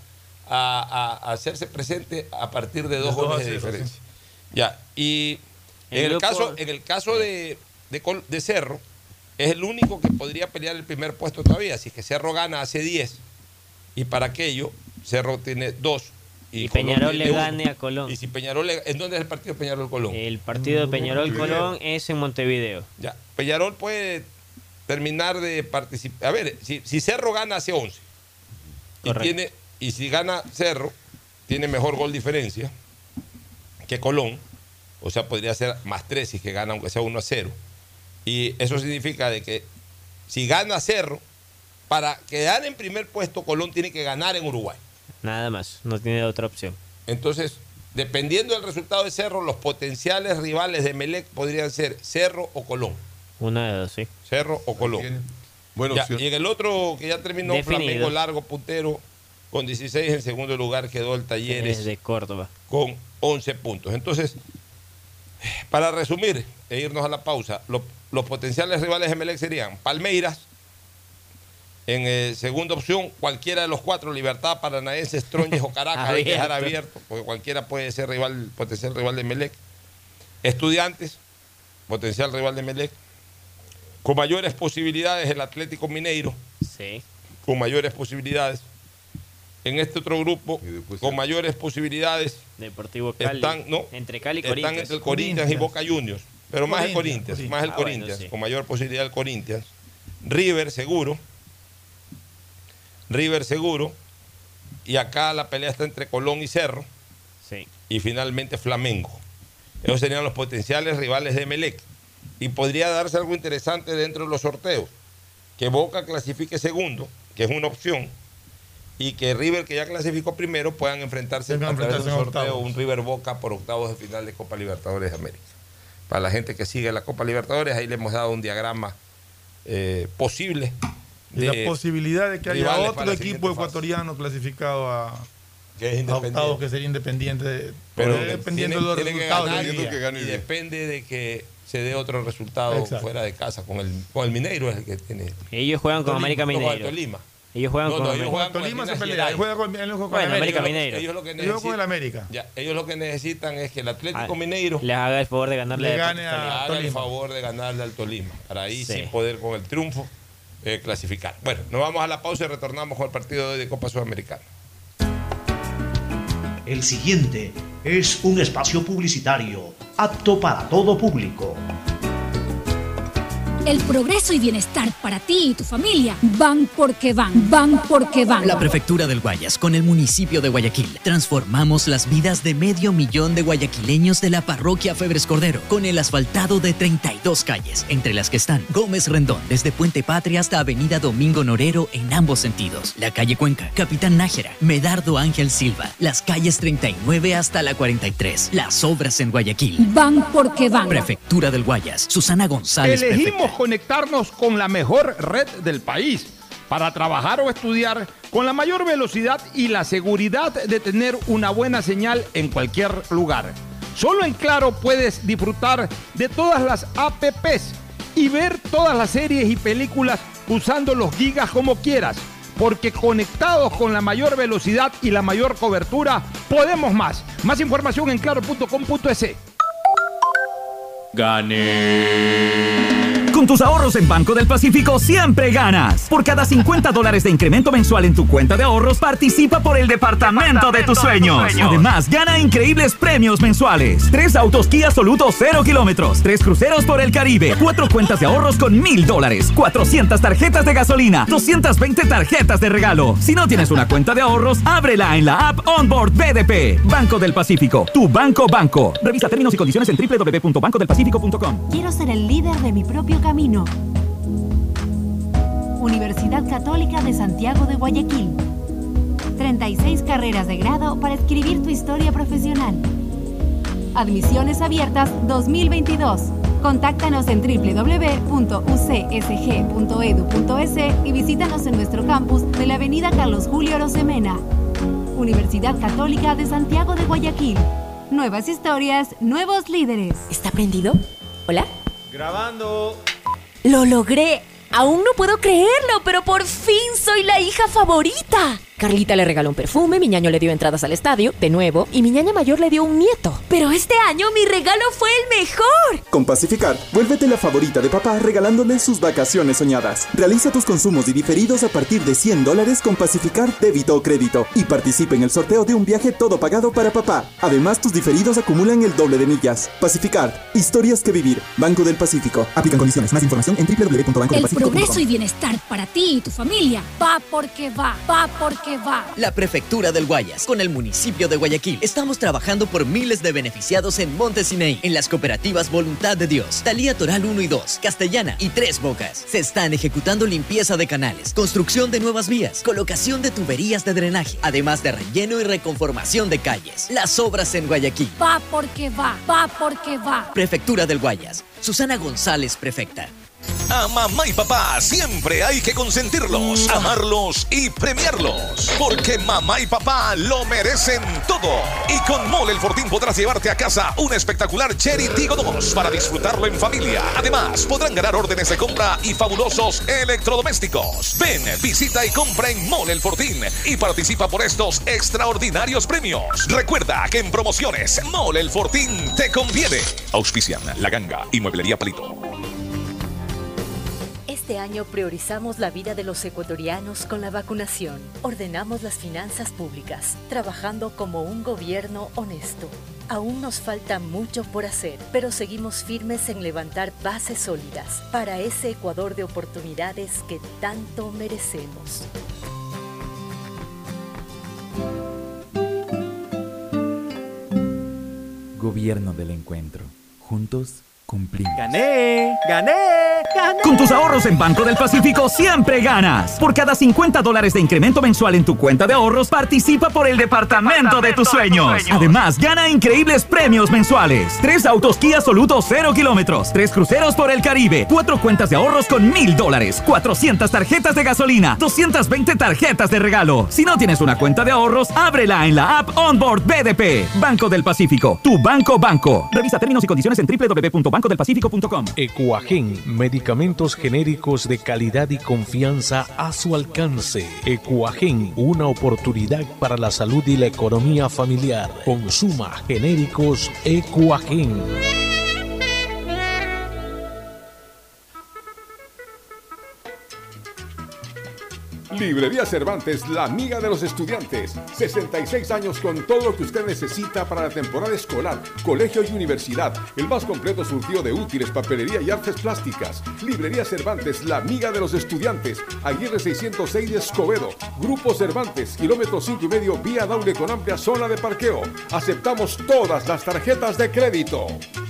a hacerse presente a partir de 2 goles de diferencia. Ya, y en el caso de Cerro, es el único que podría pelear el primer puesto todavía. Si es que Cerro gana, hace 10. Y para aquello, Cerro tiene 2. Y Peñarol le gane a Colón. Y si Peñarol ¿en dónde es el partido de Peñarol-Colón? El partido de Peñarol-Colón es en Montevideo. Ya. Peñarol puede terminar de participar. A ver, si Cerro gana, hace 11. Y si gana Cerro, tiene mejor gol diferencia que Colón. O sea, podría ser +3 si es que gana, aunque sea 1-0. Y eso significa de que si gana Cerro, para quedar en primer puesto, Colón tiene que ganar en Uruguay. Nada más, no tiene otra opción. Entonces, dependiendo del resultado de Cerro, los potenciales rivales de Melec podrían ser Cerro o Colón. Una de dos, sí. Cerro o Colón. Bueno, y en el otro que ya terminó, Flamengo Largo, puntero, con 16. En segundo lugar quedó el Talleres de Córdoba con 11 puntos. Entonces, para resumir e irnos a la pausa, los potenciales rivales de Melec serían Palmeiras, en segunda opción, cualquiera de los 4, Libertad, Paranaense, Strongest o Caracas, hay que dejar abierto, porque cualquiera puede ser potencial rival de Melec. Estudiantes, potencial rival de Melec. Con mayores posibilidades el Atlético Mineiro, sí, con mayores posibilidades. En este otro grupo, con mayores posibilidades, Deportivo Cali, están entre Cali y Corinthians. Están entre el Corinthians y Boca Juniors. Pero más el Corinthians, más el Corinthians, bueno, sí. Con mayor posibilidad el Corinthians. River seguro. Y acá la pelea está entre Colón y Cerro. Sí. Y finalmente Flamengo. Esos serían los potenciales rivales de Emelec. Y podría darse algo interesante dentro de los sorteos. Que Boca clasifique segundo, que es una opción. Y que River, que ya clasificó primero, puedan enfrentarse a través de un sorteo, un River Boca por octavos de final de Copa Libertadores de América. Para la gente que sigue la Copa Libertadores, ahí le hemos dado un diagrama posible. Y la posibilidad de que haya otro equipo ecuatoriano clasificado a octavos, que sería independiente. Pero dependiendo de los resultados. Y depende de que se dé otro resultado fuera de casa. Con el Mineiro es el que tiene. Ellos juegan con América Mineiro. Ellos juegan con Tolima. Se pelea. Ellos juegan con América Mineiro. Ellos con el América. Ellos lo que necesitan es que el Atlético Mineiro les haga el favor de ganarle al Tolima. Para ahí sí poder con el triunfo clasificar. Bueno, nos vamos a la pausa y retornamos con el partido de Copa Sudamericana. El siguiente es un espacio publicitario apto para todo público. El progreso y bienestar para ti y tu familia van porque van, van porque van. La Prefectura del Guayas, con el municipio de Guayaquil, transformamos las vidas de 500,000 de guayaquileños de la parroquia Febres Cordero, con el asfaltado de 32 calles, entre las que están Gómez Rendón, desde Puente Patria hasta Avenida Domingo Norero en ambos sentidos, la calle Cuenca, Capitán Nájera, Medardo Ángel Silva, las calles 39 hasta la 43, las obras en Guayaquil. Van porque van. Prefectura del Guayas, Susana González. Elegimos conectarnos con la mejor red del país para trabajar o estudiar con la mayor velocidad y la seguridad de tener una buena señal en cualquier lugar. Solo en Claro puedes disfrutar de todas las apps y ver todas las series y películas usando los gigas como quieras, porque conectados con la mayor velocidad y la mayor cobertura, podemos más. Más información en claro.com.es. Gané. Con tus ahorros en Banco del Pacífico siempre ganas. Por cada $50 de incremento mensual en tu cuenta de ahorros, participa por el departamento de tus sueños. Además, gana increíbles premios mensuales. 3 autos Kia Soluto 0 kilómetros, 3 cruceros por el Caribe, 4 cuentas de ahorros con $1,000, 400 tarjetas de gasolina, 220 tarjetas de regalo. Si no tienes una cuenta de ahorros, ábrela en la app Onboard BDP. Banco del Pacífico, tu banco. Revisa términos y condiciones en www.bancodelpacifico.com. Quiero ser el líder de mi propio camino. Universidad Católica de Santiago de Guayaquil. 36 carreras de grado para escribir tu historia profesional. Admisiones abiertas 2022. Contáctanos en www.ucsg.edu.es y visítanos en nuestro campus de la avenida Carlos Julio Arosemena. Universidad Católica de Santiago de Guayaquil. Nuevas historias, nuevos líderes. ¿Está prendido? ¿Hola? Grabando. ¡Lo logré! Aún no puedo creerlo, pero por fin soy la hija favorita. Carlita le regaló un perfume, mi ñaño le dio entradas al estadio, de nuevo, y mi ñaña mayor le dio un nieto. Pero este año mi regalo fue el mejor. Con Pacificar, vuélvete la favorita de papá regalándole sus vacaciones soñadas. Realiza tus consumos y diferidos a partir de $100 con Pacificar débito o crédito y participa en el sorteo de un viaje todo pagado para papá. Además, tus diferidos acumulan el doble de millas. Pacificar, historias que vivir. Banco del Pacífico. Aplican condiciones. Más información en www.bancodelpacifico.com. El progreso y bienestar para ti y tu familia va porque va, va porque va. La Prefectura del Guayas, con el municipio de Guayaquil, estamos trabajando por miles de beneficiados en Montesineí, en las cooperativas Voluntad de Dios, Talía Toral 1 y 2, Castellana y Tres Bocas. Se están ejecutando limpieza de canales, construcción de nuevas vías, colocación de tuberías de drenaje, además de relleno y reconformación de calles. Las obras en Guayaquil. Va porque va, va porque va. Prefectura del Guayas. Susana González, prefecta. A mamá y papá siempre hay que consentirlos, amarlos y premiarlos, porque mamá y papá lo merecen todo. Y con Mole El Fortín podrás llevarte a casa un espectacular Cherry Tiggo 2 para disfrutarlo en familia. Además, podrán ganar órdenes de compra y fabulosos electrodomésticos. Ven, visita y compra en Mole El Fortín y participa por estos extraordinarios premios. Recuerda que en promociones Mole El Fortín te conviene. Auspician La Ganga y Mueblería Palito. Este año priorizamos la vida de los ecuatorianos con la vacunación. Ordenamos las finanzas públicas, trabajando como un gobierno honesto. Aún nos falta mucho por hacer, pero seguimos firmes en levantar bases sólidas para ese Ecuador de oportunidades que tanto merecemos. Gobierno del Encuentro. Juntos cumplimos. ¡Gané! Con tus ahorros en Banco del Pacífico siempre ganas. Por cada $50 de incremento mensual en tu cuenta de ahorros, participa por el departamento de tus sueños. Además, gana increíbles premios mensuales. 3 autos Kia Soluto 0 kilómetros, 3 cruceros por el Caribe, 4 cuentas de ahorros con $1,000, 400 tarjetas de gasolina, 220 tarjetas de regalo. Si no tienes una cuenta de ahorros, ábrela en la app Onboard BDP. Banco del Pacífico, tu banco. Revisa términos y condiciones en www.bancodelpacifico.com. Ecuagen, medicamentos genéricos de calidad y confianza a su alcance. Ecuagen, una oportunidad para la salud y la economía familiar. Consuma genéricos Ecuagen. Librería Cervantes, la amiga de los estudiantes. 66 años con todo lo que usted necesita para la temporada escolar, colegio y universidad. El más completo surtido de útiles, papelería y artes plásticas. Librería Cervantes, la amiga de los estudiantes. Aguirre 606 de Escobedo. Grupo Cervantes, kilómetro 5,5, vía Daule con amplia zona de parqueo. Aceptamos todas las tarjetas de crédito.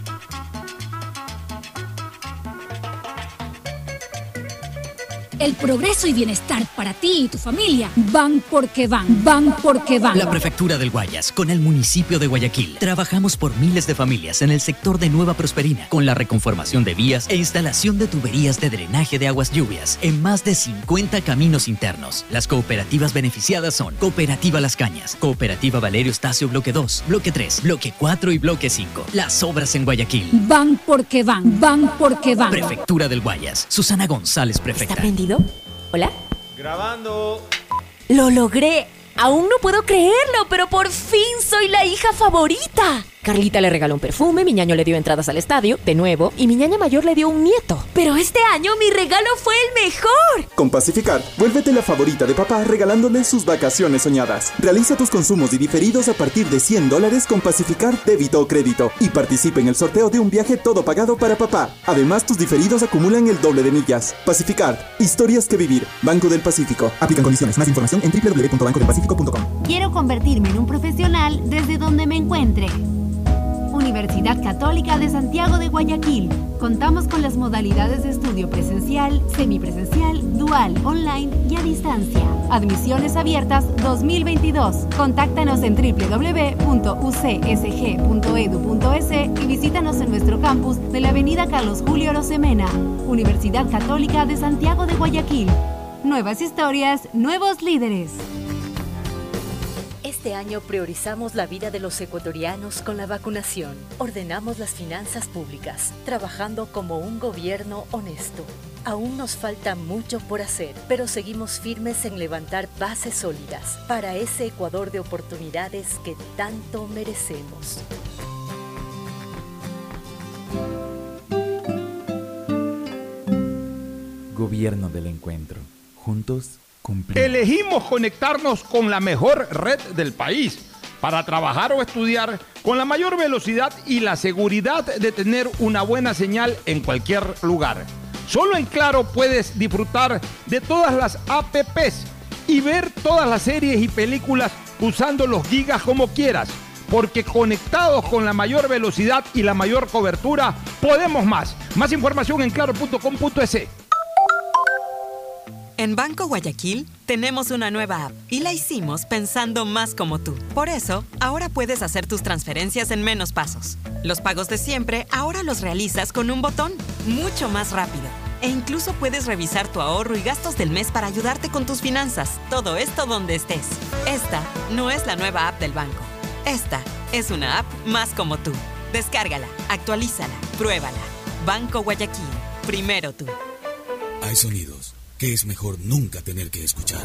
El progreso y bienestar para ti y tu familia van porque van, van porque van. La Prefectura del Guayas, con el municipio de Guayaquil, trabajamos por miles de familias en el sector de Nueva Prosperina, con la reconformación de vías e instalación de tuberías de drenaje de aguas lluvias en más de 50 caminos internos. Las cooperativas beneficiadas son Cooperativa Las Cañas, Cooperativa Valerio Estacio Bloque 2, Bloque 3, Bloque 4 y Bloque 5. Las obras en Guayaquil. Van porque van, van porque van. Prefectura del Guayas. Susana González, prefecta. ¿Está prendido? ¿Hola? Grabando. ¡Lo logré! Aún no puedo creerlo, pero por fin soy la hija favorita. Carlita le regaló un perfume, mi ñaño le dio entradas al estadio, de nuevo, y mi ñaña mayor le dio un nieto. Pero este año mi regalo fue el mejor. Con Pacificar, vuélvete la favorita de papá regalándole sus vacaciones soñadas. Realiza tus consumos y diferidos a partir de $100 con Pacificar débito o crédito y participa en el sorteo de un viaje todo pagado para papá. Además, tus diferidos acumulan el doble de millas. Pacificar, historias que vivir. Banco del Pacífico. Aplican condiciones. Más información en www.bancodelpacifico.com. Quiero convertirme en un profesional desde donde me encuentre. Universidad Católica de Santiago de Guayaquil. Contamos con las modalidades de estudio presencial, semipresencial, dual, online y a distancia. Admisiones abiertas 2022. Contáctanos en www.ucsg.edu.es y visítanos en nuestro campus de la avenida Carlos Julio Rosemena. Universidad Católica de Santiago de Guayaquil. Nuevas historias, nuevos líderes. Este año priorizamos la vida de los ecuatorianos con la vacunación. Ordenamos las finanzas públicas, trabajando como un gobierno honesto. Aún nos falta mucho por hacer, pero seguimos firmes en levantar bases sólidas para ese Ecuador de oportunidades que tanto merecemos. Gobierno del Encuentro. Juntos cumplimos. Elegimos conectarnos con la mejor red del país para trabajar o estudiar con la mayor velocidad y la seguridad de tener una buena señal en cualquier lugar. Solo en Claro puedes disfrutar de todas las apps y ver todas las series y películas usando los gigas como quieras, porque conectados con la mayor velocidad y la mayor cobertura, podemos más. Más información en claro.com.es. En Banco Guayaquil tenemos una nueva app y la hicimos pensando más como tú. Por eso, ahora puedes hacer tus transferencias en menos pasos. Los pagos de siempre ahora los realizas con un botón, mucho más rápido. E incluso puedes revisar tu ahorro y gastos del mes para ayudarte con tus finanzas. Todo esto donde estés. Esta no es la nueva app del banco. Esta es una app más como tú. Descárgala, actualízala, pruébala. Banco Guayaquil. Primero tú. Hay sonidos que es mejor nunca tener que escuchar.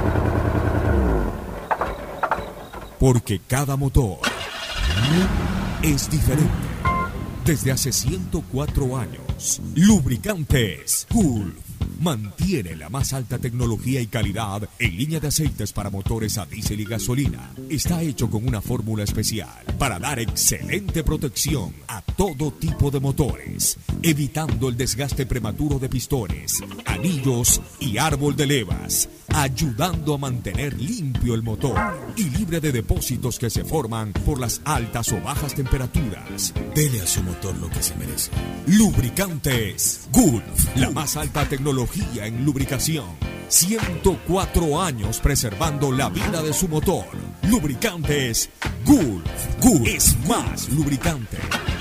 Porque cada motor es diferente. Desde hace 104 años, Lubricantes Gulf mantiene la más alta tecnología y calidad en línea de aceites para motores a diésel y gasolina. Está hecho con una fórmula especial para dar excelente protección a todo tipo de motores, evitando el desgaste prematuro de pistones, anillos y árbol de levas, ayudando a mantener limpio el motor y libre de depósitos que se forman por las altas o bajas temperaturas. Dele a su motor lo que se merece. Lubricantes Gulf, la más alta tecnología en lubricación. 104 años preservando la vida de su motor. Lubricantes Gulf. Gulf es más lubricante.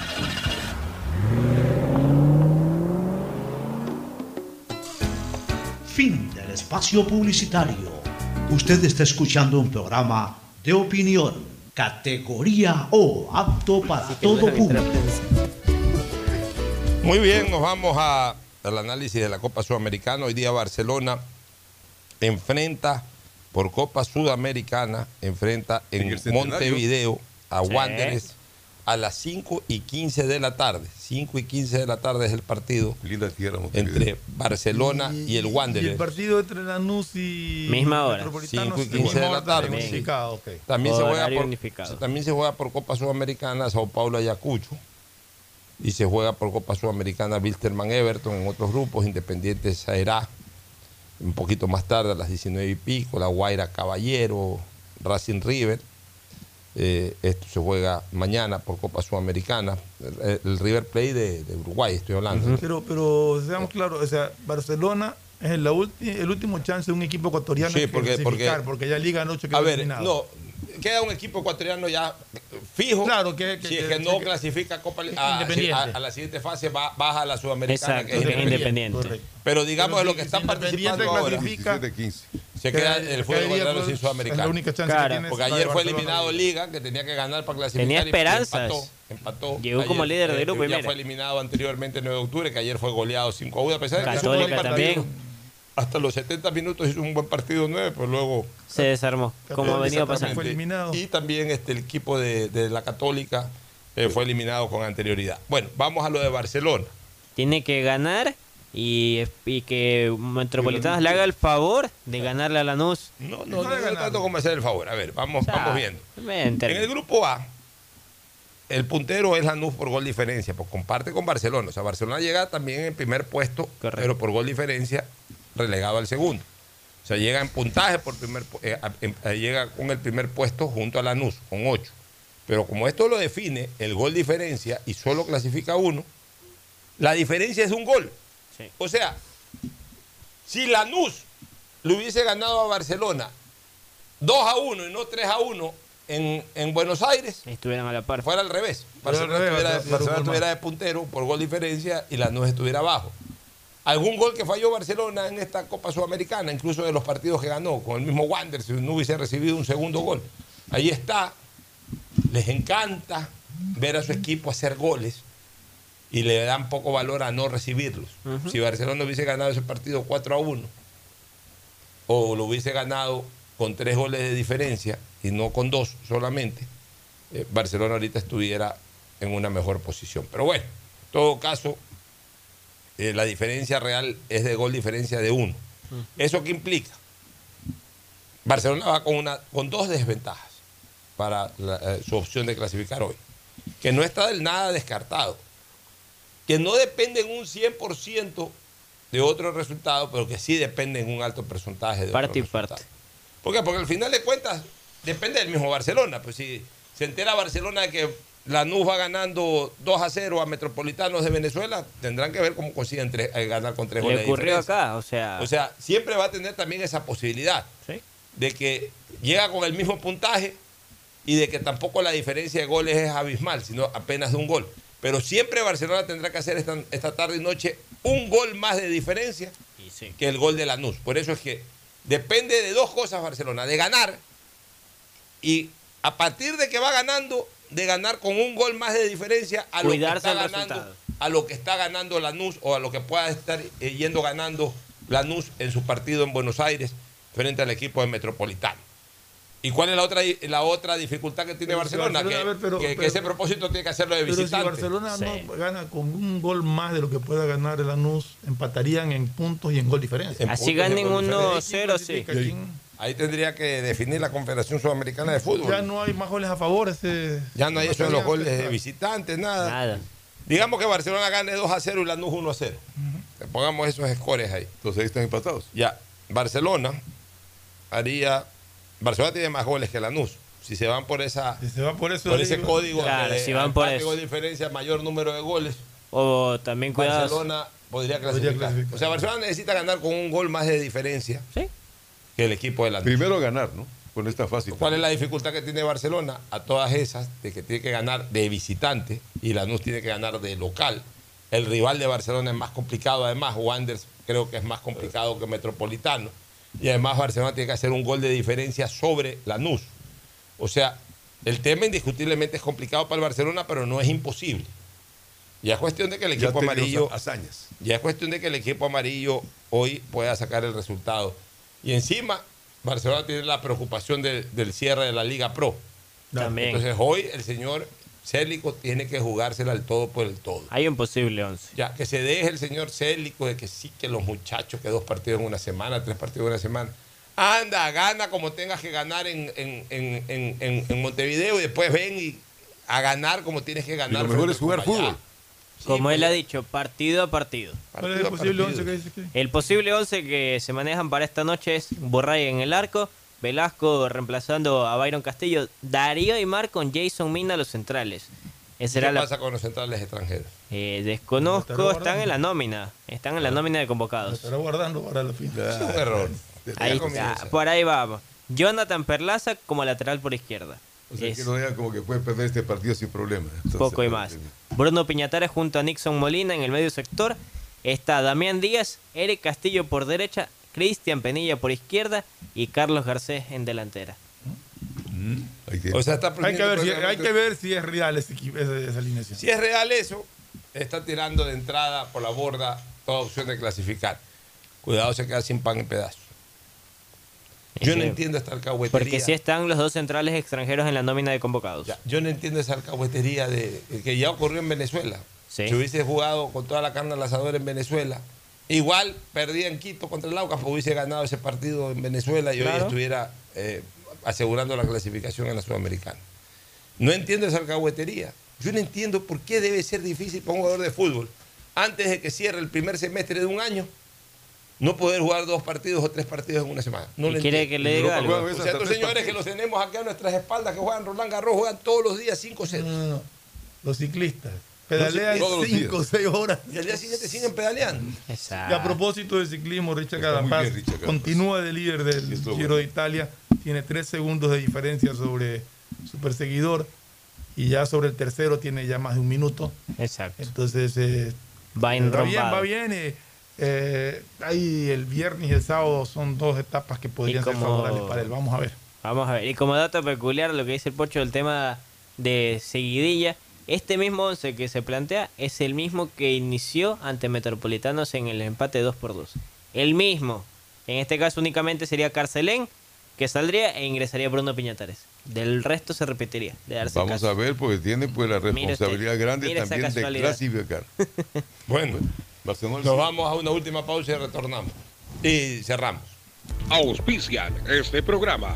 Fin del espacio publicitario. Usted está escuchando un programa de opinión, categoría O, apto para todo público. Muy bien, nos vamos al análisis de la Copa Sudamericana. Hoy día Barcelona enfrenta por Copa Sudamericana, enfrenta en Montevideo a Wanderers a las 5:15 de la tarde. 5:15 de la tarde es el partido. Linda tierra, entre Barcelona y el Wanderers. Y el partido entre Lanús y misma hora. 5:15 de la tarde. Okay. También se juega por Copa Sudamericana Sao Paulo Ayacucho. Y se juega por Copa Sudamericana Wilstermann Everton en otros grupos. Independiente Saerá un poquito más tarde a las 19:00, La Guaira Caballero, Racing River. Esto se juega mañana por Copa Sudamericana. El River Plate de Uruguay, estoy hablando. Pero seamos claros, o sea, Barcelona es el último chance de un equipo ecuatoriano de clasificar, porque ya Liga Noche quedó eliminado. No, queda un equipo ecuatoriano ya fijo. Claro, si es que no clasifica a la siguiente fase, baja a la Sudamericana. Exacto, que es independiente. Pero digamos de lo que están participando ahora. Se queda el fútbol ecuatoriano sin Sudamericana. Es la única chance que tiene. Porque ayer fue eliminado Liga, que tenía que ganar para clasificar. Tenía esperanzas. Empató. Llegó ayer, como líder de grupo. Ya fue eliminado anteriormente el 9 de octubre, que ayer fue goleado 5-1. A pesar de que Católica también. Hasta los 70 minutos hizo un buen partido 9, pero luego se desarmó, como ha venido pasando. Fue eliminado. Y también el equipo de la Católica fue eliminado con anterioridad. Bueno, vamos a lo de Barcelona. Tiene que ganar y que Metropolitanos le haga el favor de ganarle a Lanús. No tanto como hacer el favor. A ver, vamos viendo. En el grupo A, el puntero es Lanús por gol diferencia, pues comparte con Barcelona. O sea, Barcelona llega también en primer puesto, pero por gol diferencia relegado al segundo. O sea, llega en puntaje llega con el primer puesto junto a Lanús, con 8. Pero como esto lo define el gol diferencia y solo clasifica uno, la diferencia es un gol. Sí. O sea, si Lanús le hubiese ganado a Barcelona 2-1 y no 3-1 en Buenos Aires, estuvieran a la par. Fuera al revés. Barcelona estuviera de puntero por gol diferencia y Lanús estuviera abajo. Algún gol que falló Barcelona en esta Copa Sudamericana, incluso de los partidos que ganó, con el mismo Wanderers, si no hubiese recibido un segundo gol. Ahí está. Les encanta ver a su equipo hacer goles y le dan poco valor a no recibirlos. Si Barcelona hubiese ganado ese partido 4-1 o lo hubiese ganado con 3 goles de diferencia y no con 2 solamente, Barcelona ahorita estuviera en una mejor posición. Pero bueno, en todo caso, la diferencia real es de gol diferencia de 1. ¿Eso qué implica? Barcelona va con 2 desventajas para su opción de clasificar hoy, que no está del nada descartado, que no depende en un 100% de otro resultado, pero que sí depende en un alto porcentaje de otro resultado. ¿Por qué? Porque al final de cuentas depende del mismo Barcelona. Pues si se entera Barcelona de que Lanús va ganando 2-0 a Metropolitanos de Venezuela, tendrán que ver cómo consiguen ganar con 3 goles de diferencia. Le ocurrió acá, o sea, siempre va a tener también esa posibilidad, ¿sí?, de que llega con el mismo puntaje y de que tampoco la diferencia de goles es abismal, sino apenas de un gol. Pero siempre Barcelona tendrá que hacer esta tarde y noche un gol más de diferencia que el gol de Lanús. Por eso es que depende de 2 cosas Barcelona: de ganar, y a partir de que va ganando, de ganar con un gol más de diferencia a lo que está ganando Lanús, o a lo que pueda estar yendo ganando Lanús en su partido en Buenos Aires frente al equipo de Metropolitano. ¿Y cuál es la otra dificultad que tiene Barcelona? Que ese propósito tiene que hacerlo de visitante. Pero si Barcelona no gana con un gol más de lo que pueda ganar el Lanús, empatarían en puntos y en gol diferencia. Así ganen 1-0, sí. Ahí tendría que definir la Confederación Sudamericana de Fútbol. Ya no hay más goles a favor. Ya no hay eso de los goles de visitantes, nada. Digamos que Barcelona gane 2-0 y Lanús 1-0. Pongamos esos scores ahí. Entonces ahí están empatados. Ya, Barcelona tiene más goles que Lanús. Si se van por ese código, si van por eso, diferencia, mayor número de goles. O también cuidado. Barcelona podría clasificar. O sea, Barcelona necesita ganar con un gol más de diferencia que el equipo de Lanús. Primero ganar, ¿no? Pues no está fácil. ¿Cuál es la dificultad que tiene Barcelona? A todas esas, de que tiene que ganar de visitante y Lanús tiene que ganar de local. El rival de Barcelona es más complicado, además, Wanderers creo que es más complicado que Metropolitano. Y además Barcelona tiene que hacer un gol de diferencia sobre Lanús. O sea, el tema indiscutiblemente es complicado para el Barcelona, pero no es imposible. Ya es cuestión de que el equipo amarillo hazañas. Ya es cuestión de que el equipo amarillo hoy pueda sacar el resultado. Y encima, Barcelona tiene la preocupación del cierre de la Liga Pro. También. Entonces hoy el señor Célico tiene que jugársela al todo por el todo. Hay un posible 11. Ya, que se deje el señor Célico de que sí, que los muchachos, que 2 partidos en una semana, 3 partidos en una semana. Anda, gana como tengas que ganar en Montevideo y después ven y a ganar como tienes que ganar. Y lo mejor es jugar fútbol. Como él ha dicho, partido a partido. ¿Cuál es el posible 11 que dice que? El posible 11 que se manejan para esta noche es Borraya en el arco, Velasco reemplazando a Byron Castillo, Darío Aymar con Jason Mina los centrales. ¿Qué pasa con los centrales extranjeros? Desconozco, están en la nómina. Están en la nómina de convocados. Estará guardando para la final. Es un error. Ahí está, por ahí vamos. Jonathan Perlaza como lateral por izquierda. O sea, que no digan como que puede perder este partido sin problema. Entonces, poco y más. Bruno Piñatares junto a Nixon Molina en el medio sector. Está Damián Díaz, Eric Castillo por derecha, Cristian Penilla por izquierda y Carlos Garcés en delantera. O sea, hay que ver si es real esa alineación. Si es real eso, está tirando de entrada por la borda toda opción de clasificar. Cuidado, se queda sin pan en pedazos. Yo no entiendo esta alcahuetería. Porque sí están los 2 centrales extranjeros en la nómina de convocados. Yo no entiendo esa alcahuetería de que ya ocurrió en Venezuela. Sí. Si hubiese jugado con toda la carne al asador en Venezuela, igual perdía en Quito contra el Aucas, porque hubiese ganado ese partido en Venezuela y hoy estuviera asegurando la clasificación en la Sudamericana. No entiendo esa alcahuetería. Yo no entiendo por qué debe ser difícil para un jugador de fútbol, antes de que cierre el primer semestre de un año, no poder jugar 2 partidos o 3 partidos en una semana. No ¿Y quiere que le diga algo? O sea, estos señores que los tenemos aquí a nuestras espaldas, que juegan Roland Garros, juegan todos los días 5-0. No. Los ciclistas pedalean 5 o 6 horas. Y al día siguiente siguen pedaleando. Y a propósito del ciclismo, Richard Carapaz continúa de líder del Giro de Italia. Tiene 3 segundos de diferencia sobre su perseguidor. Y ya sobre el tercero tiene ya más de 1 minuto. Exacto. Entonces, va bien. Ahí el viernes y el sábado son 2 etapas que podrían ser favorables para él. Vamos a ver. Y como dato peculiar, lo que dice el Pocho del tema de seguidilla, este mismo 11 que se plantea es el mismo que inició ante Metropolitanos en el empate 2-2. El mismo. En este caso únicamente sería Carcelén, que saldría e ingresaría Bruno Piñatares. Del resto se repetiría. Vamos a ver, porque tiene pues la responsabilidad grande también de clasificar. Bueno, nos vamos a una última pausa y retornamos. Y cerramos. Auspician este programa.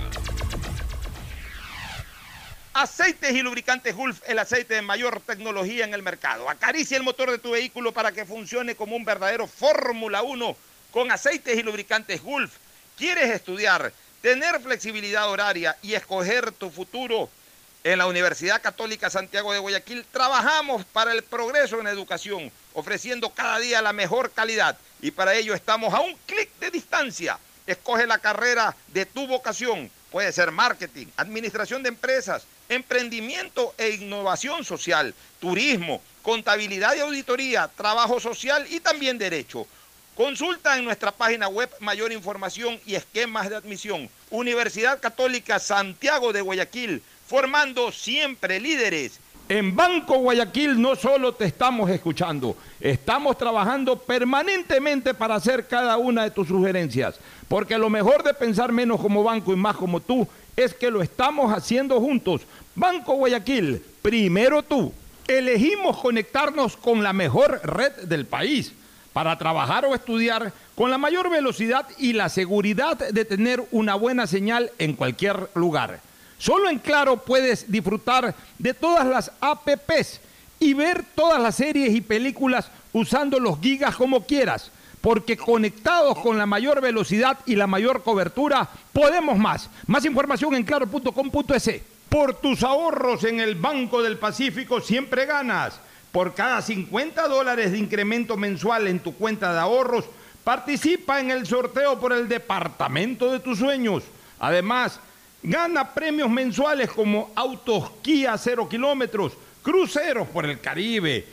Aceites y lubricantes Gulf, el aceite de mayor tecnología en el mercado. Acaricia el motor de tu vehículo para que funcione como un verdadero Fórmula 1 con aceites y lubricantes Gulf. ¿Quieres estudiar, tener flexibilidad horaria y escoger tu futuro? En la Universidad Católica Santiago de Guayaquil trabajamos para el progreso en educación, ofreciendo cada día la mejor calidad. Y para ello estamos a un clic de distancia. Escoge la carrera de tu vocación. Puede ser marketing, administración de empresas, emprendimiento e innovación social, turismo, contabilidad y auditoría, trabajo social y también derecho. Consulta en nuestra página web mayor información y esquemas de admisión. Universidad Católica Santiago de Guayaquil, formando siempre líderes. En Banco Guayaquil no solo te estamos escuchando, estamos trabajando permanentemente para hacer cada una de tus sugerencias, porque lo mejor de pensar menos como banco y más como tú es que lo estamos haciendo juntos. Banco Guayaquil, primero tú. Elegimos conectarnos con la mejor red del país para trabajar o estudiar con la mayor velocidad y la seguridad de tener una buena señal en cualquier lugar. Solo en Claro puedes disfrutar de todas las APPs y ver todas las series y películas usando los gigas como quieras, porque conectados con la mayor velocidad y la mayor cobertura, podemos más. Más información en claro.com.es. Por tus ahorros en el Banco del Pacífico siempre ganas. Por cada $50 de incremento mensual en tu cuenta de ahorros, participa en el sorteo por el departamento de tus sueños. Además, gana premios mensuales como autos Kia 0 kilómetros, cruceros por el Caribe,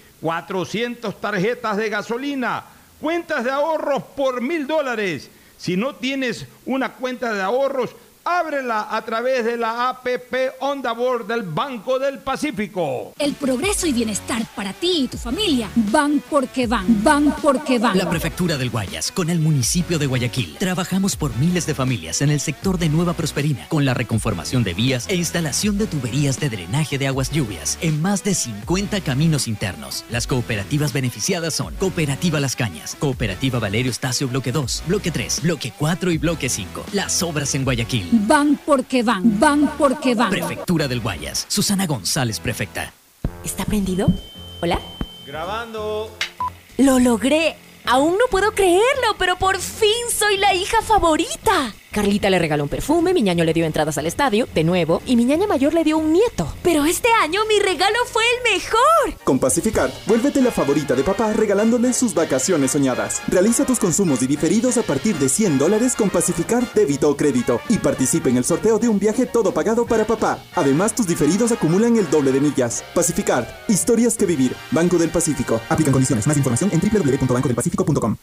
400 tarjetas de gasolina, cuentas de ahorros por $1,000. Si no tienes una cuenta de ahorros, ábrela a través de la APP On The Board del Banco del Pacífico. El progreso y bienestar para ti y tu familia van porque van, van porque van. La Prefectura del Guayas, con el municipio de Guayaquil, trabajamos por miles de familias en el sector de Nueva Prosperina, con la reconformación de vías e instalación de tuberías de drenaje de aguas lluvias en más de 50 caminos internos. Las cooperativas beneficiadas son Cooperativa Las Cañas, Cooperativa Valerio Estacio Bloque 2, Bloque 3, Bloque 4 y Bloque 5. Las obras en Guayaquil. Van porque van, van porque van. Prefectura del Guayas. Susana González, prefecta. ¿Está prendido? ¿Hola? Grabando. ¡Lo logré! Aún no puedo creerlo, pero por fin soy la hija favorita. Carlita le regaló un perfume, mi ñaño le dio entradas al estadio, de nuevo, y mi ñaña mayor le dio un nieto. Pero este año mi regalo fue el mejor. Con Pacificar, vuélvete la favorita de papá regalándole sus vacaciones soñadas. Realiza tus consumos y diferidos a partir de $100 con Pacificar débito o crédito y participa en el sorteo de un viaje todo pagado para papá. Además, tus diferidos acumulan el doble de millas. Pacificar, historias que vivir. Banco del Pacífico. Aplican condiciones. Más información en www.bancodelpacifico.com.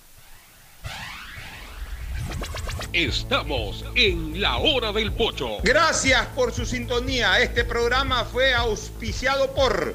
Estamos en la hora del pocho. Gracias por su sintonía. Este programa fue auspiciado por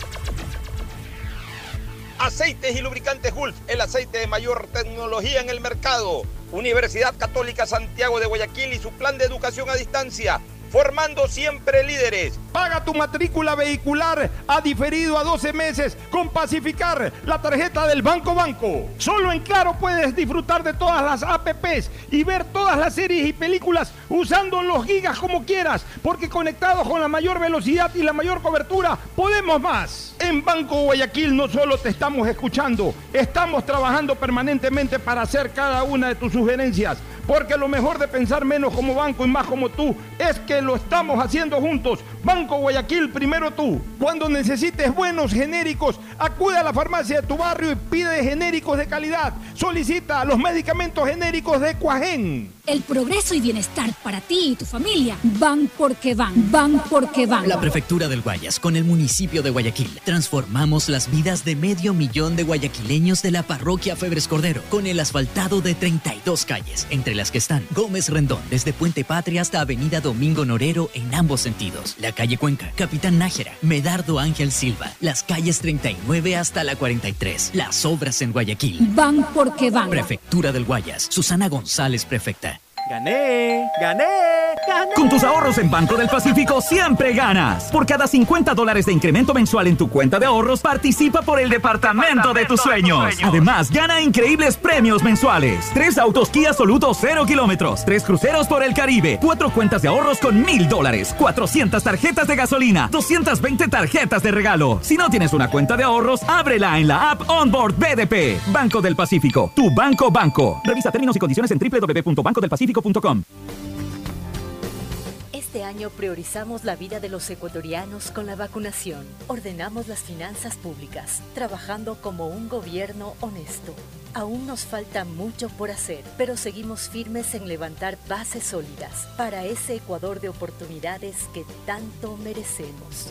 Aceites y Lubricantes Gulf, el aceite de mayor tecnología en el mercado. Universidad Católica Santiago de Guayaquil y su plan de educación a distancia, formando siempre líderes. Paga tu matrícula vehicular a diferido a 12 meses con Pacificar, la tarjeta del Banco. Solo en Claro puedes disfrutar de todas las APPs y ver todas las series y películas usando los gigas como quieras, porque conectados con la mayor velocidad y la mayor cobertura, podemos más. En Banco Guayaquil no solo te estamos escuchando, estamos trabajando permanentemente para hacer cada una de tus sugerencias, porque lo mejor de pensar menos como banco y más como tú es que lo estamos haciendo juntos. Banco Guayaquil, primero tú. Cuando necesites buenos genéricos, acude a la farmacia de tu barrio y pide genéricos de calidad. Solicita los medicamentos genéricos de Cuajén. El progreso y bienestar para ti y tu familia van porque van, van porque van. La Prefectura del Guayas, con el municipio de Guayaquil, transformamos las vidas de 500,000 de guayaquileños de la parroquia Febres Cordero, con el asfaltado de 32 calles, entre las que están Gómez Rendón, desde Puente Patria hasta Avenida Domingo Norero en ambos sentidos, la calle Cuenca, Capitán Nájera, Medardo Ángel Silva, las calles 39 hasta la 43, las obras en Guayaquil. Van porque van. Prefectura del Guayas, Susana González, prefecta. ¡Gané! Con tus ahorros en Banco del Pacífico siempre ganas. Por cada $50 de incremento mensual en tu cuenta de ahorros, participa por el departamento de tus sueños. Además, gana increíbles premios mensuales. 3 autos Kia Soluto 0 kilómetros, 3 cruceros por el Caribe, 4 cuentas de ahorros con $1,000, 400 tarjetas de gasolina, 220 tarjetas de regalo. Si no tienes una cuenta de ahorros, ábrela en la app Onboard BDP. Banco del Pacífico, tu banco. Revisa términos y condiciones en www.bancodelpacifico.com. Este año priorizamos la vida de los ecuatorianos con la vacunación. Ordenamos las finanzas públicas, trabajando como un gobierno honesto. Aún nos falta mucho por hacer, pero seguimos firmes en levantar bases sólidas para ese Ecuador de oportunidades que tanto merecemos.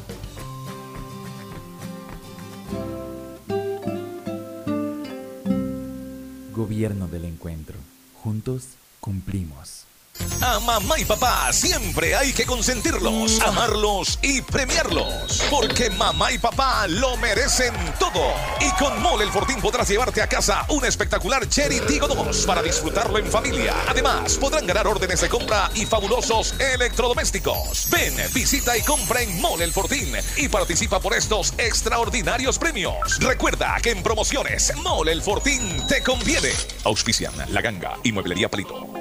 Gobierno del Encuentro. Juntos cumplimos. A mamá y papá siempre hay que consentirlos, amarlos y premiarlos. Porque mamá y papá lo merecen todo. Y con Mole el Fortín podrás llevarte a casa un espectacular Cherry Tiggo 2 para disfrutarlo en familia. Además, podrán ganar órdenes de compra y fabulosos electrodomésticos. Ven, visita y compra en Mole el Fortín y participa por estos extraordinarios premios. Recuerda que en promociones Mole el Fortín te conviene. Auspician La Ganga y Mueblería Palito.